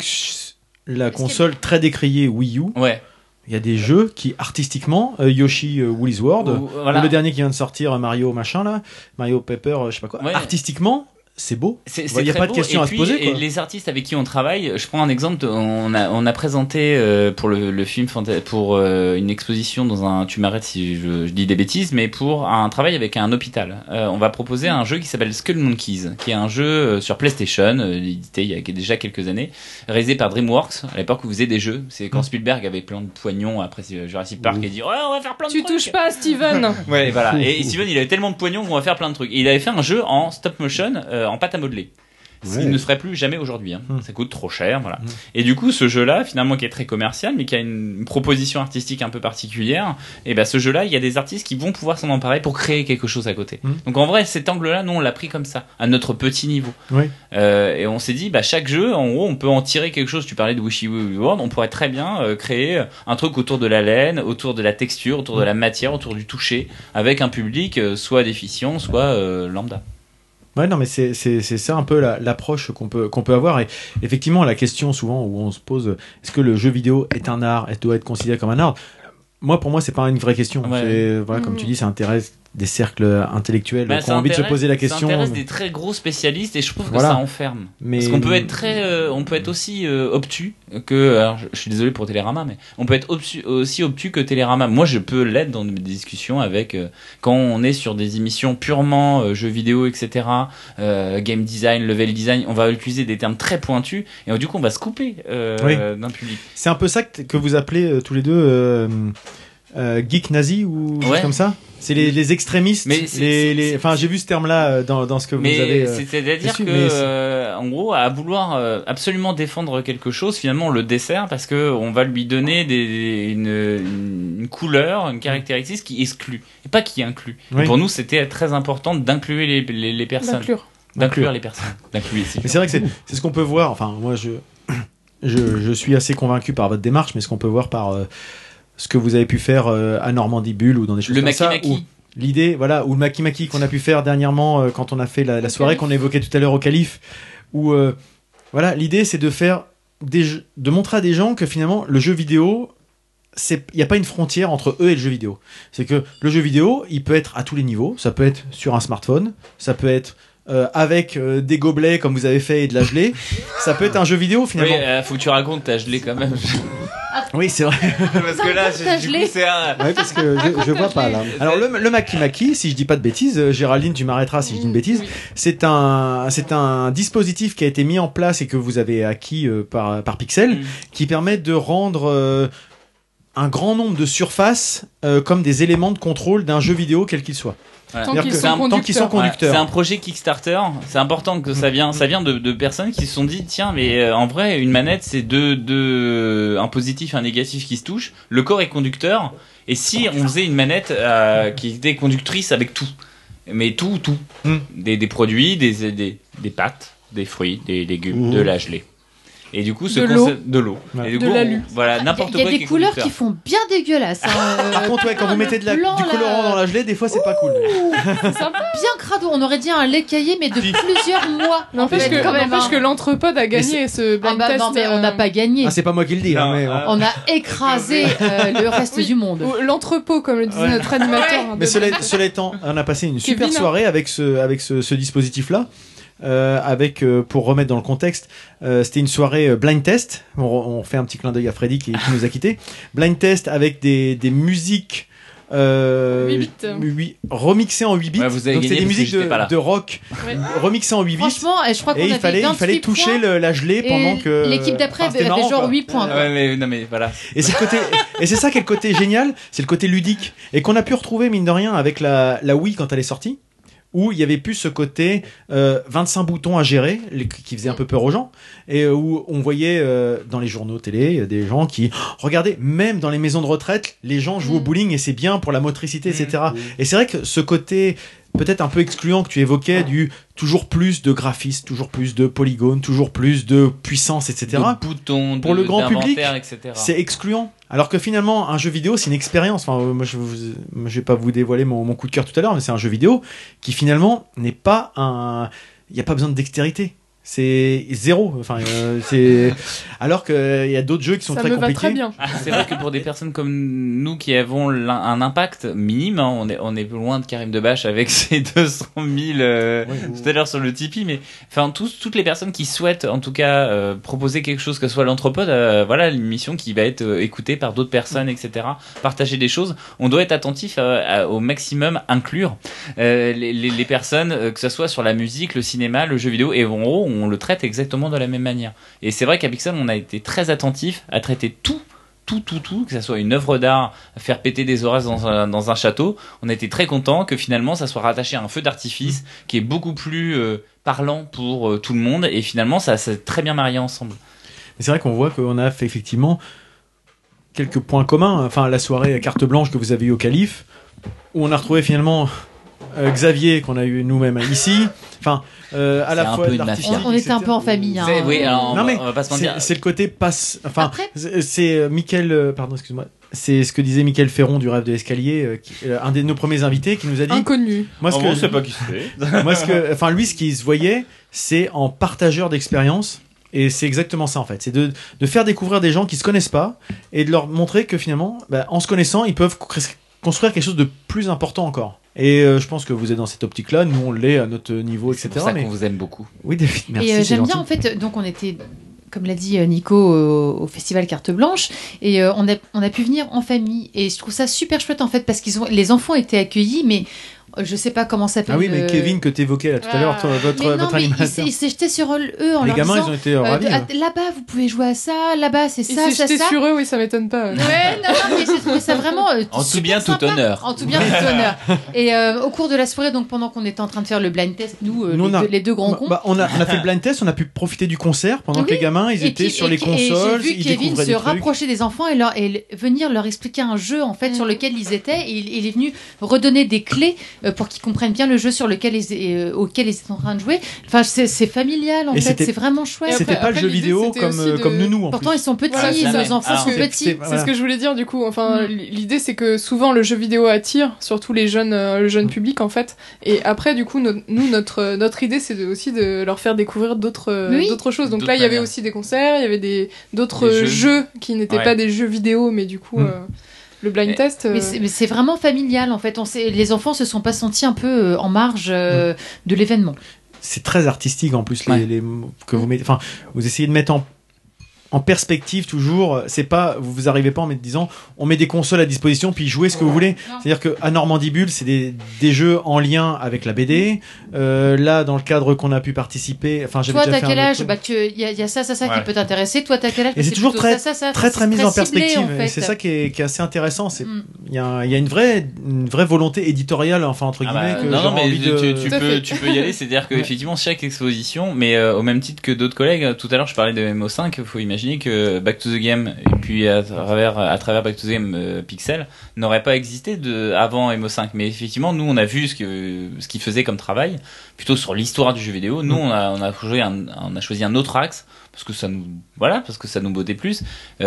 la console très décriée Wii U. Ouais. Il y a des jeux qui artistiquement, Yoshi Woolly's World, voilà. le dernier qui vient de sortir, Mario machin là, Mario Paper, je sais pas quoi. Ouais. artistiquement, c'est beau. C'est Il n'y a très pas de beau. question Et à puis, se poser. et Quoi. les artistes avec qui on travaille, je prends un exemple. On a présenté pour le film pour une exposition dans un. Tu m'arrêtes si je dis des bêtises, mais pour un travail avec un hôpital. On va proposer un jeu qui s'appelle Skull Monkeys, qui est un jeu sur PlayStation, édité il y a déjà quelques années, réalisé par DreamWorks. À l'époque où vous faisiez des jeux, c'est quand Spielberg avait plein de poignons après Jurassic Park et dit ouais, on va faire plein de trucs. Tu touches pas, Steven. Ouais, voilà. Et Steven, il avait tellement de poignons qu'on va faire plein de trucs. Et il avait fait un jeu en stop motion, en pâte à modeler. Ce qui ne se ferait plus jamais aujourd'hui. Hein. Ça coûte trop cher, voilà. Et du coup, ce jeu-là, finalement, qui est très commercial, mais qui a une proposition artistique un peu particulière, et ben ce jeu-là, il y a des artistes qui vont pouvoir s'en emparer pour créer quelque chose à côté. Donc en vrai, cet angle-là, nous, on l'a pris comme ça, à notre petit niveau. Oui. Et on s'est dit, bah chaque jeu, en gros, on peut en tirer quelque chose. Tu parlais de Wishy World, on pourrait très bien créer un truc autour de la laine, autour de la texture, autour de la matière, autour du toucher, avec un public soit déficient, soit lambda. Ouais, non, mais c'est ça un peu l'approche qu'on peut avoir. Et effectivement, la question souvent où on se pose, est-ce que le jeu vidéo est un art, et doit être considéré comme un art? Pour moi, c'est pas une vraie question. Ouais. Voilà, comme tu dis, ça intéresse des cercles intellectuels qui ont envie de se poser la question. Ça intéresse des très gros spécialistes et je trouve que Voilà. ça enferme. Mais... Parce qu'on peut être on peut être aussi obtus que. Alors, je suis désolé pour Télérama, mais on peut être aussi obtus que Télérama. Moi, je peux l'être dans des discussions avec quand on est sur des émissions purement jeux vidéo, etc. Game design, level design. On va utiliser des termes très pointus et du coup, on va se couper d'un public. C'est un peu ça que vous appelez tous les deux. Geek nazi ou comme ça, c'est les extrémistes. Mais enfin, j'ai vu ce terme-là dans ce que vous avez. C'est-à-dire que, en gros, à vouloir absolument défendre quelque chose, finalement, on le dessert parce que on va lui donner une couleur, une caractéristique qui exclut et pas qui inclut. Oui. Et pour nous, c'était très important d'inclure les personnes. D'inclure les personnes. Mais c'est vrai que c'est ce qu'on peut voir. Enfin, moi, je suis assez convaincu par votre démarche, mais ce qu'on peut voir par ce que vous avez pu faire à Normandie Bulle ou dans des choses comme ça. L'idée, voilà, ou le Maki Maki qu'on a pu faire dernièrement quand on a fait la soirée qu'on évoquait tout à l'heure au Calife, où voilà, l'idée c'est de faire de montrer à des gens que finalement le jeu vidéo, il n'y a pas une frontière entre eux et le jeu vidéo. C'est que le jeu vidéo, il peut être à tous les niveaux. Ça peut être sur un smartphone, ça peut être avec des gobelets comme vous avez fait et de la gelée. Ça peut être un jeu vidéo finalement. Oui, faut que tu racontes ta gelée quand même. Oui, c'est vrai. Parce que là, du coup, c'est Ouais, parce que je vois pas là. Alors le Maki Maki, si je dis pas de bêtises, Géraldine, tu m'arrêteras si je dis une bêtise. Oui. C'est un dispositif qui a été mis en place et que vous avez acquis par Pixel, qui permet de rendre un grand nombre de surfaces comme des éléments de contrôle d'un jeu vidéo quel qu'il soit. Voilà. Tant qu'ils sont conducteurs. C'est un projet Kickstarter. C'est important que ça vient de personnes qui se sont dit tiens mais en vrai une manette c'est un positif et un négatif qui se touchent. Le corps est conducteur. Et si on faisait une manette qui était conductrice avec tout, mais tout, des produits, des pâtes, des fruits, des légumes, de la gelée. Et du coup, de l'eau. Ouais. Et du de coup, l'alu. Voilà, n'importe quoi. Il y a des couleurs qui font bien dégueulasses. Par contre, quand vous mettez du colorant dans la gelée, des fois, c'est pas cool. C'est bien crado. On aurait dit un lait caillé, mais de plusieurs mois. N'empêche que l'entrepode a gagné ce blind test. Non, mais on n'a pas gagné. Ah, c'est pas moi qui le dis. Mais on a écrasé le reste du monde. L'entrepôt, comme le disait notre animateur. Mais cela étant, on a passé une super soirée avec ce dispositif-là. Pour remettre dans le contexte, c'était une soirée blind test. On fait un petit clin d'œil à Freddy qui nous a quittés. Blind test avec des musiques 8 bits. remixées en 8 bits. Ouais, vous avez donc gagné c'est des musiques de rock remixées en 8 bits. Franchement, je crois qu'on avait 28 il fallait toucher la gelée pendant que l'équipe d'après avait genre 8 points. Ouais, mais non mais voilà. Et c'est ça qui est le côté génial, c'est le côté ludique et qu'on a pu retrouver mine de rien avec la Wii quand elle est sortie. Où il y avait plus ce côté 25 boutons à gérer qui faisait un peu peur aux gens et où on voyait dans les journaux télé des gens qui regardez, même dans les maisons de retraite les gens jouent au bowling et c'est bien pour la motricité, etc. Et c'est vrai que ce côté peut-être un peu excluant que tu évoquais du toujours plus de graphismes, toujours plus de polygones, toujours plus de puissance, etc. De boutons, pour le grand public, etc. c'est excluant. Alors que finalement, un jeu vidéo, c'est une expérience. Enfin, moi, je vais pas vous dévoiler mon coup de cœur tout à l'heure, mais c'est un jeu vidéo qui finalement n'est pas un. Il n'y a pas besoin de dextérité. C'est zéro. Enfin, c'est alors qu'il y a d'autres jeux qui sont très compliqués. Ça me va très bien. C'est vrai que pour des personnes comme nous qui avons un impact minime, hein, on est loin de Karim Debache avec ses 200 000 tout à l'heure sur le Tipeee, mais enfin toutes les personnes qui souhaitent en tout cas proposer quelque chose, que ce soit l'Anthropode, voilà une mission qui va être écoutée par d'autres personnes, etc. Partager des choses. On doit être attentif au maximum, inclure les personnes, que ce soit sur la musique, le cinéma, le jeu vidéo, et en gros on le traite exactement de la même manière. Et c'est vrai qu'à Pixel, on a été très attentif à traiter tout, que ça soit une œuvre d'art, faire péter des orages dans un château. On a été très content que finalement ça soit rattaché à un feu d'artifice qui est beaucoup plus parlant pour tout le monde. Et finalement, ça s'est très bien marié ensemble. Mais c'est vrai qu'on voit qu'on a fait effectivement quelques points communs. Enfin, la soirée carte blanche que vous avez eue au Calife, où on a retrouvé finalement Xavier qu'on a eu nous-mêmes ici. Enfin, à la fois l'artistique. On était un peu en famille. Hein. Oui, alors non, mais on va pas se mentir. C'est le côté passe. Enfin, c'est Mickaël. Pardon, excuse-moi. C'est ce que disait Mickaël Ferron du Rêve de l'escalier, un de nos premiers invités, qui nous a dit. Inconnu. Moi, ce que on sait pas qui c'est. Moi, enfin, lui, ce qu'il se voyait, c'est en partageur d'expérience. Et c'est exactement ça en fait, c'est de faire découvrir des gens qui se connaissent pas et de leur montrer que finalement, en se connaissant, ils peuvent construire quelque chose de plus important encore. Et je pense que vous êtes dans cette optique-là, nous on l'est à notre niveau, etc. C'est pour ça qu'on vous aime beaucoup. Oui, David, merci. Et j'aime bien en fait, donc on était, comme l'a dit Nico, au festival Carte Blanche, et on a pu venir en famille, et je trouve ça super chouette en fait, parce les enfants étaient accueillis, mais je sais pas comment ça s'appelle. Ah oui, mais Kevin que t'évoquais là tout à l'heure, votre animateur. Il s'est jeté sur eux en les leur gamins, disant, ils ont été ravis. Là-bas, vous pouvez jouer à ça. Là-bas, c'est ça, il s'est jeté sur eux, oui, ça m'étonne pas. Ouais, non, mais j'ai trouvé ça vraiment en tout bien, tout honneur. En tout bien, tout honneur. Et au cours de la soirée, donc pendant qu'on était en train de faire le blind test, les deux grands cons. On a fait le blind test, on a pu profiter du concert pendant que les gamins, ils étaient sur les consoles, ils découvraient des trucs. J'ai vu Kevin se rapprocher des enfants et venir leur expliquer un jeu en fait sur lequel ils étaient. Et il est venu redonner des clés pour qu'ils comprennent bien le jeu sur auquel ils étaient en train de jouer. Enfin, c'est familial en fait, c'est vraiment chouette. C'était pas le jeu vidéo comme Nounou. Pourtant, ils sont petits, nos enfants sont petits. C'est ce que je voulais dire du coup. Enfin, l'idée c'est que souvent le jeu vidéo attire surtout le jeune public en fait. Et après, du coup, notre idée c'est aussi de leur faire découvrir d'autres choses. Donc là, il y avait aussi des concerts, il y avait d'autres jeux qui n'étaient pas des jeux vidéo, mais du coup. Le blind test. Mais c'est vraiment familial en fait. Les enfants se sont pas sentis un peu en marge de l'événement. C'est très artistique en plus les que vous mettez. Enfin, vous essayez de mettre en perspective toujours. C'est pas, vous arrivez pas en disant on met des consoles à disposition puis jouez ce que vous voulez. C'est-à-dire que à Normandie Bulle, c'est des jeux en lien avec la BD. Là, dans le cadre qu'on a pu participer, enfin, j'avais toi, déjà t'as quel âge? Il y a ça qui peut t'intéresser. Toi, t'as quel âge? Et c'est toujours très mis en perspective. En fait. C'est ça qui est assez intéressant. Il y a une vraie volonté éditoriale, enfin entre guillemets. Non, mais tu peux y aller. C'est-à-dire que effectivement, chaque exposition, mais au même titre que d'autres collègues. Tout à l'heure, je parlais de MO5. Il faut imaginer que Back to the Game et puis à travers Back to the Game Pixel n'aurait pas existé avant MO5, mais effectivement nous on a vu ce qu'il faisait comme travail plutôt sur l'histoire du jeu vidéo. Nous on a choisi un autre axe parce que ça nous bottait plus.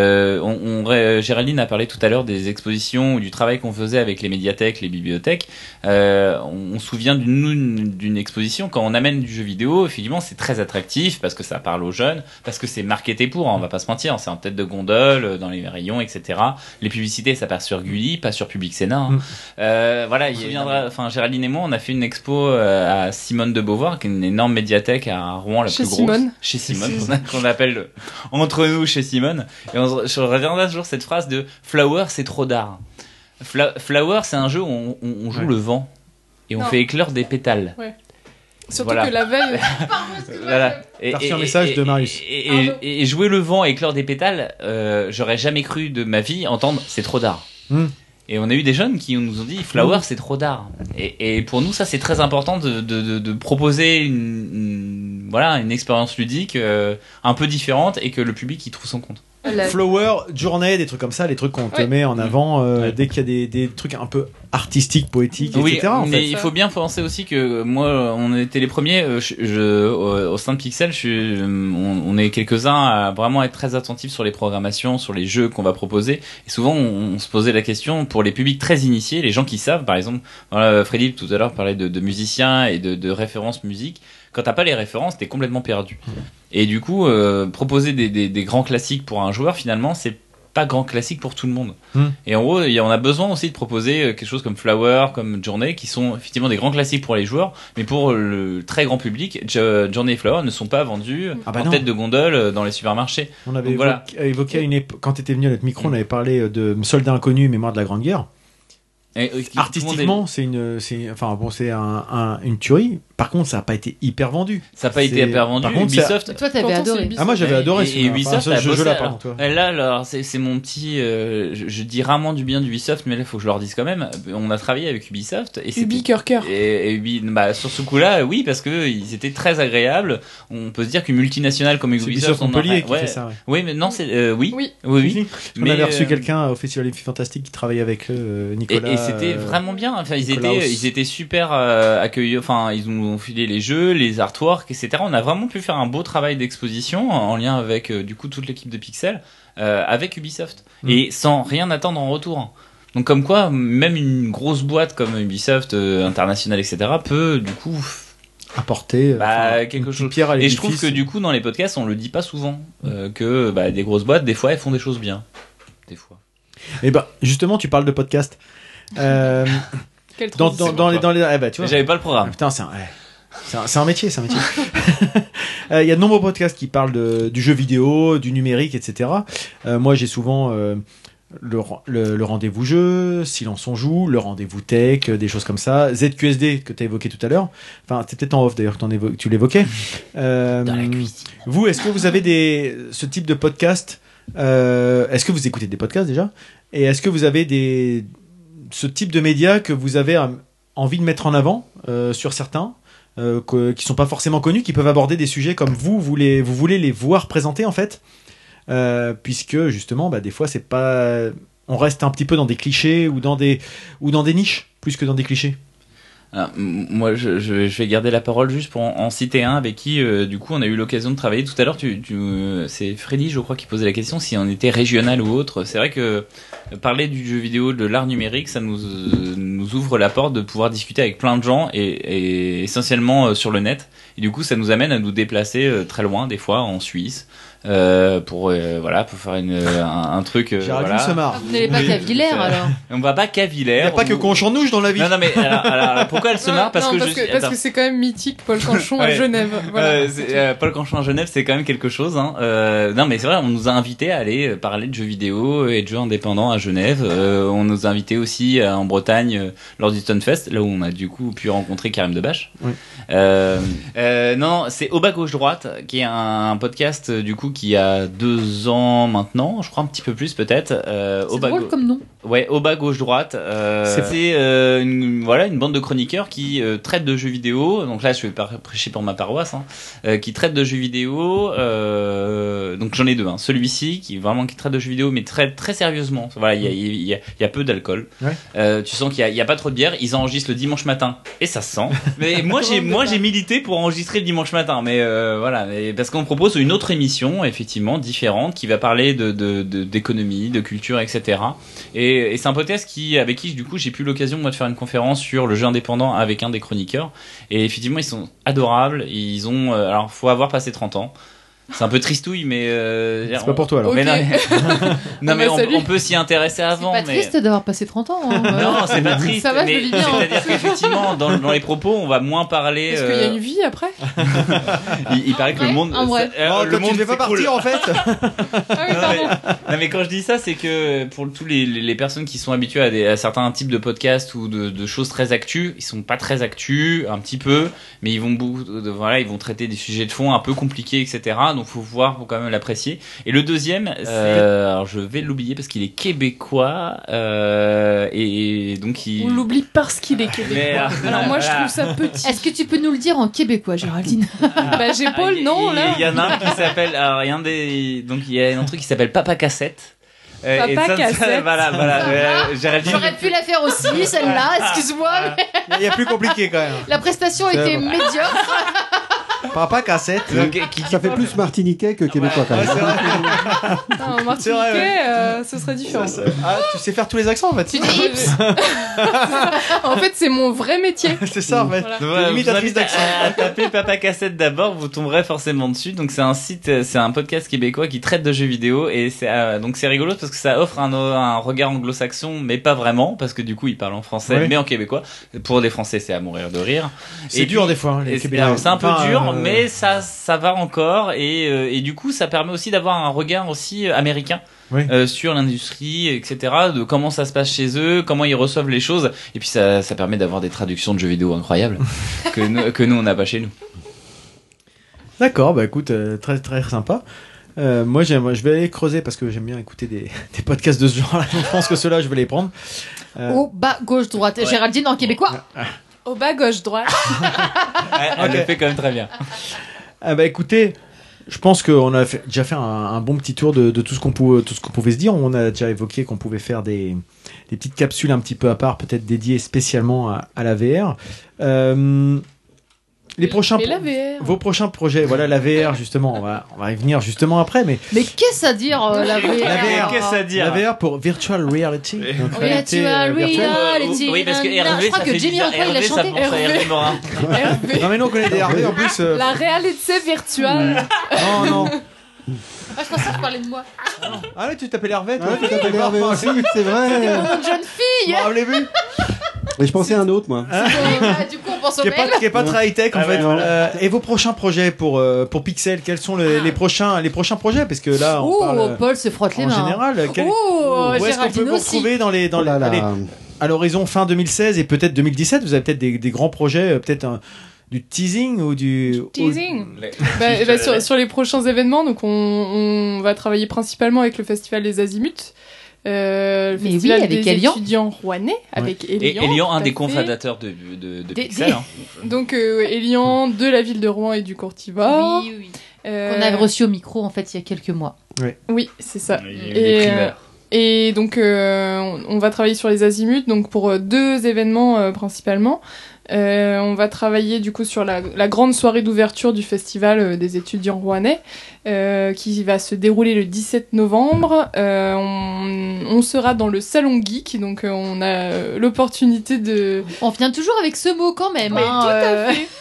Géraldine a parlé tout à l'heure des expositions ou du travail qu'on faisait avec les médiathèques, les bibliothèques. On se souvient d'une exposition quand on amène du jeu vidéo. Effectivement, c'est très attractif parce que ça parle aux jeunes, parce que c'est marketé pour. On va pas se mentir, c'est en tête de gondole dans les rayons, etc. Les publicités, ça passe sur Gulli, pas sur Public Sénat. Voilà, Géraldine et moi, on a fait une expo à Simone de Beauvoir, qui est une énorme médiathèque à Rouen, la plus grosse. Chez Simone. Qu'on appelle entre nous chez Simone, et je reviendrai toujours cette phrase de Flower, c'est trop d'art. Flower, c'est un jeu où on joue le vent et on fait éclore des pétales. Ouais. Surtout que la veille. Voilà. Parti un message de Marius. Et jouer le vent et éclore des pétales, j'aurais jamais cru de ma vie entendre c'est trop d'art. Et on a eu des jeunes qui nous ont dit Flower, c'est trop d'art. Et pour nous, ça c'est très important de proposer une une expérience ludique un peu différente et que le public y trouve son compte. Flower, Journée, des trucs comme ça, les trucs qu'on te met en avant dès qu'il y a des trucs un peu artistiques, poétiques, etc. Mais il faut bien penser aussi que moi, on était les premiers. Au sein de Pixel, on est quelques-uns à vraiment être très attentifs sur les programmations, sur les jeux qu'on va proposer. Et souvent, on se posait la question pour les publics très initiés, les gens qui savent, par exemple, Freddy tout à l'heure parlait de musiciens et de références musique. Quand t'as pas les références, t'es complètement perdu. Et du coup, proposer des grands classiques pour un joueur, finalement, c'est pas grand classique pour tout le monde. Et en gros, on a besoin aussi de proposer quelque chose comme Flower, comme Journey, qui sont effectivement des grands classiques pour les joueurs, mais pour le très grand public, Journey et Flower ne sont pas vendus en tête de gondole dans les supermarchés. On avait évoqué quand t'étais venu à notre micro, on avait parlé de Soldats inconnus, Mémoire de la Grande Guerre. Artistiquement, c'est une tuerie. Par contre, ça n'a pas été hyper vendu. Ça n'a pas été hyper vendu. Par contre, Ubisoft. Toi, t'avais adoré. Ah, moi, j'avais adoré. Et Ubisoft, ce jeu-là, pardon, toi. Là, alors, c'est mon petit. Je dis rarement du bien d'Ubisoft, mais là, il faut que je leur dise quand même. On a travaillé avec Ubisoft. Et Ubi cœur. Et Ubi, sur ce coup-là, oui, parce que ils étaient très agréables. On peut se dire qu'une multinationale comme Ubisoft, Montpellier qui fait ça. Oui, mais non, c'est oui. On avait reçu quelqu'un au Festival des Filles Fantastiques qui travaillait avec Nicolas. Et c'était vraiment bien. Enfin, ils étaient super accueillis. Enfin, ils nous ont filé les jeux, les artworks, etc. On a vraiment pu faire un beau travail d'exposition en lien avec du coup toute l'équipe de Pixel avec Ubisoft et sans rien attendre en retour. Donc comme quoi, même une grosse boîte comme Ubisoft internationale, etc. peut du coup apporter quelque chose. Et je trouve que du coup dans les podcasts on le dit pas souvent que des grosses boîtes des fois elles font des choses bien. Des fois. Et justement tu parles de podcast. Dans les tu vois. J'avais pas le programme. Putain, c'est un métier, Il y a de nombreux podcasts qui parlent du jeu vidéo, du numérique, etc. Moi, j'ai souvent le rendez-vous jeu, Silence on joue, le rendez-vous tech, des choses comme ça. ZQSD que tu as évoqué tout à l'heure. Enfin, c'est peut-être en off d'ailleurs que tu l'évoquais. Dans la cuisine. Vous, est-ce que vous avez ce type de podcast est-ce que vous écoutez des podcasts déjà? Et est-ce que vous avez ce type de médias que vous avez envie de mettre en avant sur certains qui sont pas forcément connus, qui peuvent aborder des sujets comme vous voulez les voir présenter en fait, puisque justement des fois c'est pas, on reste un petit peu dans des clichés ou dans des niches plus que dans des clichés. Alors, moi, je vais garder la parole juste pour en citer un avec qui, du coup, on a eu l'occasion de travailler tout à l'heure. C'est Freddy, je crois, qui posait la question si on était régional ou autre. C'est vrai que parler du jeu vidéo, de l'art numérique, ça nous ouvre la porte de pouvoir discuter avec plein de gens et essentiellement sur le net. Et du coup, ça nous amène à nous déplacer très loin, des fois en Suisse. Pour faire un truc. Vous n'allez pas qu'à Villers alors. On va pas qu'à Villers. Il n'y a pas que Conchamp-Nouche dans la vie. Non mais alors pourquoi elle se marre parce que c'est quand même mythique Paul Canchon à Genève. Voilà. Paul Canchon à Genève, c'est quand même quelque chose. Non mais c'est vrai, on nous a invités à aller parler de jeux vidéo et de jeux indépendants à Genève. On nous a invités aussi en Bretagne lors du Stunfest, là où on a du coup pu rencontrer Karim Debache. Oui. Non, c'est Au bas gauche droite, qui est un podcast du coup qui a 2 ans maintenant, je crois un petit peu plus peut-être. C'est drôle comme nom. Ouais, Au bas gauche droite. C'est une bande de chroniqueurs qui traitent de jeux vidéo. Donc là, je vais prêcher pour ma paroisse, qui traitent de jeux vidéo. Donc j'en ai 2. Celui-ci qui traite de jeux vidéo, mais très très sérieusement. Voilà, il y a peu d'alcool. Ouais. Tu sens qu'il y a pas trop de bière. Ils enregistrent le dimanche matin et ça se sent. Mais moi j'ai milité pour enregistrer le dimanche matin. Mais parce qu'on propose une autre émission effectivement différente qui va parler d'économie, de culture, etc. Et c'est un podcast avec qui du coup j'ai eu l'occasion moi de faire une conférence sur le jeu indépendant avec un des chroniqueurs. Et effectivement ils sont adorables. Ils ont alors faut avoir passé 30 ans. C'est un peu tristouille, mais c'est pas pour toi alors. Okay. Mais on peut s'y intéresser avant. C'est pas triste d'avoir passé 30 ans. Non, c'est pas triste. Ça va, je le vis bien. C'est-à-dire qu'effectivement, dans les propos, on va moins parler. Est-ce qu'il y a une vie après? Il paraît que le monde. Le monde ne fait pas partir en fait. Non, mais quand je dis ça, c'est que pour tous les personnes qui sont habituées à certains types de podcasts ou de choses très actus, ils sont pas très actus, un petit peu, mais ils vont traiter des sujets de fond un peu compliqués, etc. donc faut voir pour quand même l'apprécier. Et le deuxième, alors je vais l'oublier parce qu'il est québécois et donc on l'oublie parce qu'il est québécois. Alors moi je trouve ça petit. Est-ce que tu peux nous le dire en québécois, Géraldine? Bah j'ai pas le nom là. Il y en a un qui s'appelle, alors il y a un truc qui s'appelle Papa Cassette. Papa Cassette. Voilà. Géraldine. J'aurais pu la faire aussi, celle-là, excuse-moi. Mais... Il y a plus compliqué quand même. La prestation était médiocre. Papa Cassette. Ça fait plus martiniquais que québécois quand même. Ouais, c'est vrai. Non, martiniquais, ce serait différent. Ah, tu sais faire tous les accents en fait. Tu dis hips. En fait, c'est mon vrai métier. C'est ça en fait. Voilà. Imitatrice d'accent. À taper Papa Cassette d'abord, vous tomberez forcément dessus. Donc c'est un site, c'est un podcast québécois qui traite de jeux vidéo et donc c'est rigolo parce que ça offre un regard anglo-saxon, mais pas vraiment parce que du coup ils parlent en français, mais en québécois. Pour des Français, c'est à mourir de rire. C'est dur des fois, les Québécois. C'est un peu dur. Mais ça va encore et du coup ça permet aussi d'avoir un regard aussi américain sur l'industrie, etc., de comment ça se passe chez eux, comment ils reçoivent les choses, et puis ça permet d'avoir des traductions de jeux vidéo incroyables que nous on n'a pas chez nous. D'accord, bah écoute, très très sympa. Moi je vais aller creuser parce que j'aime bien écouter des podcasts de ce genre-là, donc je pense que ceux-là je vais les prendre. Au bas, gauche, droite. Géraldine en québécois. Au bas, gauche, droite. Elle le fait quand même très bien. Bah écoutez, je pense qu'on a déjà fait un bon petit tour de tout ce qu'on pouvait se dire. On a déjà évoqué qu'on pouvait faire des petites capsules un petit peu à part, peut-être dédiées spécialement à la VR. Vos prochains projets, voilà la VR justement, on va y venir justement après, mais qu'est-ce à dire la VR? Qu'est-ce à dire? La VR pour virtual reality. Donc, virtual reality. Oui, parce que Hervé, je crois que Jimmy Antoine il a chanté. Hervé Morin. Non mais nous on connaît des Hervé en plus. La réalité virtuelle. Non. Ah, je pensais que tu parlais de moi. Ah oui, tu t'appelles Hervé, toi. Ouais, tu t'appelles Hervé aussi, c'est vrai. Une jeune fille. Vous l'avez vu? Mais je pensais à un autre, moi. Du coup, on pense au qui même. est pas très high-tech en fait. Et vos prochains projets pour Pixel, quels sont les prochains projets? Parce que là, on parle Paul se frotte les mains. En général, où est-ce qu'on peut vous retrouver à l'horizon fin 2016 et peut-être 2017? Vous avez peut-être des grands projets, peut-être du teasing ou du teasing. Sur les prochains événements, donc on va travailler principalement avec le festival des Azimuts. Le festival avec des Elian. étudiants rouennais, avec Elian. Et Elian, un des cofondateurs de Pixel. Donc Elian de la ville de Rouen et du Courtivore. Oui. Qu'on avait reçu au micro en fait il y a quelques mois. Oui, c'est ça. Et Et donc, on va travailler sur les azimuts, donc pour 2 événements principalement. On va travailler du coup sur la grande soirée d'ouverture du festival des étudiants rouennais, qui va se dérouler le 17 novembre. On sera dans le Salon Geek, donc on a l'opportunité de... On vient toujours avec ce mot quand même. Oui, tout à fait.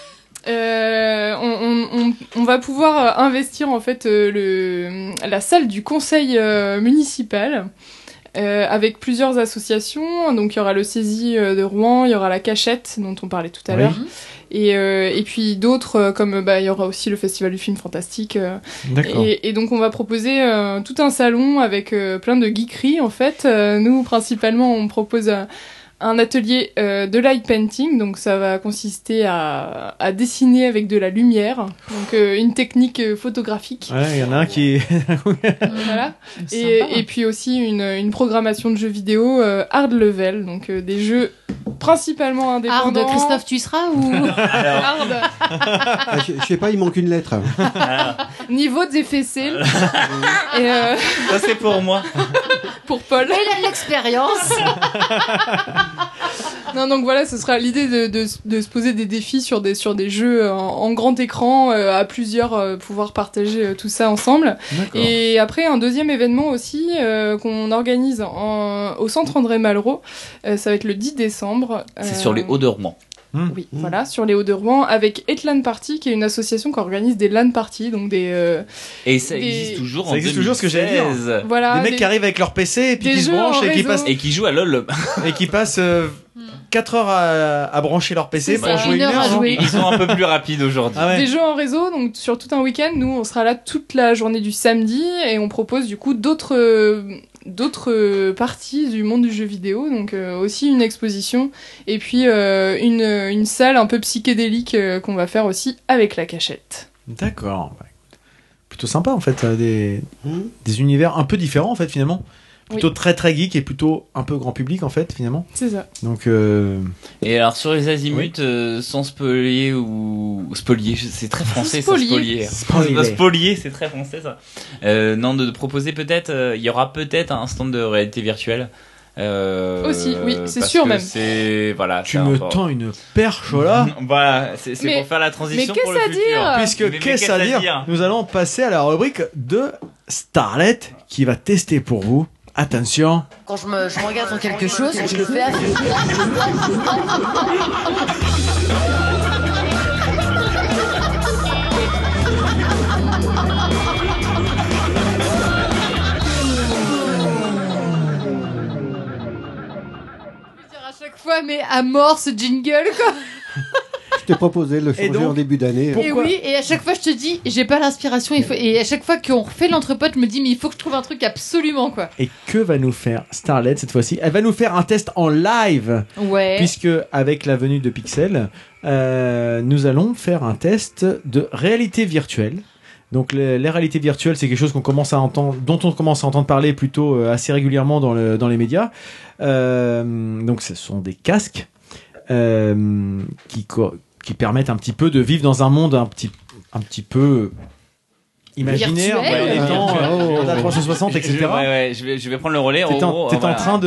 On va pouvoir investir en fait la salle du conseil municipal avec plusieurs associations. Donc il y aura le CESI de Rouen, il y aura la Cachette dont on parlait tout à l'heure, et puis d'autres comme il y aura aussi le Festival du film fantastique. Et donc on va proposer tout un salon avec plein de geekeries en fait. Nous principalement on propose un atelier de light painting, donc ça va consister à dessiner avec de la lumière, donc une technique photographique. Ouais, il y en a un qui... Voilà. Et puis aussi une programmation de jeux vidéo hard level, donc des jeux principalement indépendants. Hard, Christophe, tu y seras ou... Hard. Je sais pas, il manque une lettre. Niveau difficile. Ça c'est pour moi. Pour Paul. Il a de l'expérience. Non, donc voilà, ce sera l'idée de se poser des défis sur des jeux en grand écran, à plusieurs, pouvoir partager tout ça ensemble. D'accord. Et après, un deuxième événement aussi qu'on organise au centre André Malraux, ça va être le 10 décembre. C'est sur les Hauts de Rouen. Oui, voilà, sur les Hauts de Rouen, avec Etlan Party, qui est une association qui organise des LAN parties, donc et ça existe toujours en 2016. Toujours ce que j'allais dire. Voilà, des mecs qui arrivent avec leur PC et puis qui se branchent et qui jouent à LoL. Et qui passent 4 heures à brancher leur PC pour jouer 1 heure à jouer. Ils sont un peu plus rapides aujourd'hui. Des jeux en réseau, donc sur tout un week-end, nous on sera là toute la journée du samedi et on propose du coup d'autres parties du monde du jeu vidéo, donc aussi une exposition et puis une salle un peu psychédélique qu'on va faire aussi avec la Cachette. D'accord. plutôt sympa en fait, des univers un peu différents en fait finalement. Plutôt très très geek et plutôt un peu grand public en fait finalement. C'est ça. Donc et alors sur les azimuts sans spolier ou spolier, c'est très français ça, spolier. Spolier, c'est très français ça. Non, de proposer peut-être il y aura peut-être un stand de réalité virtuelle. Aussi, oui, c'est sûr même. Tu me tends une perche là. Voilà, c'est pour faire la transition pour le futur. Puisque qu'est-ce à dire, nous allons passer à la rubrique de Starlet qui va tester pour vous. Attention. Quand je me regarde dans quelque chose, je le fais. À chaque fois, mais à mort ce jingle quoi. Je t'ai proposé de le changer en début d'année. Et oui, et à chaque fois je te dis, j'ai pas l'inspiration. Et à chaque fois qu'on refait l'entrepote, je me dis, mais il faut que je trouve un truc absolument quoi. Et que va nous faire Starlet cette fois-ci? Elle va nous faire un test en live. Ouais. Puisque avec la venue de Pixel, nous allons faire un test de réalité virtuelle. Donc les réalités virtuelles, c'est quelque chose dont on commence à entendre parler plutôt assez régulièrement dans les médias. Donc ce sont des casques qui permettent un petit peu de vivre dans un monde un petit peu imaginaire, virtuel, 360, etc. Je vais prendre le relais. T'étais en train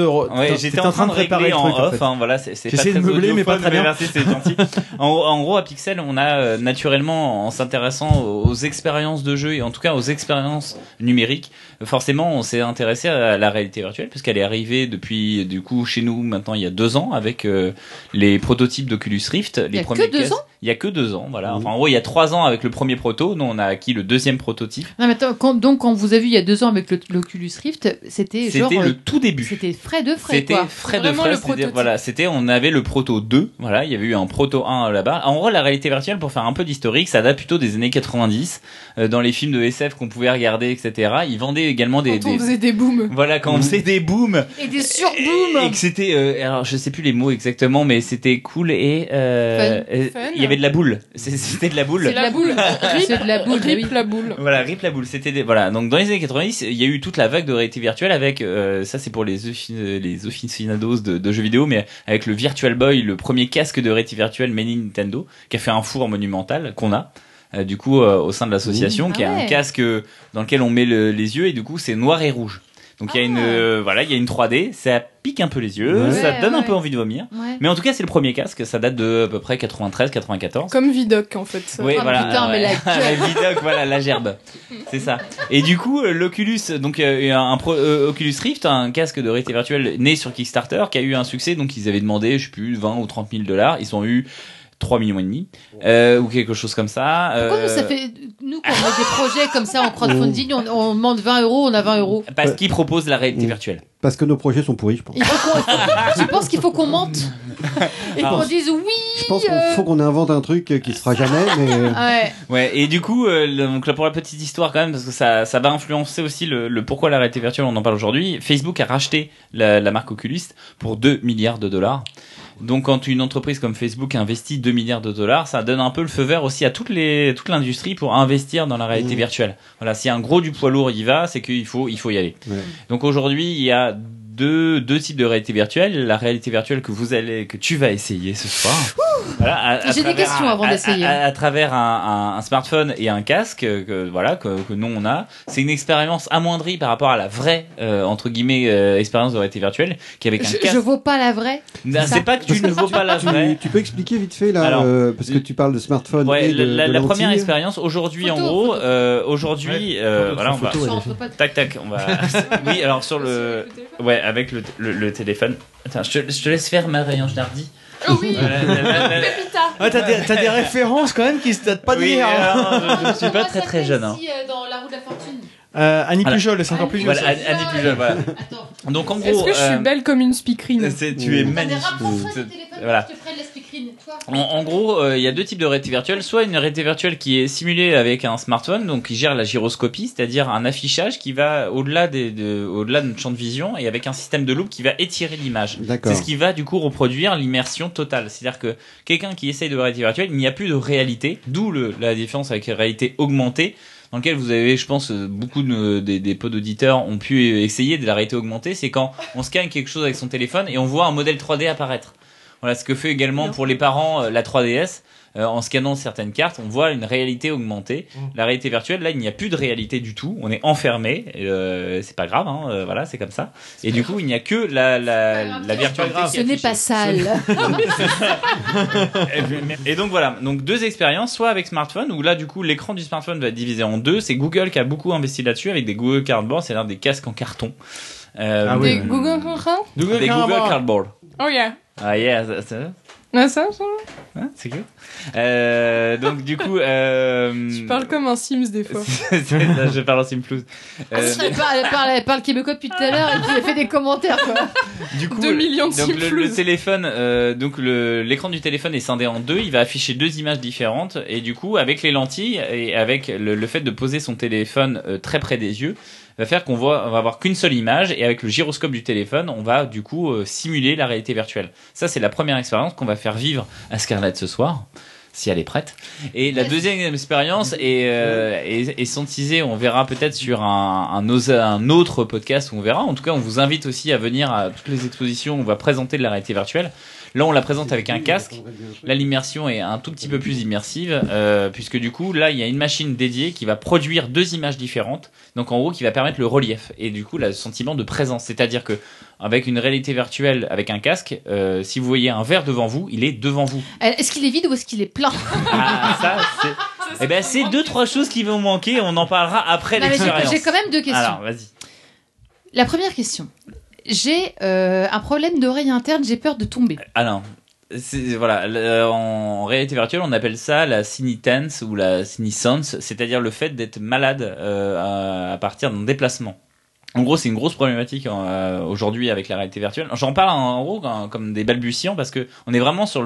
de préparer en off. Voilà, c'est j'essaie de meubler, mais pas très bien. Merci, c'est gentil. En gros, à Pixel, on a naturellement, en s'intéressant aux expériences de jeu et en tout cas aux expériences numériques, forcément, on s'est intéressé à la réalité virtuelle parce qu'elle est arrivée depuis, du coup, chez nous maintenant il y a 2 ans avec les prototypes d'Oculus Rift. Il y a que 2 ans. Il y a que 2 ans, voilà. Enfin, en gros, il y a 3 ans avec le premier proto. Nous, on a acquis le deuxième prototype. Non, mais attends, quand vous avez vu il y a 2 ans avec l'Oculus Rift, c'était genre le tout début. C'était frais de frais. C'était quoi. frais de frais. Voilà, on avait le proto 2. Voilà, il y avait eu un proto 1 là-bas. En gros, la réalité virtuelle, pour faire un peu d'historique, ça date plutôt des années 90. Dans les films de SF qu'on pouvait regarder, etc. Ils vendaient également on faisait des booms. Voilà, quand on faisait des booms. Et des surbooms. Et que c'était, alors je sais plus les mots exactement, mais c'était cool et fun. Il y avait de la boule. C'était de la boule. C'est la boule. C'est de la boule. Rip la boule. Voilà, rip la boule. C'était voilà. Donc dans les années 90, il y a eu toute la vague de réalité virtuelle avec ça c'est pour les aficionados de jeux vidéo, mais avec le Virtual Boy, le premier casque de réalité virtuelle made in Nintendo, qui a fait un four monumental qu'on a. Du coup, au sein de l'association, qui a un casque dans lequel on met les yeux et du coup c'est noir et rouge. Donc il y a une 3D, ça pique un peu les yeux, ça donne un peu envie de vomir. Ouais. Mais en tout cas, c'est le premier casque, ça date de à peu près 93-94. Comme Vidoc en fait. Oui, voilà. Putain, mais la Vidoc, voilà, la gerbe. C'est ça. Et du coup, l'Oculus, donc Oculus Rift, un casque de réalité virtuelle né sur Kickstarter, qui a eu un succès. Donc ils avaient demandé, je sais plus, 20 ou 30 000 $. Ils ont eu 3,5 millions ou quelque chose comme ça. Pourquoi ça fait nous quand on met des projets comme ça en crowdfunding, on demande 20 €, on a 20 €. Parce qu'ils proposent la réalité virtuelle. Parce que nos projets sont pourris, je pense. Tu penses qu'il faut qu'on mente et qu'on dise oui. Je pense qu'il faut qu'on invente un truc qui se fera jamais. Mais... Ouais. Et du coup, donc là pour la petite histoire quand même, parce que ça va influencer aussi le pourquoi la réalité virtuelle. On en parle aujourd'hui. Facebook a racheté la marque Oculus pour $2 milliards. Donc quand une entreprise comme Facebook investit $2 milliards, ça donne un peu le feu vert aussi à toute l'industrie pour investir dans la réalité virtuelle. Voilà, si un gros du poids lourd y va, c'est qu'il faut y aller. Ouais. Donc aujourd'hui, il y a deux types de réalité virtuelle. La réalité virtuelle que tu vas essayer ce soir. Voilà, j'ai des questions avant d'essayer. À travers un smartphone et un casque que nous on a, c'est une expérience amoindrie par rapport à la vraie entre guillemets expérience de réalité virtuelle qui avec un casque. Je vaux pas la vraie. C'est pas que tu ne vaux pas la vraie. Tu peux expliquer vite fait là, parce que tu parles de smartphone. Ouais, et de la première expérience aujourd'hui photo, en gros, photo. Aujourd'hui, voilà, on va. Tac, on va. Oui, alors sur le, avec le téléphone. Attends, je te laisse faire Marie-Ange Nardi. Oh oui. T'as des références quand même qui se datent pas d'hier. Je ne suis pas très jeune. Dans La Roue de la Fortune. Annie Pujol, c'est encore plus vieux. Voilà, Annie Pujol, voilà. Donc en gros, est-ce que je suis belle comme une speakerine? Tu es magnifique. Voilà. En gros, il y a deux types de réalité virtuelle. Soit une réalité virtuelle qui est simulée avec un smartphone, donc qui gère la gyroscopie, c'est-à-dire un affichage qui va au-delà au-delà de notre champ de vision et avec un système de loupe qui va étirer l'image. C'est ce qui va du coup reproduire l'immersion totale. C'est-à-dire que quelqu'un qui essaye de réalité virtuelle, il n'y a plus de réalité, d'où la différence avec la réalité augmentée. dans lequel vous avez, je pense, beaucoup des pods d'auditeurs ont pu essayer de la réalité augmentée. C'est quand on scanne quelque chose avec son téléphone et on voit un modèle 3D apparaître. Voilà, ce que fait également pour les parents la 3DS. En scannant certaines cartes, on voit une réalité augmentée. La réalité virtuelle, là, il n'y a plus de réalité du tout. On est enfermé. C'est pas grave, hein, voilà, c'est comme ça. Et du coup, il n'y a que la virtualité. Ce n'est pas sale. Et donc voilà, donc 2 expériences, soit avec smartphone, où là, du coup, l'écran du smartphone va être divisé en 2. C'est Google qui a beaucoup investi là-dessus avec des Google Cardboard, c'est-à-dire des casques en carton. Des Google Cardboard. Des Google Cardboard. Oh yeah. Ah yeah, Ça. c'est cool. Donc du coup, tu parles comme un Sims des fois. Je parle en Simplous. Parle québécois depuis tout à l'heure et qui a fait des commentaires quoi. Du coup, 2 millions de donc Simplous. le téléphone, donc l'écran du téléphone est scindé en 2. Il va afficher 2 images différentes et du coup, avec les lentilles et avec le fait de poser son téléphone très près des yeux, va faire on va avoir qu'une seule image et avec le gyroscope du téléphone, on va du coup simuler la réalité virtuelle. Ça, c'est la première expérience qu'on va faire vivre à Scarlett ce soir, si elle est prête. Et la deuxième expérience est sentisée, on verra peut-être sur un autre podcast où on verra. En tout cas, on vous invite aussi à venir à toutes les expositions où on va présenter de la réalité virtuelle. Là, on la présente avec un casque. Là, l'immersion est un tout petit peu plus immersive, puisque du coup, là, il y a une machine dédiée qui va produire 2 images différentes. Donc, en gros, qui va permettre le relief et du coup, le sentiment de présence. C'est-à-dire que avec une réalité virtuelle, avec un casque, si vous voyez un verre devant vous, il est devant vous. Est-ce qu'il est vide ou est-ce qu'il est plein? Ah, ça, c'est. Eh ben, c'est 2-3 choses qui vont manquer. On en parlera après l'expérience. J'ai quand même 2 questions. Alors, vas-y. La première question. J'ai un problème d'oreille interne, j'ai peur de tomber. Alors, voilà, en réalité virtuelle, on appelle ça la sinitance ou la siniscence, c'est-à-dire le fait d'être malade à partir d'un déplacement. En gros, c'est une grosse problématique aujourd'hui avec la réalité virtuelle. J'en parle en gros comme des balbutiants parce que on est vraiment sur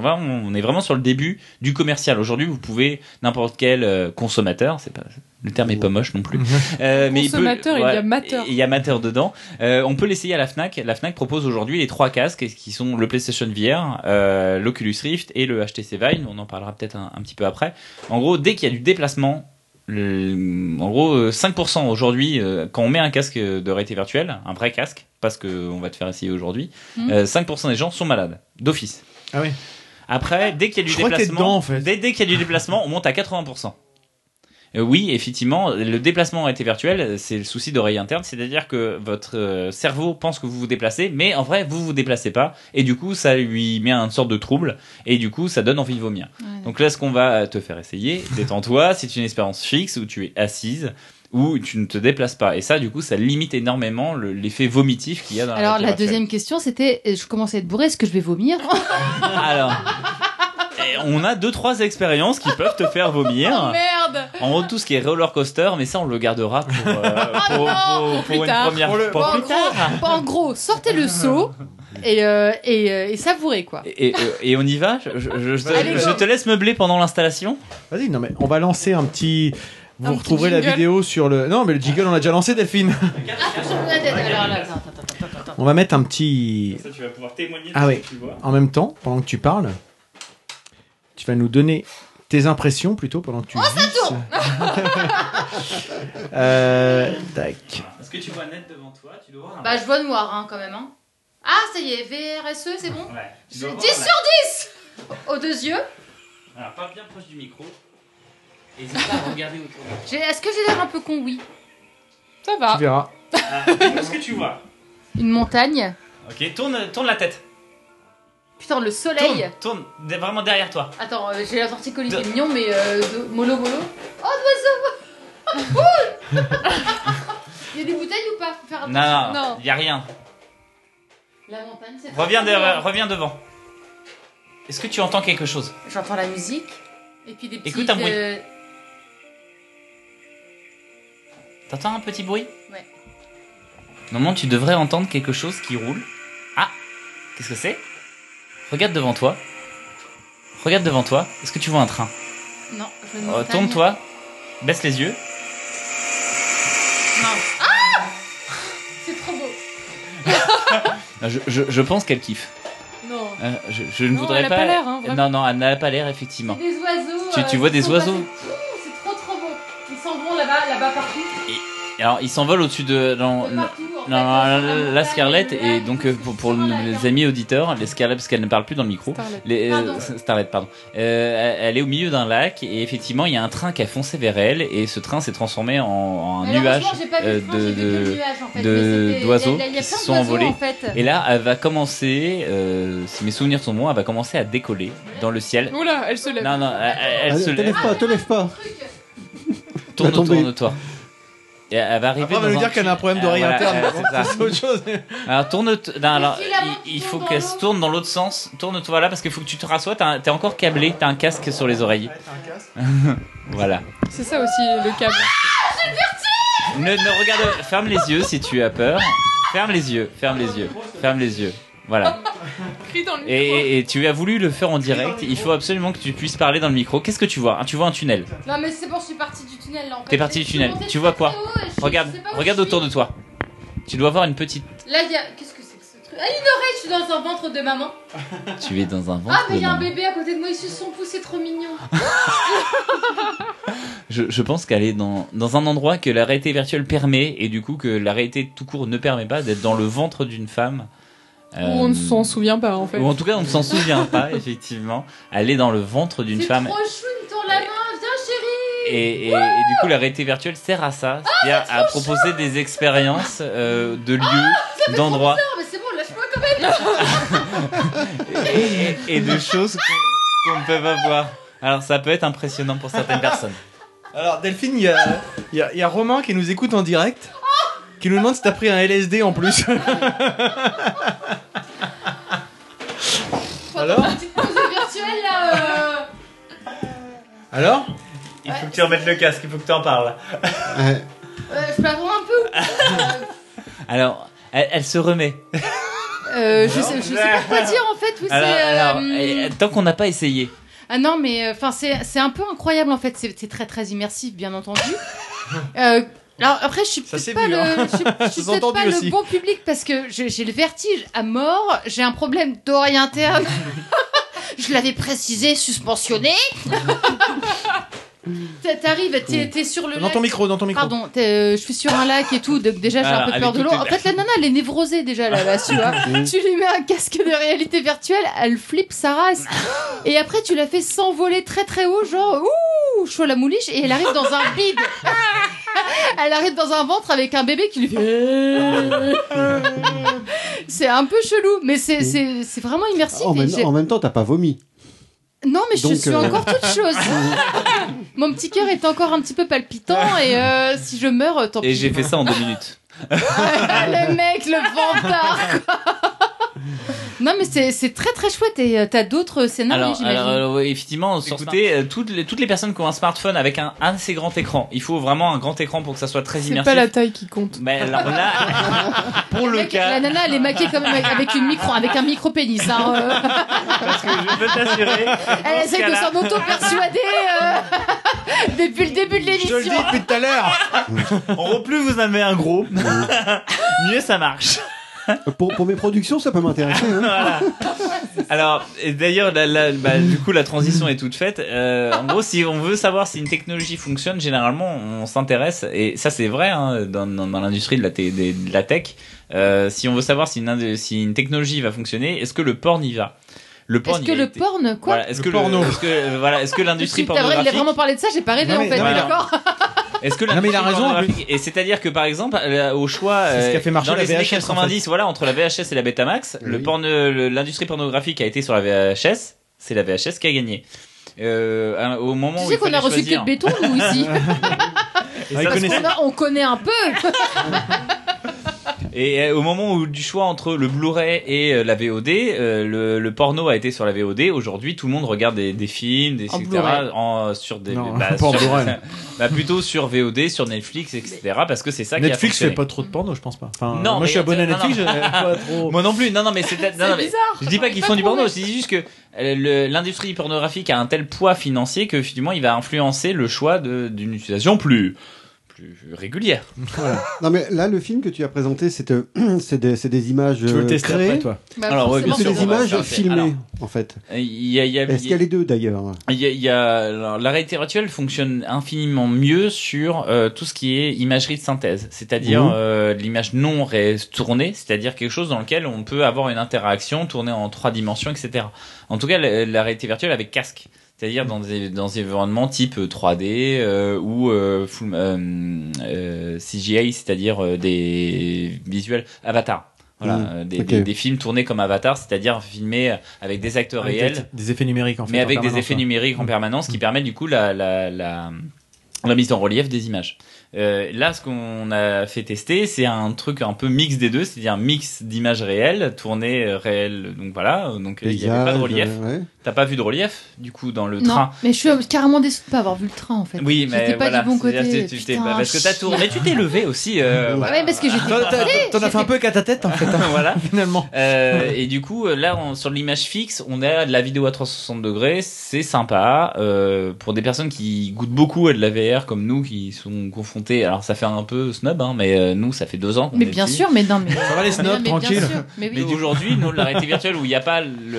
le début du commercial. Aujourd'hui, vous pouvez n'importe quel consommateur, le terme est pas moche non plus. Mais consommateur, il y a mateur. Il y a mateur dedans. On peut l'essayer à la Fnac. La Fnac propose aujourd'hui les 3 casques qui sont le PlayStation VR, l'Oculus Rift et le HTC Vive. On en parlera peut-être un petit peu après. En gros, dès qu'il y a du déplacement, en gros 5% aujourd'hui quand on met un casque de réalité virtuelle, un vrai casque, parce qu'on va te faire essayer aujourd'hui, 5% des gens sont malades d'office. Ah oui. Après, dès qu'il y a du déplacement, dès qu'il y a du déplacement, on monte à 80%. Oui, effectivement, le déplacement en réalité virtuelle, c'est le souci d'oreille interne, c'est-à-dire que votre cerveau pense que vous vous déplacez, mais en vrai, vous vous déplacez pas, et du coup, ça lui met une sorte de trouble, et du coup, ça donne envie de vomir. Ouais. Donc là, ce qu'on va te faire essayer, détends-toi, c'est une expérience fixe où tu es assise, où tu ne te déplaces pas. Et ça, du coup, ça limite énormément l'effet vomitif qu'il y a dans la réalité virtuelle. Deuxième question, c'était, je commence à être bourré, est-ce que je vais vomir? Alors... on a 2-3 expériences qui peuvent te faire vomir. Oh merde! En gros, tout ce qui est roller coaster, mais ça, on le gardera pour une première fois. En gros, sortez le seau et savourez, quoi. Et on y va? Je te laisse meubler pendant l'installation. Vas-y, non, mais on va lancer un petit. Vous retrouverez la vidéo sur le. Non, mais le jingle, on l'a déjà lancé, Delphine. On va mettre un petit. Ça, tu vas pouvoir témoigner de ce que tu vois. En même temps, pendant que tu parles. Tu vas nous donner tes impressions plutôt pendant que tu ça tac. Est-ce que tu vois net devant toi? Tu dois voir. Je vois noir quand même. Hein. Ah, ça y est, VRSE, c'est bon? Ouais. 10 sur 10 aux 2 yeux. Alors, pas bien proche du micro. N'hésite pas à regarder autour de toi. Est-ce que j'ai l'air un peu con? Oui. Ça va. Tu verras. Qu'est-ce que tu vois? Une montagne. Ok, tourne la tête. Putain, le soleil. Tourne vraiment derrière toi. Attends, j'ai la torticolis qui est mignon, mais mollo. Oh, d'oiseau. Il y a des bouteilles ou pas? Faut faire attention. Non, il y a rien. La montagne, c'est... Reviens devant. Est-ce que tu entends quelque chose? J'entends la musique. Et puis des petits... Écoute un bruit. T'entends un petit bruit? Ouais. Normalement, tu devrais entendre quelque chose qui roule. Ah, qu'est-ce que c'est? Regarde devant toi. Est-ce que tu vois un train? Non, je vois une montagne. Tourne-toi. Baisse les yeux. Non. Ah! C'est trop beau. Je pense qu'elle kiffe. Non. Je ne voudrais pas. Elle a pas l'air, hein, non, elle n'a pas l'air, effectivement. C'est des oiseaux. Tu vois des oiseaux? C'est trop beau. Ils s'en vont là. Alors, il s'envole au-dessus de... la Scarlett, et donc pour les amis auditeurs, les Scarlett, parce qu'elle ne parle plus dans le micro. Starlet, pardon. Elle est au milieu d'un lac, et effectivement, il y a un train qui a foncé vers elle, et ce train s'est transformé en un nuage d'oiseaux qui se sont envolés. En fait. Et là, elle va commencer, si mes souvenirs sont bons, elle va commencer à décoller dans le ciel. Oula, elle se lève. Non, elle se lève. Te lève pas. Tourne-toi. Et elle va arriver. Après, on va lui dire qu'elle a un problème d'oreille interne. C'est autre chose. Alors il faut qu'elle se tourne dans l'autre sens. Tourne-toi là parce qu'il faut que tu te rassoies. T'es encore câblé. T'as un casque sur les oreilles. Voilà. C'est ça aussi le câble. Ne regarde. Ferme les yeux si tu as peur. Ferme les yeux. Voilà. Crie dans le micro. Et tu as voulu le faire en direct. Il faut absolument que tu puisses parler dans le micro. Qu'est-ce que tu vois? Tu vois un tunnel. Non mais c'est bon, je suis partie du tunnel là. En fait. T'es parti du tunnel. Tu vois quoi? Regarde autour de toi. Tu dois voir une petite. Là il y a. Qu'est-ce que c'est que ce truc? Ah, une oreille, je suis dans un ventre de maman. Tu es dans un ventre. Ah mais il y a un bébé à côté de moi, ils se sont poussés, trop mignon. Je pense qu'elle est dans un endroit que la réalité virtuelle permet, et du coup que la réalité tout court ne permet pas, d'être dans le ventre d'une femme. Ou on ne s'en souvient pas en fait. Ou en tout cas on ne s'en souvient pas, effectivement. Elle est dans le ventre d'une femme. C'est trop chou, il me tend la main, viens chérie. Et du coup la réalité virtuelle sert à ça, c'est-à-dire à proposer des expériences de lieux, d'endroits. Mais c'est bon, lâche-moi quand même. et de choses qu'on ne peut pas voir. Alors ça peut être impressionnant pour certaines personnes. Alors Delphine, il y a Romain qui nous écoute en direct, qui nous demande si t'as pris un LSD en plus. Alors une petite pause virtuelle là. Alors Il faut que tu remettes le casque, il faut que tu en parles. Je peux attendre un peu. Alors, elle se remet. Je sais pas quoi dire en fait. Tant qu'on n'a pas essayé. Ah non mais enfin c'est un peu incroyable en fait. C'est très très immersif bien entendu. Alors après je suis peut-être pas le bon public parce que j'ai le vertige à mort. J'ai un problème d'oreille interne. Je l'avais précisé, suspensionné. T'arrives, t'es sur le lac. Dans ton micro. Pardon, je suis sur un lac et tout, donc déjà j'ai un peu peur de l'eau. En fait, la nana, elle est névrosée déjà là, tu vois. Tu lui mets un casque de réalité virtuelle, elle flippe sa race. Et après, tu la fais s'envoler très très haut, genre ouh, chaud la mouliche, et elle arrive dans un vide. Elle arrive dans un ventre avec un bébé qui lui fait. C'est un peu chelou, mais c'est vraiment immersif. En même temps, t'as pas vomi. Non, mais je suis encore toute chose. Mon petit cœur est encore un petit peu palpitant et si je meurs, tant pis. Et j'ai fait ça en 2 minutes. Le mec, le vantard, quoi. Non, mais c'est très très chouette et t'as d'autres scénarios, j'imagine. Alors effectivement, écoutez, toutes les personnes qui ont un smartphone avec un assez grand écran, il faut vraiment un grand écran pour que ça soit très immersif. C'est pas la taille qui compte. Mais alors là, pour le cas, la nana, elle est maquée quand même avec un micro pénis. Hein, Parce que je peux t'assurer. Elle essaie de s'en auto-persuader depuis le début de l'émission. Je te le dis depuis tout à l'heure. Plus vous en avez un gros, mieux ça marche. Pour mes productions, ça peut m'intéresser. Hein. Voilà. Alors, d'ailleurs, du coup, la transition est toute faite. En gros, si on veut savoir si une technologie fonctionne, généralement, on s'intéresse, et ça c'est vrai hein, dans l'industrie de la tech. Si on veut savoir si une technologie va fonctionner, est-ce que le porn y va? Est-ce que le porn, quoi? Voilà, est-ce que l'industrie pornographique... Il a vraiment parlé de ça, j'ai pas rêvé en fait, d'accord. Est-ce que il a raison. Et c'est-à-dire que par exemple, au choix dans les années 90, voilà, entre la VHS et la Betamax, l'industrie pornographique a été sur la VHS, c'est la VHS qui a gagné. Au moment tu sais qu'on a reçu que de béton nous ici. On connaît un peu. Et au moment du choix entre le Blu-ray et la VOD, le porno a été sur la VOD. Aujourd'hui, tout le monde regarde des films, etc. Sur des plutôt sur VOD, sur Netflix, etc. Parce que c'est ça qui a fonctionné. Netflix fait pas trop de porno, je pense pas. Enfin, non, moi je suis abonné à Netflix, je pas trop. Moi non plus. Non, mais c'est bizarre. Je dis pas qu'ils font du porno, je dis juste que l'industrie pornographique a un tel poids financier que finalement il va influencer le choix d'une utilisation plus plus régulière. Voilà. Non mais là, le film que tu as présenté, c'est des images Tu veux le tester créées. après, toi? Alors, ouais, bien C'est sûr, des on va images faire- filmées, alors, en fait. Est-ce qu'il y a les deux, d'ailleurs? alors, la réalité virtuelle fonctionne infiniment mieux sur tout ce qui est imagerie de synthèse, c'est-à-dire l'image non tournée, c'est-à-dire quelque chose dans lequel on peut avoir une interaction tournée en 3 dimensions, etc. En tout cas, la réalité virtuelle avec casque. C'est-à-dire dans des environnements type 3D ou CGI, c'est-à-dire des visuels Avatar. Voilà, des films tournés comme Avatar, c'est-à-dire filmés avec des acteurs réels, des effets numériques en fait, mais avec des permanence, effets ouais. numériques en permanence qui permettent du coup la mise en relief des images. Là, ce qu'on a fait tester, c'est un truc un peu mix des deux, c'est-à-dire un mix d'images réelles, tournées réelles, donc voilà, donc il n'y avait pas de relief. Ouais. T'as pas vu de relief, du coup, dans le Non, train? mais je suis carrément déçue de pas avoir vu le train en fait. Oui, mais j'étais pas voilà, du bon côté. c'est-à-dire que Putain, parce que t'as tourné, mais tu t'es levé aussi. Voilà. Ouais, parce que j'étais. T'en as fait un peu qu'à ta tête en fait. Voilà. Finalement. Et du coup, là, sur l'image fixe, on a de la vidéo à 360 degrés, c'est sympa. Pour des personnes qui goûtent beaucoup à de la VR comme nous, qui sont confrontés. Alors, ça fait un peu snob, hein, mais nous, ça fait 2 ans qu'on Mais est bien dessus. sûr, mais non, mais. Ça va les snobs, mais bien tranquille. sûr, mais oui. Mais aujourd'hui, nous, la réalité virtuelle où il n'y a pas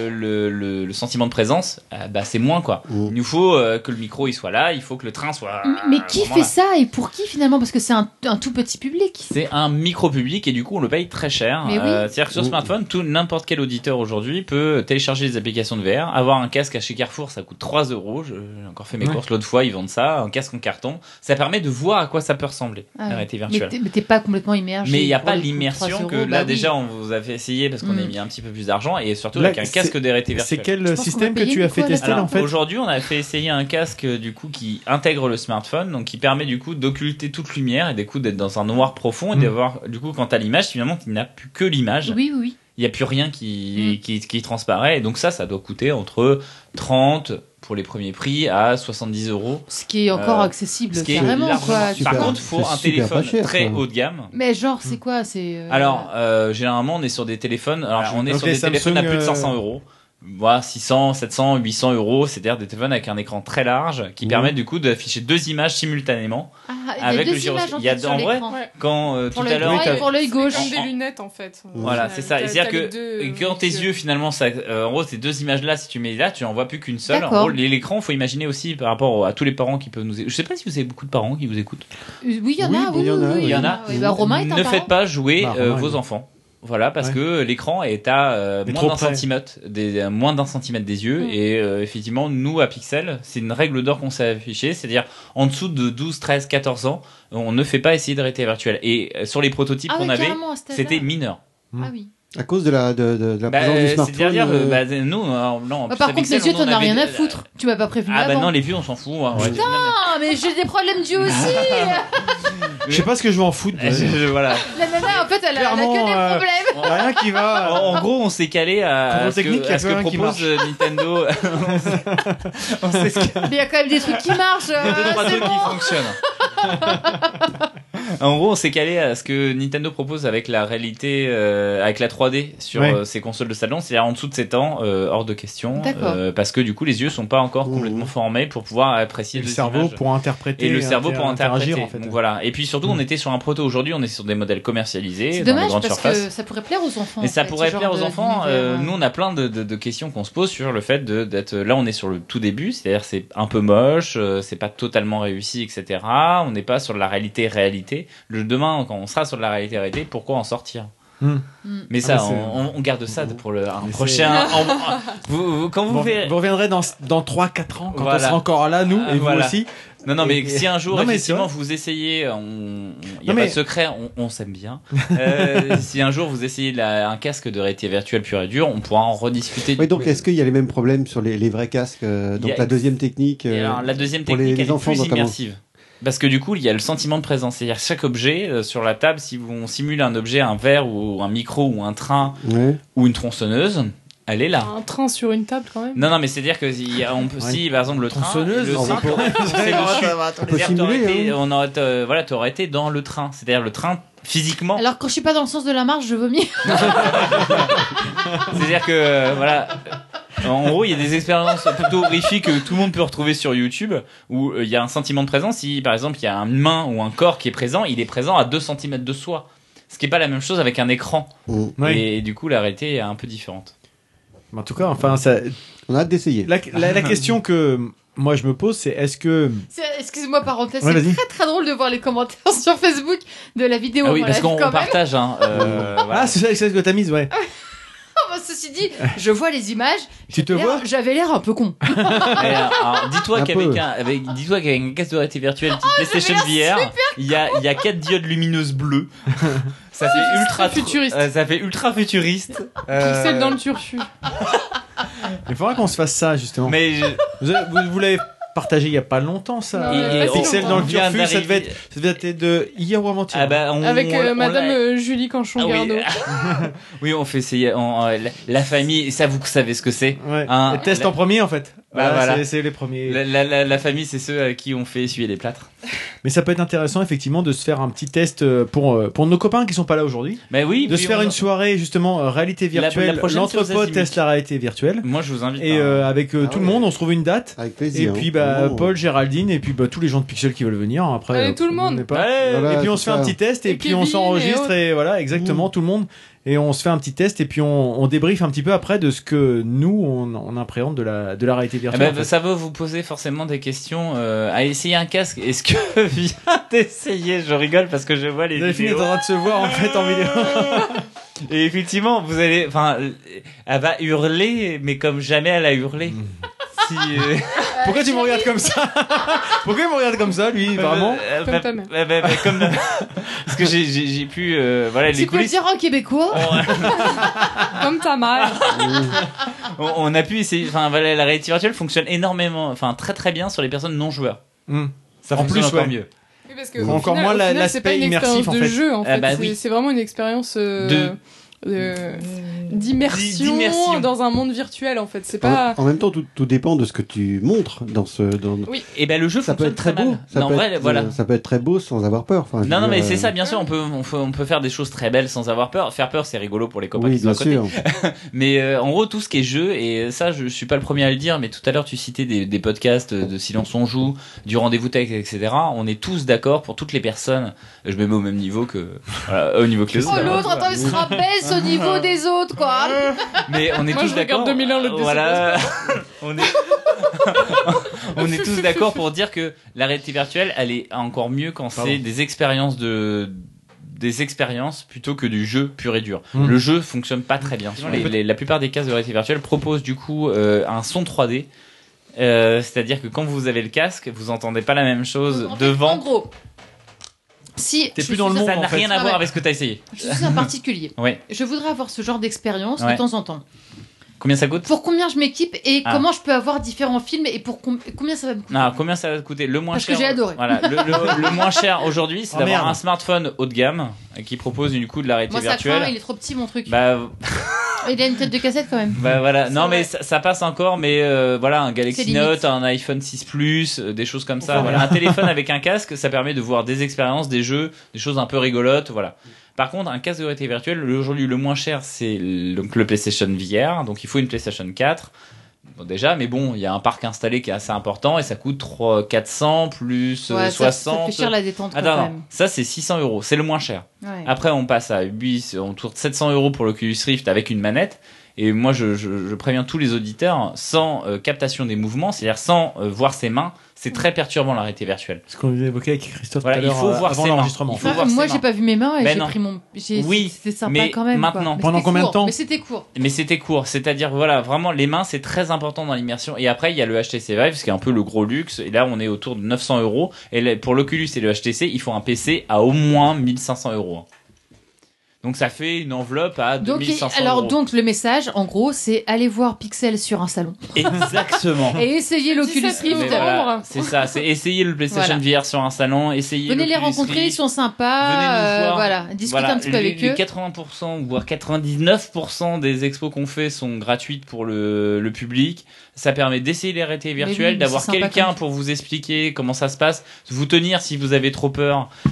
le sentiment de présence, bah, c'est moins quoi. Il nous faut que le micro il soit là, il faut que le train soit. Mais qui fait ça et pour qui finalement? Parce que c'est un tout petit public. C'est un micro public et du coup on le paye très cher. Mais oui. C'est-à-dire que sur smartphone, n'importe quel auditeur aujourd'hui peut télécharger des applications de VR, avoir un casque à chez Carrefour, ça coûte 3 €. J'ai encore fait mes courses l'autre fois, ils vendent ça, un casque en carton. Ça permet de voir à quoi ça peut ressembler, la réalité virtuelle. Mais t'es pas complètement immergé. Mais il n'y a pour pas le coup, l'immersion 3 que €, là bah déjà oui. on vous a fait essayer parce qu'on a mis un petit peu plus d'argent et surtout Là, avec un casque de réalité virtuelle. C'est quel système que tu as fait tester là, en fait? Aujourd'hui, on a fait essayer un casque du coup qui intègre le smartphone, donc qui permet du coup d'occulter toute lumière et du coup d'être dans un noir profond et d'avoir du coup quand t'as l'image finalement tu n'as plus que l'image. Oui. Il n'y a plus rien qui transparaît et donc ça doit coûter entre 30 pour les premiers prix à 70 €. Ce qui est encore accessible, ce qui est carrément quoi. Par contre, il faut un téléphone très haut de gamme. Mais genre, c'est quoi? C'est. Alors, généralement, on est sur des téléphones. Alors, on est donc sur les des téléphones à plus de Samsung, 500 €. Voilà, 600, 700, 800 €. C'est-à-dire des téléphones avec un écran très large qui permettent du coup d'afficher 2 images simultanément. Ah, il y a avec 2 le gyroscope. images en Il y a fait sur en vrai, l'écran. quand tout à l'heure. Pour l'œil gauche. Comme des lunettes en fait. Voilà, c'est ça. C'est-à-dire que quand tes yeux finalement, ça, en gros, ces 2 images-là, si tu mets là, tu en vois plus qu'une seule. En D'accord. gros, l'écran, faut imaginer aussi par rapport à tous les parents qui peuvent nous. Je sais pas si vous avez beaucoup de parents qui vous écoutent. Oui, il y en a. Oui, il y en a. Il y en a. Oui, bah, Romain est un Ne parent. faites pas jouer Romain, vos oui. enfants. Voilà, parce Ouais. que l'écran est à Mais moins trop d'un près. centimètre, moins d'un centimètre des yeux. Et effectivement, nous, à Pixel, c'est une règle d'or qu'on s'est affichée. C'est-à-dire, en dessous de 12, 13, 14 ans, on ne fait pas essayer de réalité virtuelle. Et sur les prototypes Ah qu'on oui, avait, carrément, à cet âge-là. c'était mineur. Ah oui. À cause de la présence du smartphone. C'est-à-dire, nous, non. Bah, par contre, les yeux, t'en as rien à foutre. Tu m'as pas prévenu Ah bah avant. non, les vues, on s'en fout. Hein. Ouais, Putain, mais j'ai des problèmes d'yeux aussi. Je sais pas ce que je vais en foutre. Voilà. La nana, en fait, elle a que Clairement, des problèmes. Rien qui va. En gros, on s'est calé à Pour ce technique, il y a à ce plus que rien qui propose Nintendo. On sait ce que- Mais il y a quand même des trucs qui marchent. Il y a 2-3 c'est trucs bon. qui fonctionnent. En gros, on s'est calé à ce que Nintendo propose avec la réalité, avec la 3D sur Ouais. ses consoles de salon. C'est-à-dire en dessous de 7 ans, hors de question. D'accord. Parce que du coup, les yeux sont pas encore complètement formés pour pouvoir apprécier Et le deux cerveau images. pour interpréter. Et le cerveau pour interagir, interagir en fait. Donc voilà. Et puis surtout, on était sur un proto. Aujourd'hui, on est sur des modèles commercialisés C'est dans les dommage grandes parce surfaces. que ça pourrait plaire aux enfants. Et en ça fait, pourrait ce plaire genre aux enfants. d'univers. Nous, on a plein de questions qu'on se pose sur le fait d'être. Là, on est sur le tout début, c'est-à-dire c'est un peu moche, c'est pas totalement réussi, etc. On n'est pas sur de la réalité. Demain, quand on sera sur de la réalité, pourquoi en sortir? Mais ça, Ah, mais on garde ça pour un Mais prochain. Quand vous verrez. Vous reviendrez dans 3-4 ans quand Voilà. on sera encore là, nous, et Voilà. vous aussi. Non, mais Et- si un jour, Non, mais effectivement, c'est vous essayez, il n'y a Non, pas mais- de secret, on s'aime bien. Si un jour vous essayez un casque de réalité virtuelle pure et dure, on pourra en rediscuter. Oui, donc est-ce qu'il y a les mêmes problèmes sur les vrais casques Il y Donc a- la deuxième technique. Et alors, la deuxième pour technique, les elle enfants, est plus notamment. immersive. Parce que du coup, il y a le sentiment de présence. C'est-à-dire chaque objet sur la table, si on simule un objet, un verre ou un micro ou un train Ouais. ou une tronçonneuse, elle est là. Un train sur une table quand même. Non, mais c'est-à-dire que on peut, si par exemple le train, Tronçonneuse, le on train, peut- on sait Attends, dessus. attends, on peut C'est-à-dire que t'aurais simuler, été- hein. on aurait, voilà, t'aurais été dans le train. C'est-à-dire le train physiquement. Alors quand je suis pas dans le sens de la marche, je vomis. C'est-à-dire que voilà. En gros, il y a des expériences plutôt horrifiques que tout le monde peut retrouver sur YouTube, où il y a un sentiment de présence. Si, par exemple, il y a une main ou un corps qui est présent, il est présent à 2 cm de soi. Ce qui n'est pas la même chose avec un écran. Et du coup, la réalité est un peu différente. En tout cas, enfin, ça... on a hâte d'essayer. La question que moi je me pose, c'est est-ce que... Excusez-moi, parenthèse, Ouais, c'est vas-y. très très drôle de voir les commentaires sur Facebook de la vidéo. Ah oui, en parce live, qu'on quand même. partage. Hein, voilà. Ah, c'est ça que t'as mise, ouais. Bah, ceci dit, je vois les images. Tu te vois J'avais l'air un peu con. Mais, alors, dis-toi Un qu'avec peu. dis-toi qu'avec une casque de réalité virtuelle type PlayStation VR, il y a 4 diodes lumineuses bleues. Ça fait ultra futuriste. Ça fait ultra futuriste. Pixel dans le turfu. Il faudra qu'on se fasse ça, justement. Mais Vous l'avez partagé il y a pas longtemps, ça. Non, il y a pas si Pixel longtemps. dans le On vient turfu, ça devait d'arriver. être de hier ou avant-hier. Ah bah, Avec on Madame l'a- Julie Ah oui. Canchon-Gardeau. Oui, on fait essayer la famille. Ça, vous savez ce que c'est. Ouais. Hein, Et test la- en premier, en fait. Bah, voilà. C'est les premiers. La famille, c'est ceux à qui on fait essuyer les plâtres. Mais ça peut être intéressant, effectivement, de se faire un petit test pour nos copains qui sont pas là aujourd'hui. Bah oui. De puis se faire on- une soirée, justement, réalité La virtuelle. prochaine, c'est aux L'entrepôt Azimuts. teste la réalité virtuelle. Moi, je vous invite. Et à- avec tout le monde, on se trouve une date. Avec Et plaisir. puis, hein. Vraiment, Paul, Géraldine, et puis tous les gens de Pixel qui veulent venir. Après, Allez, tout le monde. on n'est pas- Ouais, Voilà, et puis on se c'est fait un ça. petit test, et Et puis on Kevin s'enregistre, et autres. et voilà, exactement, tout le monde. Et on se fait un petit test, et puis on débriefe un petit peu après de ce que nous, on appréhende de la réalité Ah virtuelle. bah, en fait. ça va vous poser forcément des questions à essayer un casque. Est-ce que vient d'essayer? Je rigole parce que je vois les Delphine est en vidéos. train de se voir, en fait, en vidéo. Et effectivement, vous allez, enfin, elle va hurler, mais comme jamais elle a hurlé. Si, Pourquoi tu me regardes comme ça? Pourquoi il me regarde comme ça, lui, vraiment? Comme ta mère. Comme parce que j'ai pu, voilà, les Tu peux le coulisses. dire en québécois. Comme ta mère. On a pu essayer. Enfin, voilà, la réalité virtuelle fonctionne énormément, enfin très très bien sur les personnes non joueurs. Ça En fonctionne plus, encore ouais. mieux. Oui, parce que Encore au final, moins au final, c'est pas l'aspect une immersif, expérience en de fait. jeu en Ah fait. bah C'est oui. c'est vraiment une expérience d'immersion D'immersion. dans un monde virtuel en fait. C'est pas. En même temps, tout dépend de ce que tu montres dans ce. Oui. Et ben le jeu Ça peut fonctionne être très beau. mal. Ça Non, peut vrai, être, voilà. ça peut être très beau sans avoir peur. Enfin, je Non, veux non, mais dire, c'est ça, bien sûr, on peut faire des choses très belles sans avoir peur. Faire peur, c'est rigolo pour les copains Oui, qui sont à bien côté. sûr. Mais en gros, tout ce qui est jeu, et ça, je suis pas le premier à le dire, mais tout à l'heure, tu citais des podcasts de Silence on joue, du Rendez-vous Tech, etc. On est tous d'accord pour toutes les personnes. Je me mets au même niveau que, voilà, au niveau que les Oh, autres. l'autre, attends, il se rabaisse au niveau des autres, quoi. Mais on est Moi, tous je d'accord. regarde 2001, l'autre de Voilà. on est, on est tous d'accord pour dire que la réalité virtuelle, elle est encore mieux quand c'est des expériences plutôt que du jeu pur et dur. Le jeu fonctionne pas très bien. La plupart des casques de réalité virtuelle proposent du coup un son 3D. C'est-à-dire que quand vous avez le casque, vous entendez pas la même chose En fait, devant. En gros, si T'es je plus dans suis le monde, Ça n'a en fait. rien à Ah voir ouais. avec ce que t'as essayé. Je suis un particulier. Ouais. Je voudrais avoir ce genre d'expérience Ouais. de temps en temps. Combien ça coûte? Pour combien je m'équipe et Ah. comment je peux avoir différents films et pour combien ça va me coûter. Alors, combien ça va te coûter? Le moins Parce que cher. j'ai adoré. Voilà, le moins cher aujourd'hui, c'est Oh, d'avoir merde. un smartphone haut de gamme qui propose du coup de la réalité Moi, ça virtuelle. craint, il est trop petit mon truc. Bah, Il a une tête de cassette quand même. bah voilà. Non, vrai. mais ça passe encore, mais voilà, un C'est Galaxy limite. Note, un iPhone 6 Plus, des choses comme ça. Enfin, Voilà, un téléphone avec un casque, ça permet de voir des expériences, des jeux, des choses un peu rigolotes, voilà. Par contre, un casque de réalité virtuelle, aujourd'hui le moins cher, c'est donc le PlayStation VR, donc il faut une PlayStation 4. Bon, déjà, mais bon, il y a un parc installé qui est assez important et ça coûte 400 plus Ouais, 60. ça fait cher la détente Attends, quand non, même. ça c'est 600 €, c'est le moins cher. Ouais. Après, on passe à autour de 700 € pour l'Oculus Rift avec une manette. Et moi, je préviens tous les auditeurs, sans captation des mouvements, c'est-à-dire sans voir ses mains, c'est très perturbant la réalité virtuelle. Ce qu'on évoquait avec Christophe Voilà, tout à l'heure, il faut voir avant ses mains. l'enregistrement. Il faut voir Moi, ses j'ai mains. pas vu mes mains et Ben j'ai non. pris mon. Oui, c'était sympa mais quand même. maintenant. quoi. Mais Pendant c'était combien de court, temps Mais c'était court. Mais c'était court, c'est-à-dire voilà, vraiment les mains c'est très important dans l'immersion. Et après il y a le HTC Vive, ce qui est un peu le gros luxe. Et là on est autour de 900 €. Et pour l'Oculus et le HTC, il faut un PC à au moins 1500 €. Donc ça fait une enveloppe à Donc, 2500 alors, €. donc, le message, en gros, c'est aller voir Pixel sur un salon. Exactement. Et essayer l'Oculus 17 Rift. Mais voilà, c'est ça, c'est essayer le PlayStation VR sur un salon, essayer Venez les l'Oculus rencontrer, ils Rift. sont sympas. Venez nous voir. Voilà, discutez Voilà, un petit peu avec les eux. 80%, voire 99% des expos qu'on fait sont gratuites pour le public. Ça permet d'essayer les réalités Mais virtuelles, oui, d'avoir c'est sympa quelqu'un comme- pour vous expliquer comment ça se passe, vous tenir si vous avez trop peur.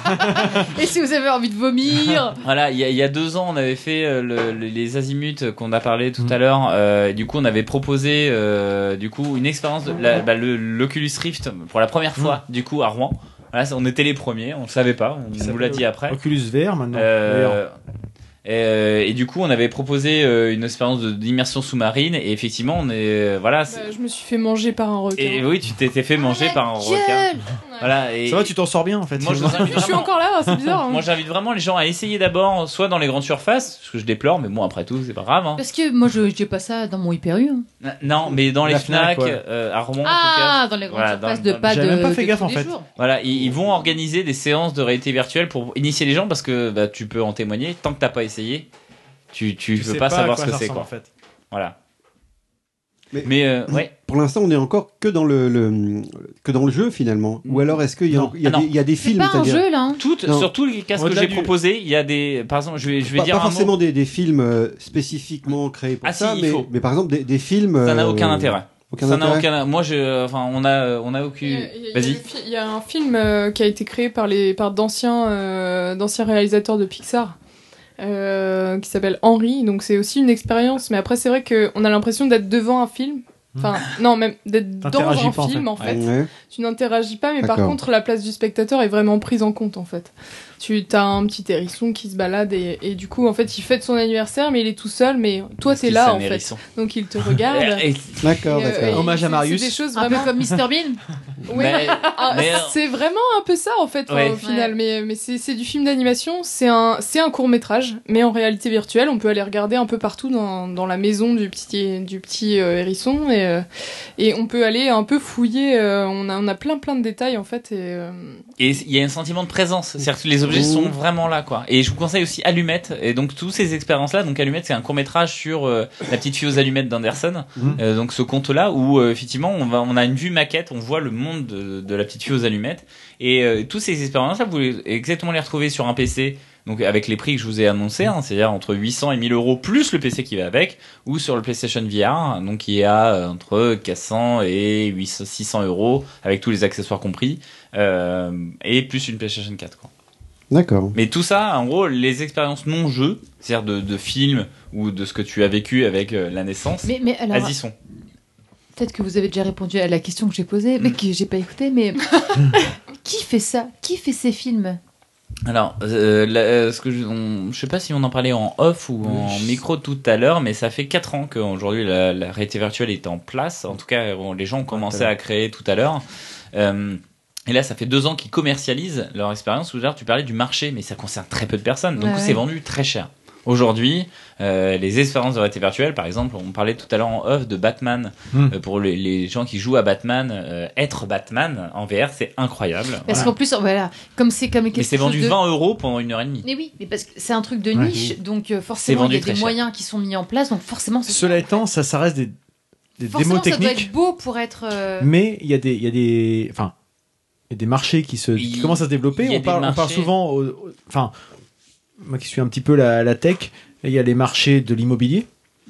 Et si vous avez envie de vomir. Voilà, il y a 2 ans, on avait fait les azimuts qu'on a parlé tout à l'heure. Du coup, on avait proposé une expérience de l'Oculus Rift pour la première fois, du coup, à Rouen. Voilà, on était les premiers, on le savait pas, on nous l'a dit après. Oculus VR maintenant. Et du coup, on avait proposé une expérience d'immersion sous-marine et effectivement, on est je me suis fait manger par un requin. Et oui, tu t'étais fait manger par un requin. Voilà. Et ça va, tu t'en sors bien en fait. Moi, je suis encore là, c'est bizarre. Hein. Moi, j'invite vraiment les gens à essayer d'abord, soit dans les grandes surfaces, ce que je déplore, mais bon, après tout, c'est pas grave. Hein. Parce que moi, j'ai pas ça dans mon Hyper U. Hein. Non, mais dans les Fnac, à Rouen, en tout cas. Dans les grandes surfaces de J'avais même pas fait gaffe en fait. Voilà, ils vont organiser des séances de réalité virtuelle pour initier les gens parce que tu peux en témoigner. Tant que t'as pas essayé, tu peux pas savoir ce que c'est, quoi. En fait. Voilà. Mais ouais. Pour l'instant, on est encore que dans le jeu finalement. Ou alors est-ce qu'il y a des films? C'est pas un jeu là. Sur tous les casques que j'ai proposés, il y a des. Par exemple, je vais dire pas un forcément mot. des films spécifiquement créés pour ça, mais par exemple des films. Ça n'a aucun intérêt. Ça n'a aucun. Moi, on a aucune. Vas-y. Il y a un film qui a été créé par d'anciens réalisateurs de Pixar. Qui s'appelle Henry, donc c'est aussi une expérience, mais après c'est vrai qu'on a l'impression d'être devant un film, non, même d'être dans un film en fait. Ouais. Tu n'interagis pas, mais par contre la place du spectateur est vraiment prise en compte en fait. Tu as un petit hérisson qui se balade et du coup en fait il fête son anniversaire, mais il est tout seul, mais toi t'es là en fait, donc il te regarde. D'accord. Hommage à Marius. C'est des choses vraiment... un peu comme Mr Bean. Oui, c'est vraiment un peu ça en fait au final, mais c'est du film d'animation, c'est un court-métrage, mais en réalité virtuelle, on peut aller regarder un peu partout dans la maison du petit hérisson et on peut aller un peu fouiller, on a plein de détails en fait et il y a un sentiment de présence, c'est-à-dire que les objets sont vraiment là quoi. Et je vous conseille aussi Allumette, et donc toutes ces expériences là, donc Allumette c'est un court-métrage sur la petite fille aux allumettes d'Anderson, donc ce conte là où effectivement on a une vue maquette, on voit le monde de la petite fille aux allumettes, et toutes ces expériences là vous pouvez exactement les retrouver sur un PC, donc avec les prix que je vous ai annoncés, c'est-à-dire entre 800 et 1000 euros plus le PC qui va avec, ou sur le PlayStation VR, donc qui est à entre 400 et 600 euros avec tous les accessoires compris, et plus une PlayStation 4 quoi. D'accord. Mais tout ça, en gros, les expériences non-jeux, c'est-à-dire de films ou de ce que tu as vécu avec la naissance, mais alors, elles y sont. Peut-être que vous avez déjà répondu à la question que j'ai posée, mais que j'ai pas écouté, mais qui fait ça? Qui fait ces films? Alors, je sais pas si on en parlait en off ou en micro tout à l'heure, mais ça fait 4 ans qu'aujourd'hui la réalité virtuelle est en place. En tout cas, les gens ont commencé à créer tout à l'heure. Et là, ça fait 2 ans qu'ils commercialisent leur expérience. Tu parlais du marché, mais ça concerne très peu de personnes. Donc, c'est vendu très cher. Aujourd'hui, les expériences de réalité virtuelle, par exemple, on parlait tout à l'heure en off de Batman. Pour les gens qui jouent à Batman, être Batman en VR, c'est incroyable. Parce qu'en plus, comme c'est comme mais c'est vendu 20 euros pendant 1h30. Mais oui, mais parce que c'est un truc de niche, donc forcément, il y a des moyens qui sont mis en place, donc forcément... Cela étant, ça reste des démos techniques. Ça doit être beau pour être... Mais il y a des marchés qui commencent à se développer. On parle souvent... moi qui suis un petit peu la tech, il y a les marchés de l'immobilier.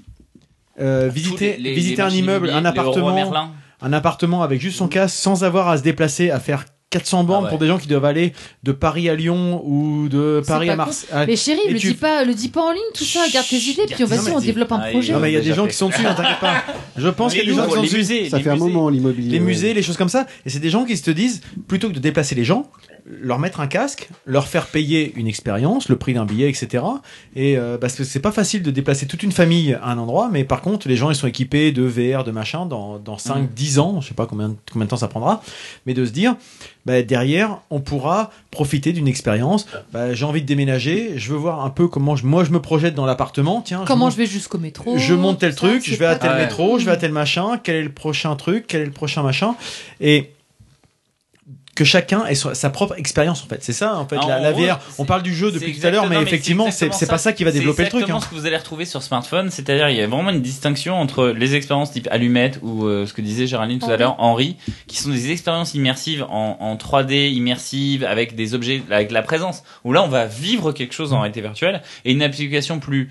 Visiter un immeuble, un appartement avec juste son casque, sans avoir à se déplacer, à faire 400 bornes pour des gens qui doivent aller de Paris à Lyon ou de Paris à Marseille. Mais chérie, le dis pas en ligne, tout ça, garde tes idées, puis on développe un projet. Non mais il y a des gens qui sont dessus, t'inquiète pas. Je pense qu'il y a des gens qui sont dessus. Ça fait un moment l'immobilier. Les musées, les choses comme ça, et c'est des gens qui se disent, plutôt que de déplacer les gens, leur mettre un casque, leur faire payer une expérience, le prix d'un billet, etc. Et parce que c'est pas facile de déplacer toute une famille à un endroit, mais par contre les gens ils sont équipés de VR, de machin dans 5-10 ans, je sais pas combien de temps ça prendra, mais de se dire derrière on pourra profiter d'une expérience. J'ai envie de déménager, je veux voir un peu comment je me projette dans l'appartement. Tiens, je vais jusqu'au métro, je monte tel truc, je vais à tel métro, je vais à tel machin, quel est le prochain truc, quel est le prochain machin, et que chacun ait sa propre expérience en fait. C'est ça en fait la VR. On parle du jeu depuis tout à l'heure, mais effectivement c'est pas ça qui va développer le truc. C'est exactement ce que vous allez retrouver sur smartphone, c'est-à-dire il y a vraiment une distinction entre les expériences type Allumette ou ce que disait Géraldine tout à l'heure, Henri, qui sont des expériences immersives en 3D immersive avec des objets, avec la présence, où là on va vivre quelque chose en réalité virtuelle, et une application plus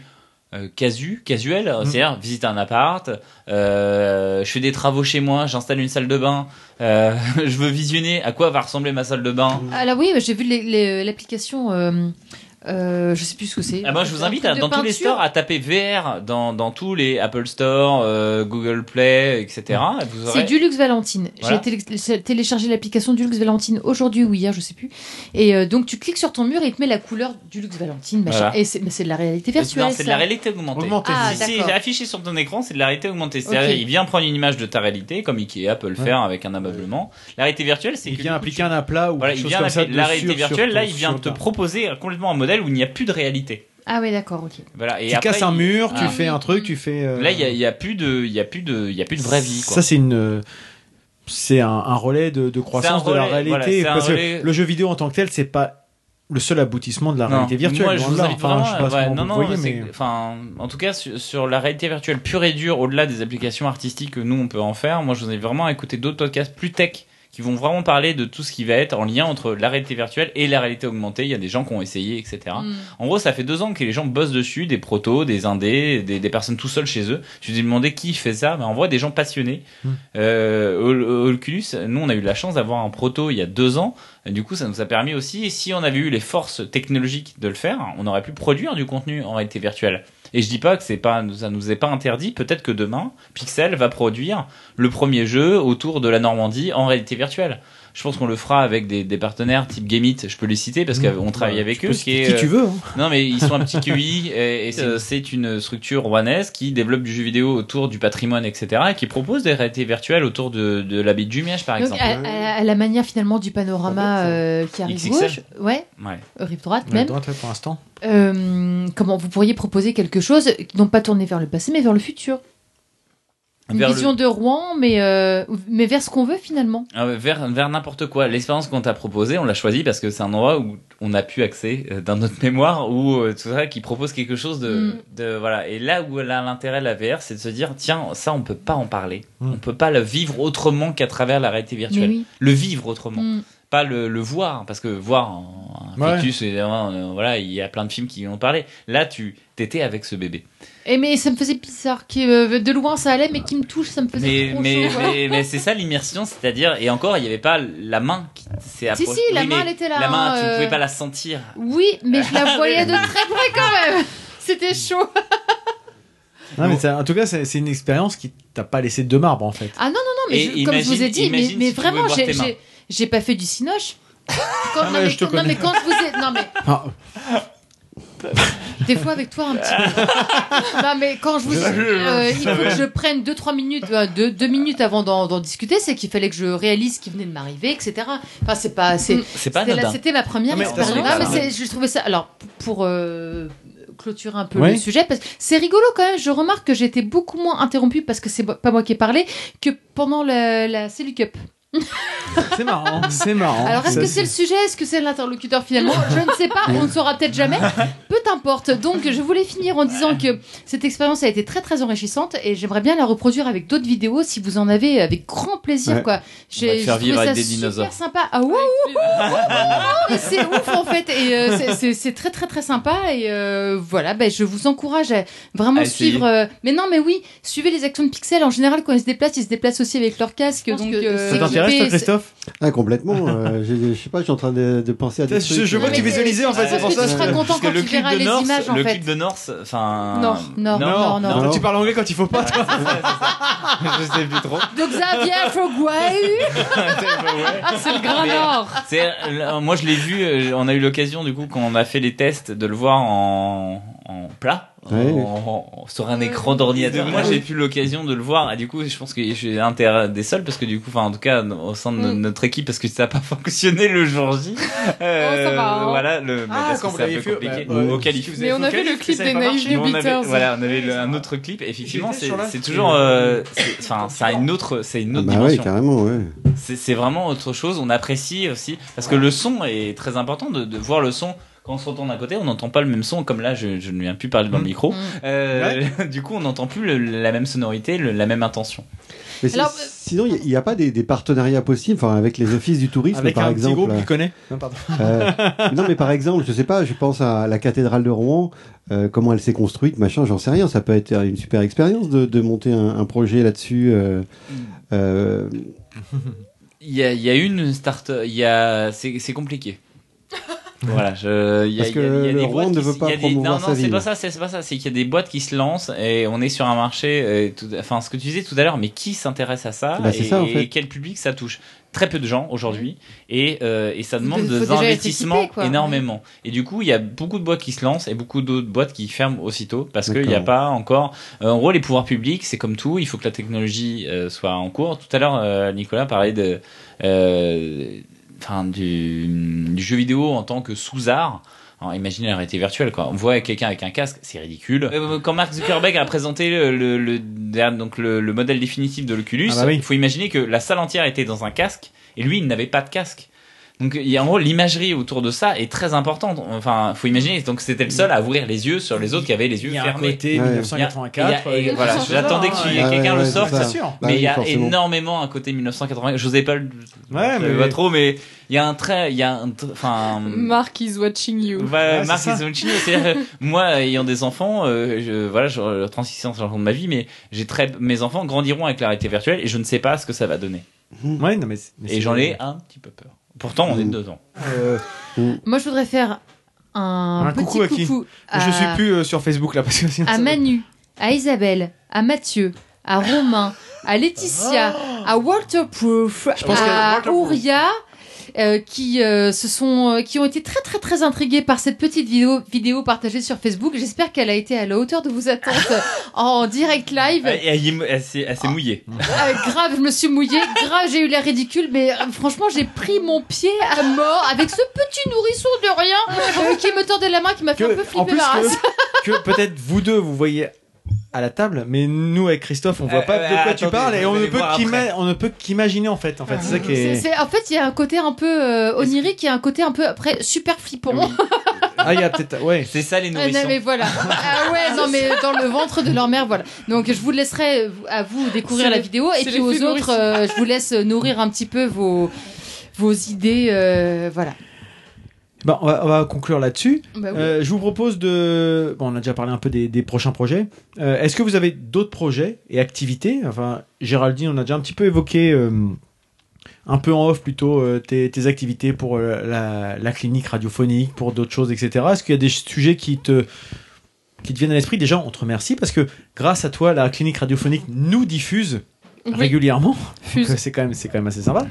casuel, c'est-à-dire visiter un appart, je fais des travaux chez moi, j'installe une salle de bain, je veux visionner à quoi va ressembler ma salle de bain. Ah là oui, j'ai vu l'application. Je sais plus ce que c'est. Moi je vous invite dans tous les stores à taper VR dans tous les Apple Store, Google Play, etc. Vous aurez... C'est Dulux Valentine. Voilà. J'ai téléchargé l'application Dulux Valentine aujourd'hui ou hier, je sais plus. Et donc tu cliques sur ton mur et il te met la couleur Dulux Valentine, machin. Voilà. Et c'est de la réalité virtuelle. Non, c'est de la réalité augmentée. Ah, c'est d'accord. affiché sur ton écran, c'est de la réalité augmentée. C'est-à-dire, Ok. il vient prendre une image de ta réalité, comme Ikea peut le faire avec un ameublement. La réalité virtuelle, c'est Il que vient appliquer un aplat ou voilà, quelque il chose vient comme ça. la réalité virtuelle. Là, il vient sur te ta- proposer complètement un modèle où il n'y a plus de réalité. Ah ouais, d'accord, ok. Voilà. Et Tu après, casses un mur, tu Ah. fais un truc, tu fais. Là, il y a plus de vraie vie, quoi. Ça, c'est un relais de croissance C'est un de la relais, réalité. voilà, c'est un parce relais- que le jeu vidéo en tant que tel, c'est pas le seul aboutissement de la Non. réalité virtuelle. Moi, je loin vous de là. invite Enfin, vraiment. je sais pas comment Non, vous non, voyez, c'est- mais enfin, en tout cas, sur la réalité virtuelle pure et dure, au-delà des applications artistiques que nous on peut en faire, moi, je vous invite vraiment à écouter d'autres podcasts plus tech qui vont vraiment parler de tout ce qui va être en lien entre la réalité virtuelle et la réalité augmentée. Il y a des gens qui ont essayé, etc. En gros, ça fait 2 ans que les gens bossent dessus, des protos, des indés, des personnes tout seuls chez eux. Je me suis demandé qui fait ça, mais en vrai, des gens passionnés. Oculus, nous, on a eu la chance d'avoir un proto il y a 2 ans. Et du coup, ça nous a permis aussi, si on avait eu les forces technologiques de le faire, on aurait pu produire du contenu en réalité virtuelle. Et je dis pas que ça nous est pas interdit. Peut-être que demain, Pixel va produire le premier jeu autour de la Normandie en réalité virtuelle. Je pense qu'on le fera avec des partenaires type Gameit, je peux les citer parce qu'on travaille avec eux. Qui tu veux. Hein. Non, mais ils sont un petit QI et c'est une structure rouennaise qui développe du jeu vidéo autour du patrimoine, etc. et qui propose des réalités virtuelles autour de la baie de Jumièges, par Donc, exemple. à la manière finalement du panorama qui arrive XXL. gauche, ouais, Ouais. rive droite Ouais, même. droite, ouais, pour l'instant. Comment vous pourriez proposer quelque chose non pas tourné vers le passé mais vers le futur. Une Vers vision de Rouen, mais vers ce qu'on veut finalement. Vers n'importe quoi. L'expérience qu'on t'a proposée, on l'a choisie parce que c'est un endroit où on a pu accéder dans notre mémoire, où tout ça, qui propose quelque chose de voilà. Et là où elle a l'intérêt de la VR, c'est de se dire tiens, ça on peut pas en parler, on peut pas le vivre autrement qu'à travers la réalité virtuelle. Oui. Le vivre autrement. Pas le voir, parce que voir un fœtus, voilà, il y a plein de films qui en ont parlé. Là, t'étais avec ce bébé. Mais ça me faisait bizarre, de loin ça allait, mais qui me touche, ça me faisait trop chaud. Mais c'est ça l'immersion, c'est-à-dire, et encore, il n'y avait pas la main qui s'est approchée. Si, la main, elle était là. La main, hein, tu ne pouvais pas la sentir. Oui, mais je la voyais de très près quand même. C'était chaud. Non, mais en tout cas, c'est une expérience qui t'a pas laissé de marbre en fait. Ah non, mais comme je vous ai dit, mais vraiment, j'ai pas fait du cinoche. Mais quand je vous ai. Non, mais. Des fois avec toi un petit peu. Non mais quand je vous dis il faut que je prenne 2-3 minutes, 2 minutes avant d'en discuter, c'est qu'il fallait que je réalise ce qui venait de m'arriver, etc. Enfin c'était ma première expérience. Mais je trouvais ça. Alors pour clôturer un peu le sujet, parce que c'est rigolo quand même. Je remarque que j'ai été beaucoup moins interrompue parce que c'est pas moi qui ai parlé que pendant la Célu Cup. C'est marrant, c'est marrant. Alors, est-ce que c'est le sujet? Est-ce que c'est l'interlocuteur finalement? Je ne sais pas, on ne saura peut-être jamais. Peu importe. Donc, je voulais finir en disant que cette expérience a été très très enrichissante et j'aimerais bien la reproduire avec d'autres vidéos si vous en avez, avec grand plaisir. Quoi. J'ai faire vivre avec des super dinosaures. Sympa. Ah ouais, c'est ouf en fait et c'est très très très sympa et voilà, je vous encourage à vraiment suivre. Mais non, mais oui, suivez les actions de Pixel. En général, quand ils se déplacent aussi avec leur casque. Donc, ça t'intéresse, toi, Christophe? Ah, complètement. Je sais pas, je suis en train de penser à des trucs. Je vois que tu visualisais en fait, c'est pour ça. Tu seras content quand tu verras les images en fait. Le clip de North, enfin. Non. Tu parles anglais quand il faut pas, toi. Je sais plus trop. De Xavier Fogway. C'est le Grand Nord. Moi, je l'ai vu. On a eu l'occasion du coup quand on a fait les tests de le voir en plat. Sur un écran d'ordinateur. Moi, j'ai eu l'occasion de le voir. Et du coup, je pense que je suis un des seuls parce que du coup, en tout cas, au sein de notre équipe, parce que ça n'a pas fonctionné le jour J. Ça va, hein. Voilà, parce que c'est un peu compliqué. Au qualif. Mais on avait le clip des Naive Beaters. Voilà, on avait un autre clip. Effectivement, c'est toujours, ça a une autre dimension. Oui, carrément, ouais. C'est vraiment autre chose. On apprécie aussi parce que le son est très important de voir le son Quand on se retourne à côté, on n'entend pas le même son, comme là, je ne viens plus parler dans le micro. Du coup, on n'entend plus la même sonorité, la même intention. Mais sinon, il n'y a pas des partenariats possibles, avec les offices du tourisme, avec par un exemple. Petit groupe qui connaît. Non, pardon. Non, mais par exemple, je sais pas, je pense à la cathédrale de Rouen, comment elle s'est construite, machin, j'en sais rien. Ça peut être une super expérience de monter un projet là-dessus. Il y a une start-up, c'est compliqué. Voilà, Parce que le Rouen ne veut pas promouvoir sa ville. Non, c'est pas ça. C'est qu'il y a des boîtes qui se lancent et on est sur un marché. Ce que tu disais tout à l'heure, mais qui s'intéresse à ça c'est ça, en fait. Et quel public ça touche? Très peu de gens aujourd'hui et ça demande des investissements énormément. Et du coup, il y a beaucoup de boîtes qui se lancent et beaucoup d'autres boîtes qui ferment aussitôt parce qu'il n'y a pas encore. En gros, les pouvoirs publics, c'est comme tout. Il faut que la technologie soit en cours. Tout à l'heure, Nicolas parlait du jeu vidéo en tant que sous-art. Alors, imaginez la réalité virtuelle, quoi. On voit quelqu'un avec un casque, c'est ridicule. Quand Mark Zuckerberg a présenté le modèle définitif de l'Oculus, il faut imaginer que la salle entière était dans un casque et lui, il n'avait pas de casque. Donc, en gros, l'imagerie autour de ça est très importante. Enfin, faut imaginer. Donc, c'était le seul à ouvrir les yeux sur les autres qui avaient les yeux fermés. Il y a un côté 1984. Voilà, j'attendais que quelqu'un le sorte. C'est sûr. Mais il y a énormément un côté 1984. J'osais pas pas trop, mais il y a un trait, Mark is watching you. Mark is watching you. C'est-à-dire, moi, ayant des enfants, je transition sur de ma vie, mais mes enfants grandiront avec la réalité virtuelle et je ne sais pas ce que ça va donner. Ouais, non, mais et j'en ai un petit peu peur. Pourtant, on est dedans. Moi, je voudrais faire un petit coucou à qui je suis plus sur Facebook là parce que sinon à Manu, à Isabelle, à Mathieu, à Romain, à Laetitia, à Waterproof, à Ouria. Qui ont été très très très intrigués par cette petite vidéo partagée sur Facebook. J'espère qu'elle a été à la hauteur de vos attentes en direct live. Elle s'est mouillée. Grave, je me suis mouillée. Grave, j'ai eu l'air ridicule, mais franchement, j'ai pris mon pied à mort avec ce petit nourrisson de rien qui me tordait la main, qui m'a fait un peu flipper la race. Que peut-être vous deux vous voyez à la table, mais nous avec Christophe on voit pas de quoi tu parles et on ne peut qu'imaginer en fait. C'est ça qui est... En fait, il y a un côté un peu onirique, il y a un côté un peu après super flippant. Oui. Il y a peut-être c'est ça les nourrissons. Non mais voilà. Mais dans le ventre de leur mère, voilà. Donc je vous laisserai à vous découvrir la vidéo et puis aux autres je vous laisse nourrir un petit peu vos idées voilà. Bon, on va conclure là-dessus. Oui. Je vous propose on a déjà parlé un peu des prochains projets. Est-ce que vous avez d'autres projets et activités? Enfin, Géraldine, on a déjà un petit peu évoqué, un peu en off plutôt, tes activités pour la clinique radiophonique, pour d'autres choses, etc. Est-ce qu'il y a des sujets qui te viennent à l'esprit? Déjà, on te remercie parce que grâce à toi, la clinique radiophonique nous diffuse régulièrement. Donc, c'est quand même assez sympa.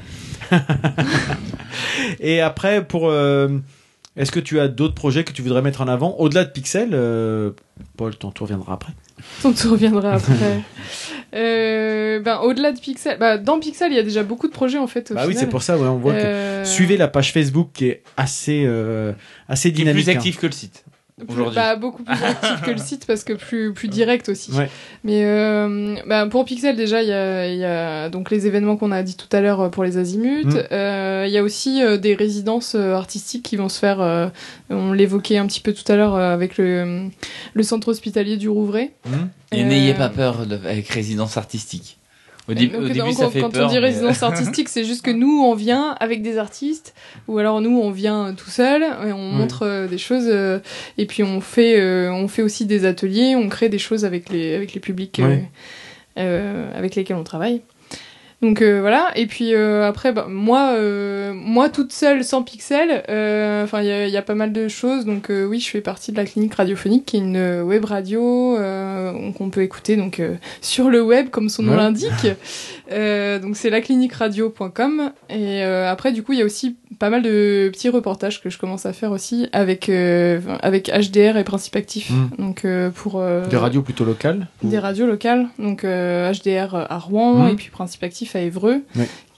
Et après, est-ce que tu as d'autres projets que tu voudrais mettre en avant au-delà de Pixel? Paul, ton tour viendra après. Ton tour viendra après. Au-delà de Pixel, dans Pixel, il y a déjà beaucoup de projets en fait. Au final. Oui, c'est pour ça. On voit que suivez la page Facebook qui est assez dynamique. Qui est plus active que le site. Aujourd'hui. Beaucoup plus actif que le site parce que plus direct aussi. Ouais. Mais pour Pixel déjà il y a donc les événements qu'on a dit tout à l'heure pour les Azimuts. Il y a aussi des résidences artistiques qui vont se faire. On l'évoquait un petit peu tout à l'heure avec le centre hospitalier du Rouvray. Et n'ayez pas peur avec résidence artistique. Au début, ça fait peur. Quand on dit résidence artistique, c'est juste que nous, on vient avec des artistes, ou alors nous, on vient tout seul, et on montre des choses, et puis on fait aussi des ateliers, on crée des choses avec les publics avec lesquels on travaille. Donc voilà, et puis après, moi toute seule sans Pixel, il y a pas mal de choses. Donc oui, je fais partie de la clinique radiophonique, qui est une web radio qu'on peut écouter donc sur le web, comme son nom l'indique. Donc c'est lacliniqueradio.com. Et après, du coup, il y a aussi pas mal de petits reportages que je commence à faire aussi avec HDR et Principe Actif. Donc pour des radios plutôt locales. Des radios locales. Donc HDR à Rouen et puis Principe Actif à Évreux.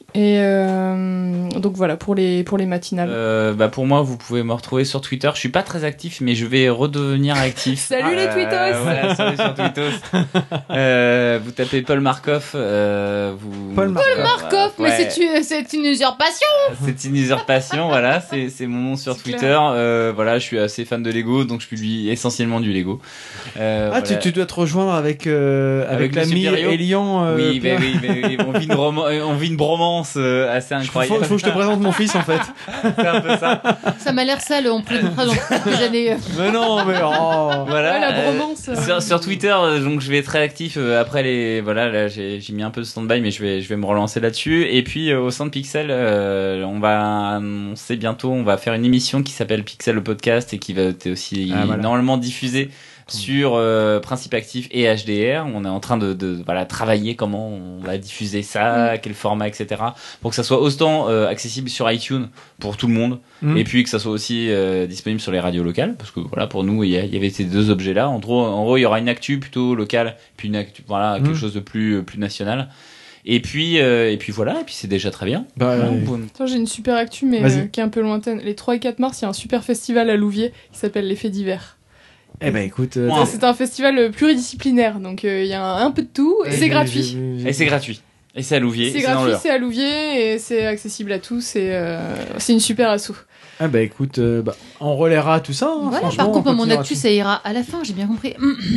Et donc voilà pour les matinales. Pour moi, vous pouvez me retrouver sur Twitter. Je suis pas très actif, mais je vais redevenir actif. Salut les tweetos. Voilà, salut sur tweetos. Vous tapez Paul Marcoff. Paul Marcoff, mais ouais. c'est une usurpation. C'est une usurpation, voilà. C'est mon nom sur Twitter. Voilà, je suis assez fan de Lego, donc je publie essentiellement du Lego. Voilà. Tu dois te rejoindre avec l'ami Elian. Oui, on vit une bromance assez incroyable. Faut que je te présente mon fils en fait. C'est un peu ça. Ça m'a l'air sale, on peut dans quelques années. Mais non, mais voilà. Ouais, la bromance. Sur Twitter, donc je vais être très actif après là j'ai mis un peu de stand-by, mais je vais me relancer là-dessus. Et puis au sein de Pixel, on va annoncer bientôt, on va faire une émission qui s'appelle Pixel le podcast et qui va être aussi normalement diffusée sur Principe Actif et HDR. On est en train de travailler comment on va diffuser ça, quel format, etc. pour que ça soit autant accessible sur iTunes pour tout le monde, et puis que ça soit aussi disponible sur les radios locales, parce que voilà, pour nous il y avait ces deux objets là. En gros il y aura une actu plutôt locale, puis une actu quelque chose de plus national. Et puis voilà, et puis c'est déjà très bien. Attends, j'ai une super actu, mais qui est un peu lointaine. Les 3 et 4 mars, il y a un super festival à Louviers qui s'appelle Les Faits divers. Eh ben écoute, c'est un festival pluridisciplinaire, donc il y a un peu de tout, et c'est gratuit. Et c'est gratuit. Et c'est à Louviers. C'est gratuit, c'est à Louviers, et c'est accessible à tous, et c'est une super asso. Ah bah écoute, on relaiera tout ça. Hein, voilà, par contre, mon actu, ça ira à la fin, j'ai bien compris.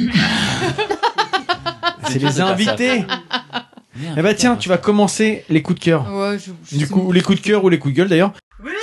C'est les invités. Eh bah tiens, tu vas commencer les coups de cœur. Ouais, du coup, les coups de cœur ou les coups de gueule d'ailleurs.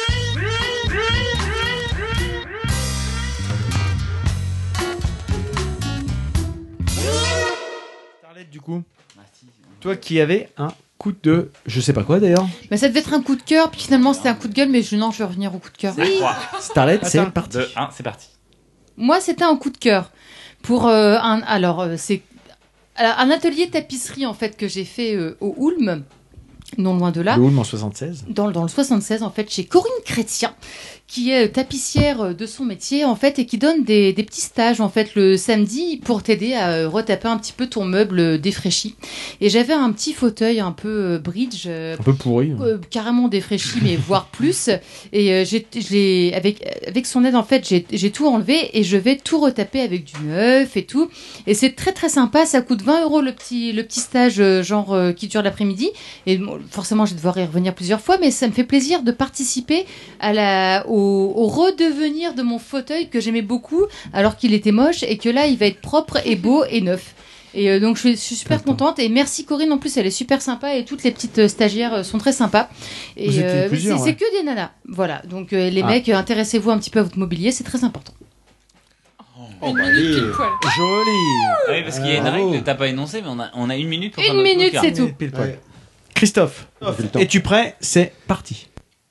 Starlet, du coup, toi qui avais un coup de je sais pas quoi d'ailleurs. Mais ça devait être un coup de cœur, puis finalement c'était un coup de gueule, mais je vais revenir au coup de cœur. Starlet, c'est parti. C'est parti. Moi, c'était un coup de cœur pour c'est un atelier tapisserie en fait que j'ai fait au Houlme, non loin de là. Le Houlme en 76. Dans le 76 en fait, chez Corinne Chrétien, qui est tapissière de son métier en fait et qui donne des petits stages en fait le samedi pour t'aider à retaper un petit peu ton meuble défraîchi. Et j'avais un petit fauteuil un peu bridge, un peu pourri, carrément défraîchi mais voire plus. Et avec son aide en fait, j'ai tout enlevé et je vais tout retaper avec du neuf et tout. Et c'est très très sympa. Ça coûte 20 € le petit stage qui dure l'après-midi. Et bon, forcément, je vais devoir y revenir plusieurs fois, mais ça me fait plaisir de participer au redevenir de mon fauteuil que j'aimais beaucoup alors qu'il était moche et que là il va être propre et beau et neuf. Et donc je suis super contente et merci Corinne, en plus elle est super sympa et toutes les petites stagiaires sont très sympas et c'est que des nanas, voilà, donc les mecs, intéressez-vous un petit peu à votre mobilier, c'est très important. Une minute pile poil. Joli. Oui, parce qu'il y a une règle que t'as pas énoncée, mais on a une minute pour faire une minute, c'est tout. Ouais. Christophe, es-tu prêt? C'est parti.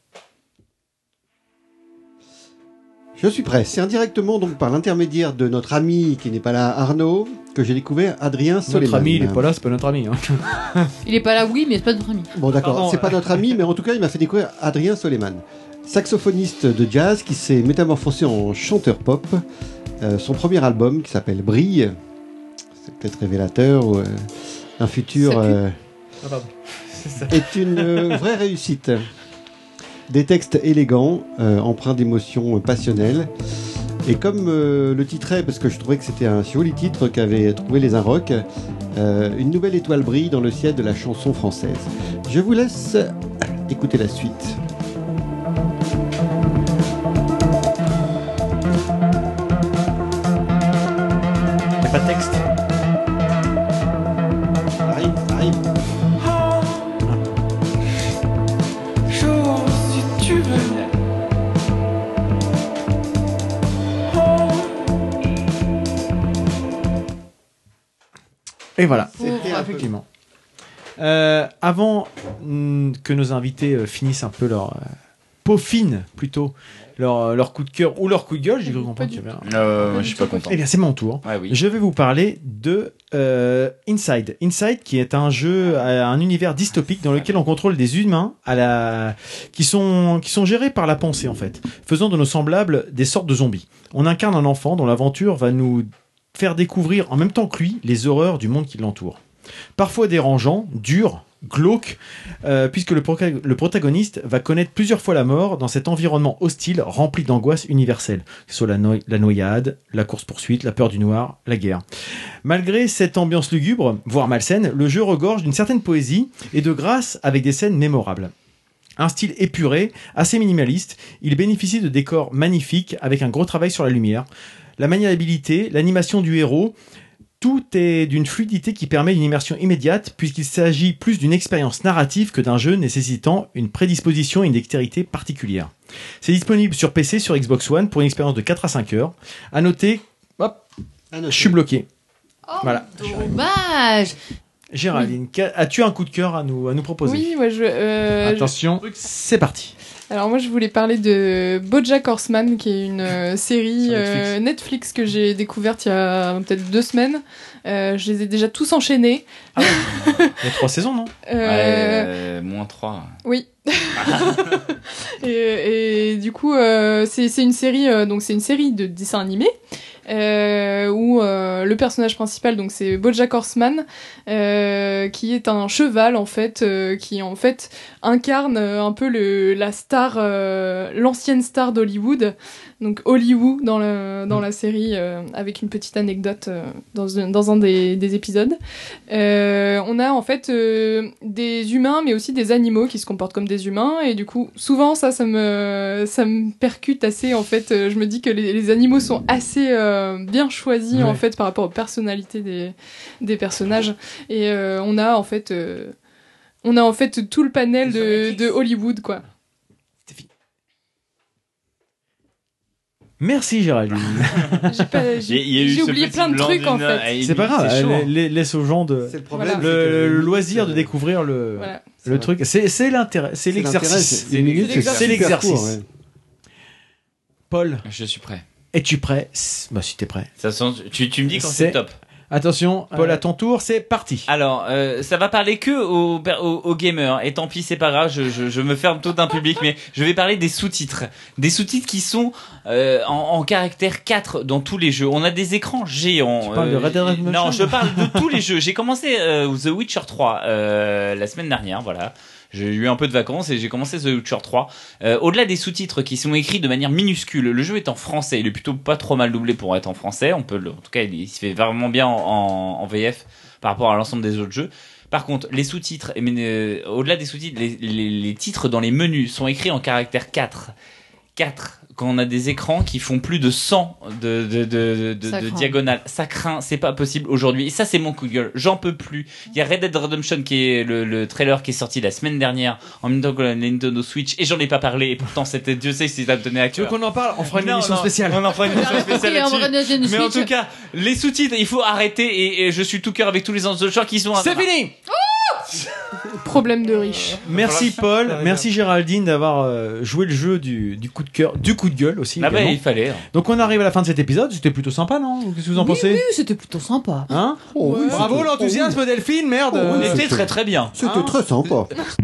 Je suis prêt. C'est indirectement, donc, par l'intermédiaire de notre ami qui n'est pas là, Arnaud, que j'ai découvert Adrien Soleiman. Notre ami, il est pas là, c'est pas notre ami. Hein. Il est pas là, oui, mais c'est pas notre ami. Bon, d'accord, c'est pas notre ami, mais en tout cas, il m'a fait découvrir Adrien Soleiman. Saxophoniste de jazz qui s'est métamorphosé en chanteur pop. Son premier album, qui s'appelle Brille, c'est peut-être révélateur, ou un futur... est une vraie réussite. Des textes élégants, empreints d'émotions passionnelles. Et comme le titrait, parce que je trouvais que c'était un joli titre qu'avaient trouvé les Inrocks, une nouvelle étoile brille dans le ciel de la chanson française. Je vous laisse écouter la suite. Il n'y a pas de texte. Arrive. Et voilà, effectivement. Avant que nos invités finissent un peu peaufinent plutôt leur coup de cœur ou leur coup de gueule, j'ai cru comprendre. Moi, je suis pas content. Eh bien, c'est mon tour. Ouais, oui. Je vais vous parler de Inside. Inside, qui est un jeu, un univers dystopique dans lequel on contrôle des humains qui sont gérés par la pensée en fait, faisant de nos semblables des sortes de zombies. On incarne un enfant dont l'aventure va nous faire découvrir en même temps que lui les horreurs du monde qui l'entoure. parfois dérangeant, dur, glauque, puisque le protagoniste va connaître plusieurs fois la mort dans cet environnement hostile rempli d'angoisse universelle, que ce soit la noyade, la course-poursuite, la peur du noir, la guerre. Malgré cette ambiance lugubre, voire malsaine, le jeu regorge d'une certaine poésie et de grâce avec des scènes mémorables. Un style épuré, assez minimaliste, il bénéficie de décors magnifiques avec un gros travail sur la lumière, la maniabilité, l'animation du héros. Tout est d'une fluidité qui permet une immersion immédiate puisqu'il s'agit plus d'une expérience narrative que d'un jeu nécessitant une prédisposition et une dextérité particulière. C'est disponible sur PC, sur Xbox One pour une expérience de 4 à 5 heures. À noter, je suis bloqué. Oh, voilà. Dommage. Géraldine, as-tu un coup de cœur à nous proposer? Oui, moi attention, c'est parti. Alors moi je voulais parler de BoJack Horseman, qui est une série Netflix que j'ai découverte il y a peut-être 2 semaines. Je les ai déjà tous enchaînés. Ah ouais. Il y a 3 saisons, non? Moins 3. Oui. et du coup c'est une série donc c'est une série de dessins animés. Où le personnage principal, donc c'est BoJack Horseman, qui est un cheval en fait, qui en fait incarne un peu la star, l'ancienne star d'Hollywood, donc Hollywood dans la série, avec une petite anecdote dans un des épisodes. On a en fait des humains mais aussi des animaux qui se comportent comme des humains, et du coup souvent ça me percute assez en fait. Je me dis que les animaux sont assez bien choisis en fait par rapport aux personnalités des personnages, et on a en fait tout le panel de Hollywood quoi. Merci Géraldine. J'ai oublié plein de trucs en fait. C'est pas grave, laisse aux gens le loisir de découvrir le truc. C'est l'intérêt, c'est l'exercice. C'est l'exercice. Paul, je suis prêt. Es-tu prêt? Bah si t'es prêt. Ça sent, tu me dis quand c'est top. Attention, Paul, à ton tour, c'est parti. Alors, ça va parler que aux gamers, et tant pis, c'est pas grave, je me ferme tout d'un public, mais je vais parler des sous-titres. Des sous-titres qui sont en caractère 4 dans tous les jeux. On a des écrans géants. Tu parles de Red Dead Redemption? Non, je parle de tous les jeux. J'ai commencé The Witcher 3 la semaine dernière, voilà. J'ai eu un peu de vacances et j'ai commencé The Witcher 3. Au-delà des sous-titres qui sont écrits de manière minuscule, le jeu est en français. Il est plutôt pas trop mal doublé pour être en français. En tout cas, il se fait vraiment bien en VF par rapport à l'ensemble des autres jeux. Par contre, les sous-titres, au-delà des sous-titres, les titres dans les menus sont écrits en caractère 4. Quand on a des écrans qui font plus de 100 de diagonale, ça craint, c'est pas possible aujourd'hui. Et ça, c'est mon coup de gueule. J'en peux plus. Il y a Red Dead Redemption qui est le trailer qui est sorti la semaine dernière en même temps que la Nintendo Switch, et j'en ai pas parlé. Et pourtant, c'était, Dieu sait si ça me tenait à cœur. Tu veux qu'on en parle? On fera une émission spéciale. On en fera une émission spéciale là-dessus. Mais en tout cas, les sous-titres, il faut arrêter, et je suis tout cœur avec tous les autres gens qui sont. C'est fini. Problème de riche. Merci Paul, merci Géraldine d'avoir joué le jeu du coup de cœur, du coup de gueule aussi. Ah bah il fallait. Donc on arrive à la fin de cet épisode, c'était plutôt sympa, non? Qu'est-ce que vous en pensez? Oui, c'était plutôt sympa. Hein? Bravo l'enthousiasme Delphine, merde. C'était très très bien. C'était très sympa.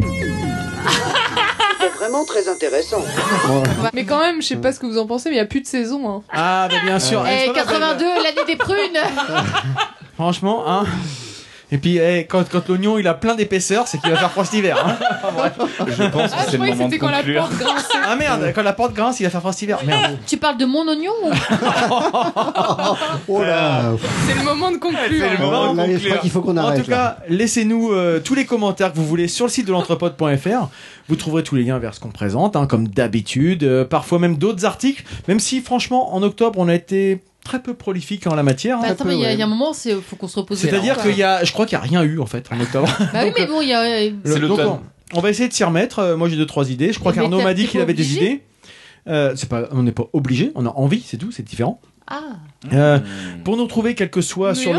C'est vraiment très intéressant. Mais quand même, je sais pas ce que vous en pensez, mais il y a plus de saison. Hein. Ah bah bien sûr. 82, l'année des prunes. Franchement, hein. Et puis, quand l'oignon il a plein d'épaisseur, c'est qu'il va faire froid cet hiver. Hein. Je pense que c'est le moment de conclure. Ah merde, quand la porte grince, il va faire froid cet hiver. Merde. Tu parles de mon oignon ou... Oh là. C'est le moment de conclure. C'est le moment de conclure. Je crois qu'il faut qu'on arrête. En tout cas, laissez-nous tous les commentaires que vous voulez sur le site de l'entrepode.fr. Vous trouverez tous les liens vers ce qu'on présente, hein, comme d'habitude. Parfois même d'autres articles. Même si, franchement, en octobre, on a été très peu prolifique en la matière. Bah, attends, mais il y a un moment, faut qu'on se repose. C'est-à-dire je crois qu'il n'y a rien eu en fait en octobre. Bah oui, mais bon, il y a. C'est l'automne. On va essayer de s'y remettre. Moi, j'ai 2-3 idées. Je crois qu'Arnaud m'a dit qu'il avait des idées. On n'est pas obligé. On a envie, c'est tout. C'est différent. Ah. Pour nous retrouver, quel que soit sur le.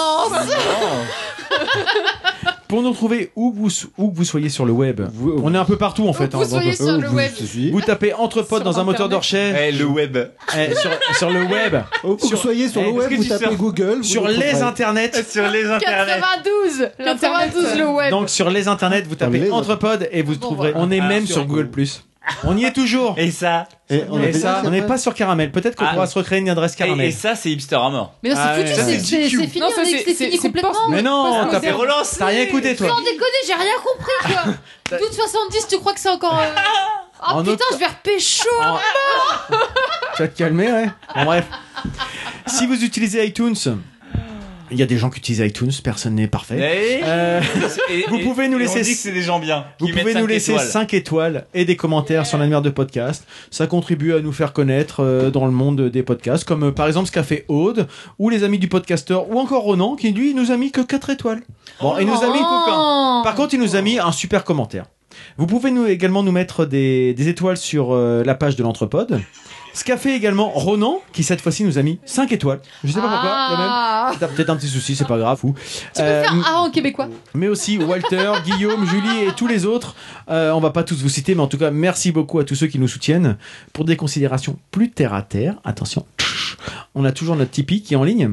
Pour nous retrouver où que vous soyez sur le web, on est un peu partout en fait. Vous soyez sur le web. Vous tapez Entrepode dans un moteur de recherche. Le web. Sur le web. Où que vous soyez sur le web, vous tapez Google. Sur les internets. Sur les internets. 92 le web. Donc sur les internets, vous tapez Entrepode et vous trouverez. On est même sur Google+. On y est toujours. Et ça on n'est pas sur Caramel. Peut-être qu'on pourra se recréer une adresse Caramel. Et ça, c'est hipster à mort. Mais non, c'est foutu, c'est fini, c'est fini complètement. Mais non, t'as rien écouté, toi. Sans déconner, j'ai rien compris, quoi. Doute 70, tu crois que c'est encore... Oh putain, je vais repécho. Tu vas te calmer, ouais. Bon, bref. Si vous utilisez iTunes... Il y a des gens qui utilisent iTunes, personne n'est parfait. Vous pouvez nous laisser. On dit que c'est des gens bien. Vous pouvez nous laisser 5 étoiles et des commentaires sur l'annuaire de podcast. Ça contribue à nous faire connaître dans le monde des podcasts, comme par exemple ce qu'a fait Aude, ou les amis du podcasteur, ou encore Ronan, qui lui nous a mis que 4 étoiles. Bon, il nous a mis. Par contre, il nous a mis un super commentaire. Vous pouvez également nous mettre des étoiles sur la page de l'Entrepode. Ce qu'a fait également Ronan, qui cette fois-ci nous a mis 5 étoiles. Je sais pas pourquoi, le même. T'as peut-être un petit souci, c'est pas grave. Fou. Tu peux faire en québécois. Mais aussi Walter, Guillaume, Julie et tous les autres. On va pas tous vous citer, mais en tout cas, merci beaucoup à tous ceux qui nous soutiennent. Pour des considérations plus terre à terre, attention, on a toujours notre Tipeee qui est en ligne.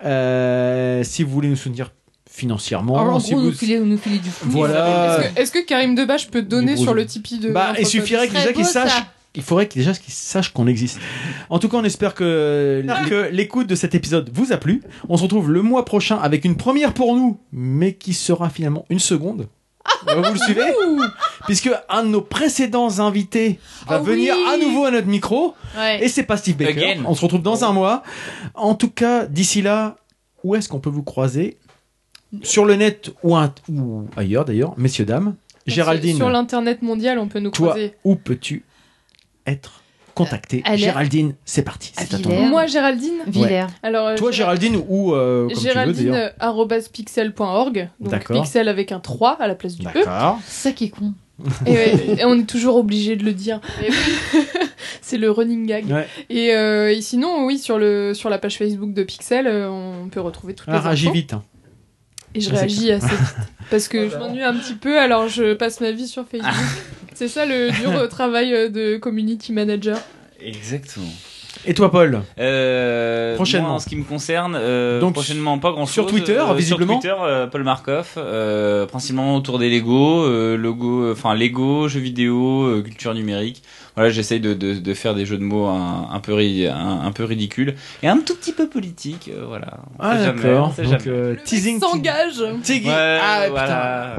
Si vous voulez nous soutenir financièrement. Alors, en si gros, vous... nous filer du fou. Voilà. Est-ce que Karim Debache peut donner sur le Tipeee de... Il suffirait déjà qu'il sache. Il faudrait déjà qu'ils sachent qu'on existe. En tout cas, on espère que l'écoute de cet épisode vous a plu. On se retrouve le mois prochain avec une première pour nous, mais qui sera finalement une seconde. Vous le suivez ? Puisque un de nos précédents invités va venir à nouveau à notre micro. Ouais. Et c'est pas Steve Baker. Again. On se retrouve dans un mois. En tout cas, d'ici là, où est-ce qu'on peut vous croiser ? Sur le net ou ailleurs d'ailleurs, messieurs, dames. Géraldine. Sur l'internet mondial, on peut nous croiser. Où peux-tu être contactée? Géraldine, c'est parti. C'est à ton nom. Moi, Géraldine Villers. Alors, toi, Géraldine, ou comme Géraldine @pixel.org. Donc D'accord. Pixel avec un 3 à la place du E. D'accord. C'est ça qui est con. Et on est toujours obligé de le dire. C'est le running gag. Ouais. Et sinon, oui, sur la page Facebook de Pixel, on peut retrouver toutes les infos. Réagis vite. Et je réagis assez vite. Parce que je m'ennuie un petit peu, alors je passe ma vie sur Facebook. C'est ça le dur travail de community manager. Exactement. Et toi, Paul Prochainement. Moi, en ce qui me concerne, donc, prochainement, pas grand-chose. Sur Twitter, visiblement. Sur Twitter, Paul Markov, principalement autour des Lego, Lego, jeux vidéo, culture numérique. Voilà, j'essaye de faire des jeux de mots un peu ridicules et un tout petit peu politiques, voilà. Ah d'accord. Donc teasing s'engage. Voilà.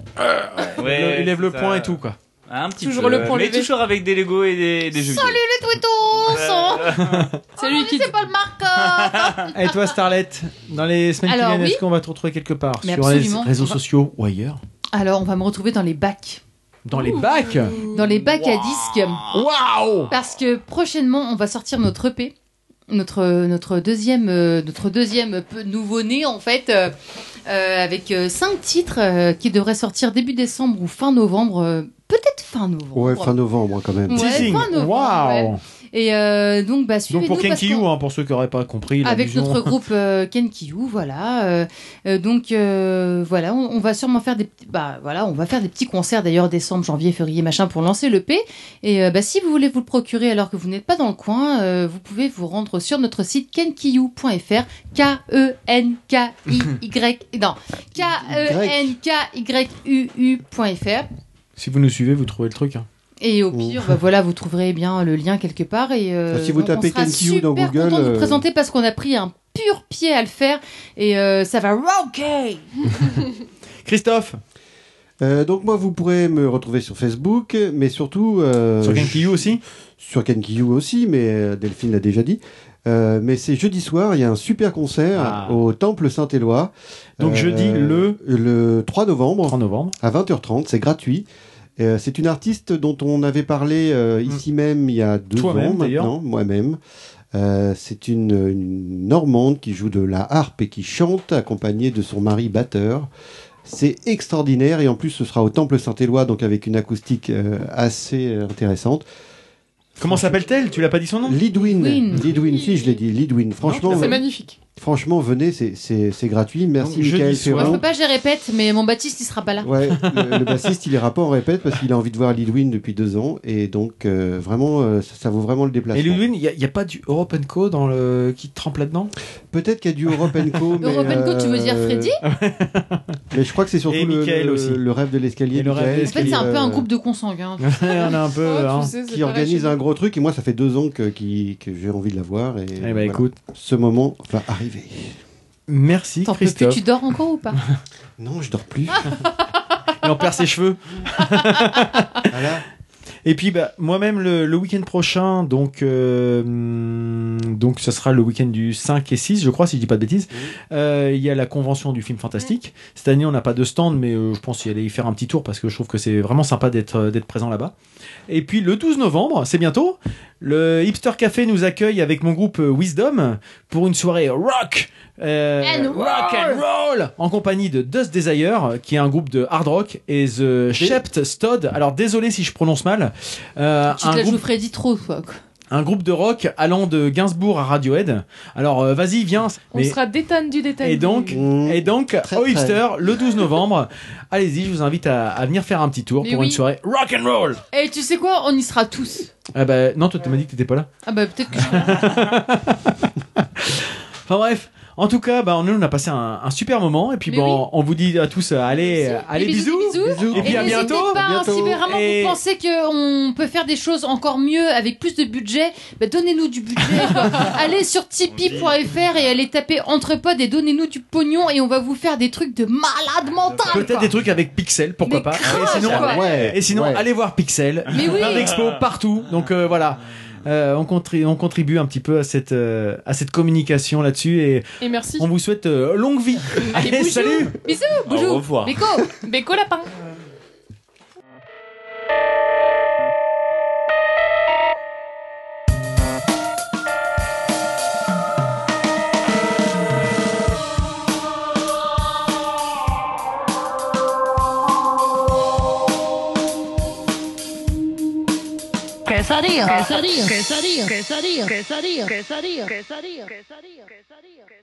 Il lève le point et tout quoi. Un petit toujours peu, le point mais levé. toujours avec des Lego et des jeux vidéo. Salut les twittos. Salut c'est pas le Marco. Et toi Starlet, dans les semaines qui viennent, est-ce qu'on va te retrouver quelque part sur les réseaux sociaux ou ailleurs? Alors on va me retrouver dans les bacs. Dans les bacs? Dans les bacs à disques. Waouh! Parce que prochainement, on va sortir notre EP. Notre deuxième nouveau-né, en fait, avec 5 titres qui devraient sortir début décembre ou fin novembre. Peut-être fin novembre. Ouais, fin novembre quand même. Ouais, fin novembre. Waouh! Ouais. Et donc, suivez-nous. Donc pour Kenkyu, pour ceux qui n'auraient pas compris. Avec notre groupe Kenkyu, voilà. Voilà, on va sûrement faire on va faire des petits concerts d'ailleurs décembre, janvier, février, machin pour lancer l'EP. Et si vous voulez vous le procurer alors que vous n'êtes pas dans le coin, vous pouvez vous rendre sur notre site kenkyu.fr, kenkyu.fr. Si vous nous suivez, vous trouvez le truc. Et au pire, vous trouverez bien le lien quelque part. Et si vous tapez Kenkyu dans Google, on sera super content de vous présenter parce qu'on a pris un pur pied à le faire et ça va rocker. Christophe. Donc moi, vous pourrez me retrouver sur Facebook, mais surtout sur Kenkyu aussi. Sur Kenkyu aussi, mais Delphine l'a déjà dit. Mais c'est jeudi soir, il y a un super concert au Temple Saint-Éloi. Donc jeudi le 3 novembre. 3 novembre. À 20h30, c'est gratuit. C'est une artiste dont on avait parlé ici même il y a 2 ans maintenant, moi-même. C'est une Normande qui joue de la harpe et qui chante, accompagnée de son mari batteur. C'est extraordinaire et en plus ce sera au Temple Saint-Éloi, donc avec une acoustique assez intéressante. Comment s'appelle-t-elle? Tu l'as pas dit son nom? Lidwin, si je l'ai dit, Lidwin. Franchement, c'est magnifique. Franchement, venez, c'est gratuit. Merci Donc, Michael Moi, je Ferrand. peux pas, je répète, mais mon Baptiste, il sera pas là. Ouais, le bassiste, il ira pas en répète parce qu'il a envie de voir Lidwin depuis 2 ans et donc vraiment, ça vaut vraiment le déplacement. Et Ludwig, il y a pas du Europe Co qui trempe là-dedans? Peut-être qu'il y a du Europe Co. mais, Europe Co, tu veux dire Freddy? Mais je crois que c'est surtout Et Michael aussi. le rêve de l'escalier. Et le rêve de En fait, c'est un peu un groupe de consanguins. On a un peu. Oh, hein. tu sais, c'est qui pareil organise chez un nous. gros truc et moi ça fait 2 ans que j'ai envie de la voir et Eh ben, écoute. ce moment va arriver. Merci T'en peux plus, Christophe. tu dors encore ou pas? Non, je dors plus. Et on perd ses cheveux. Voilà. Et puis moi-même le week-end prochain, donc ça sera le week-end du 5 et 6, je crois, si je dis pas de bêtises. Il y a la convention du film fantastique. Cette année, on n'a pas de stand, mais je pense y aller y faire un petit tour parce que je trouve que c'est vraiment sympa d'être présent là-bas. Et puis le 12 novembre, c'est bientôt, le Hipster Café nous accueille avec mon groupe Wisdom pour une soirée rock. Rock and roll en compagnie de Dust Desire qui est un groupe de hard rock et The Shept Stod. Alors désolé si je prononce mal. Tu te la joues Freddy trop, quoi. Un groupe de rock allant de Gainsbourg à Radiohead. Alors vas-y viens. On sera détane du détail. Et donc Très, au très. Hipster le 12 novembre. Allez-y, je vous invite à venir faire un petit tour Mais pour oui. une soirée rock and roll. Et tu sais quoi? On y sera tous. Ah bah non, toi tu m'as dit que t'étais pas là. Ah bah peut-être que je serai là. Enfin bref. En tout cas, nous on a passé un super moment et puis Mais oui. on vous dit à tous allez Des bisous. bisous. Et puis à n'hésitez bientôt. pas, hein, si vraiment Et- vous pensez qu'on peut faire des choses encore mieux avec plus de budget, donnez-nous du budget. quoi. Allez sur tipeee.fr et allez taper entre pods et donnez-nous du pognon et on va vous faire des trucs de malade mental. Peut-être quoi. des trucs avec Pixel, pourquoi Mais pas. grave, Et sinon, quoi. Ouais, et sinon ouais. allez voir Pixel. Mais oui. Plein d'expos partout. Donc voilà. On contribue un petit peu à cette communication là-dessus et Et merci. on vous souhaite longue vie. Allez, Allez, bisous. salut. Bisous, Au bonjour. revoir. Béco. Béco lapin. Quesadilla, quesadilla, quesadilla, quesadilla, quesadilla, quesadilla, quesadilla, quesadilla, quesadilla.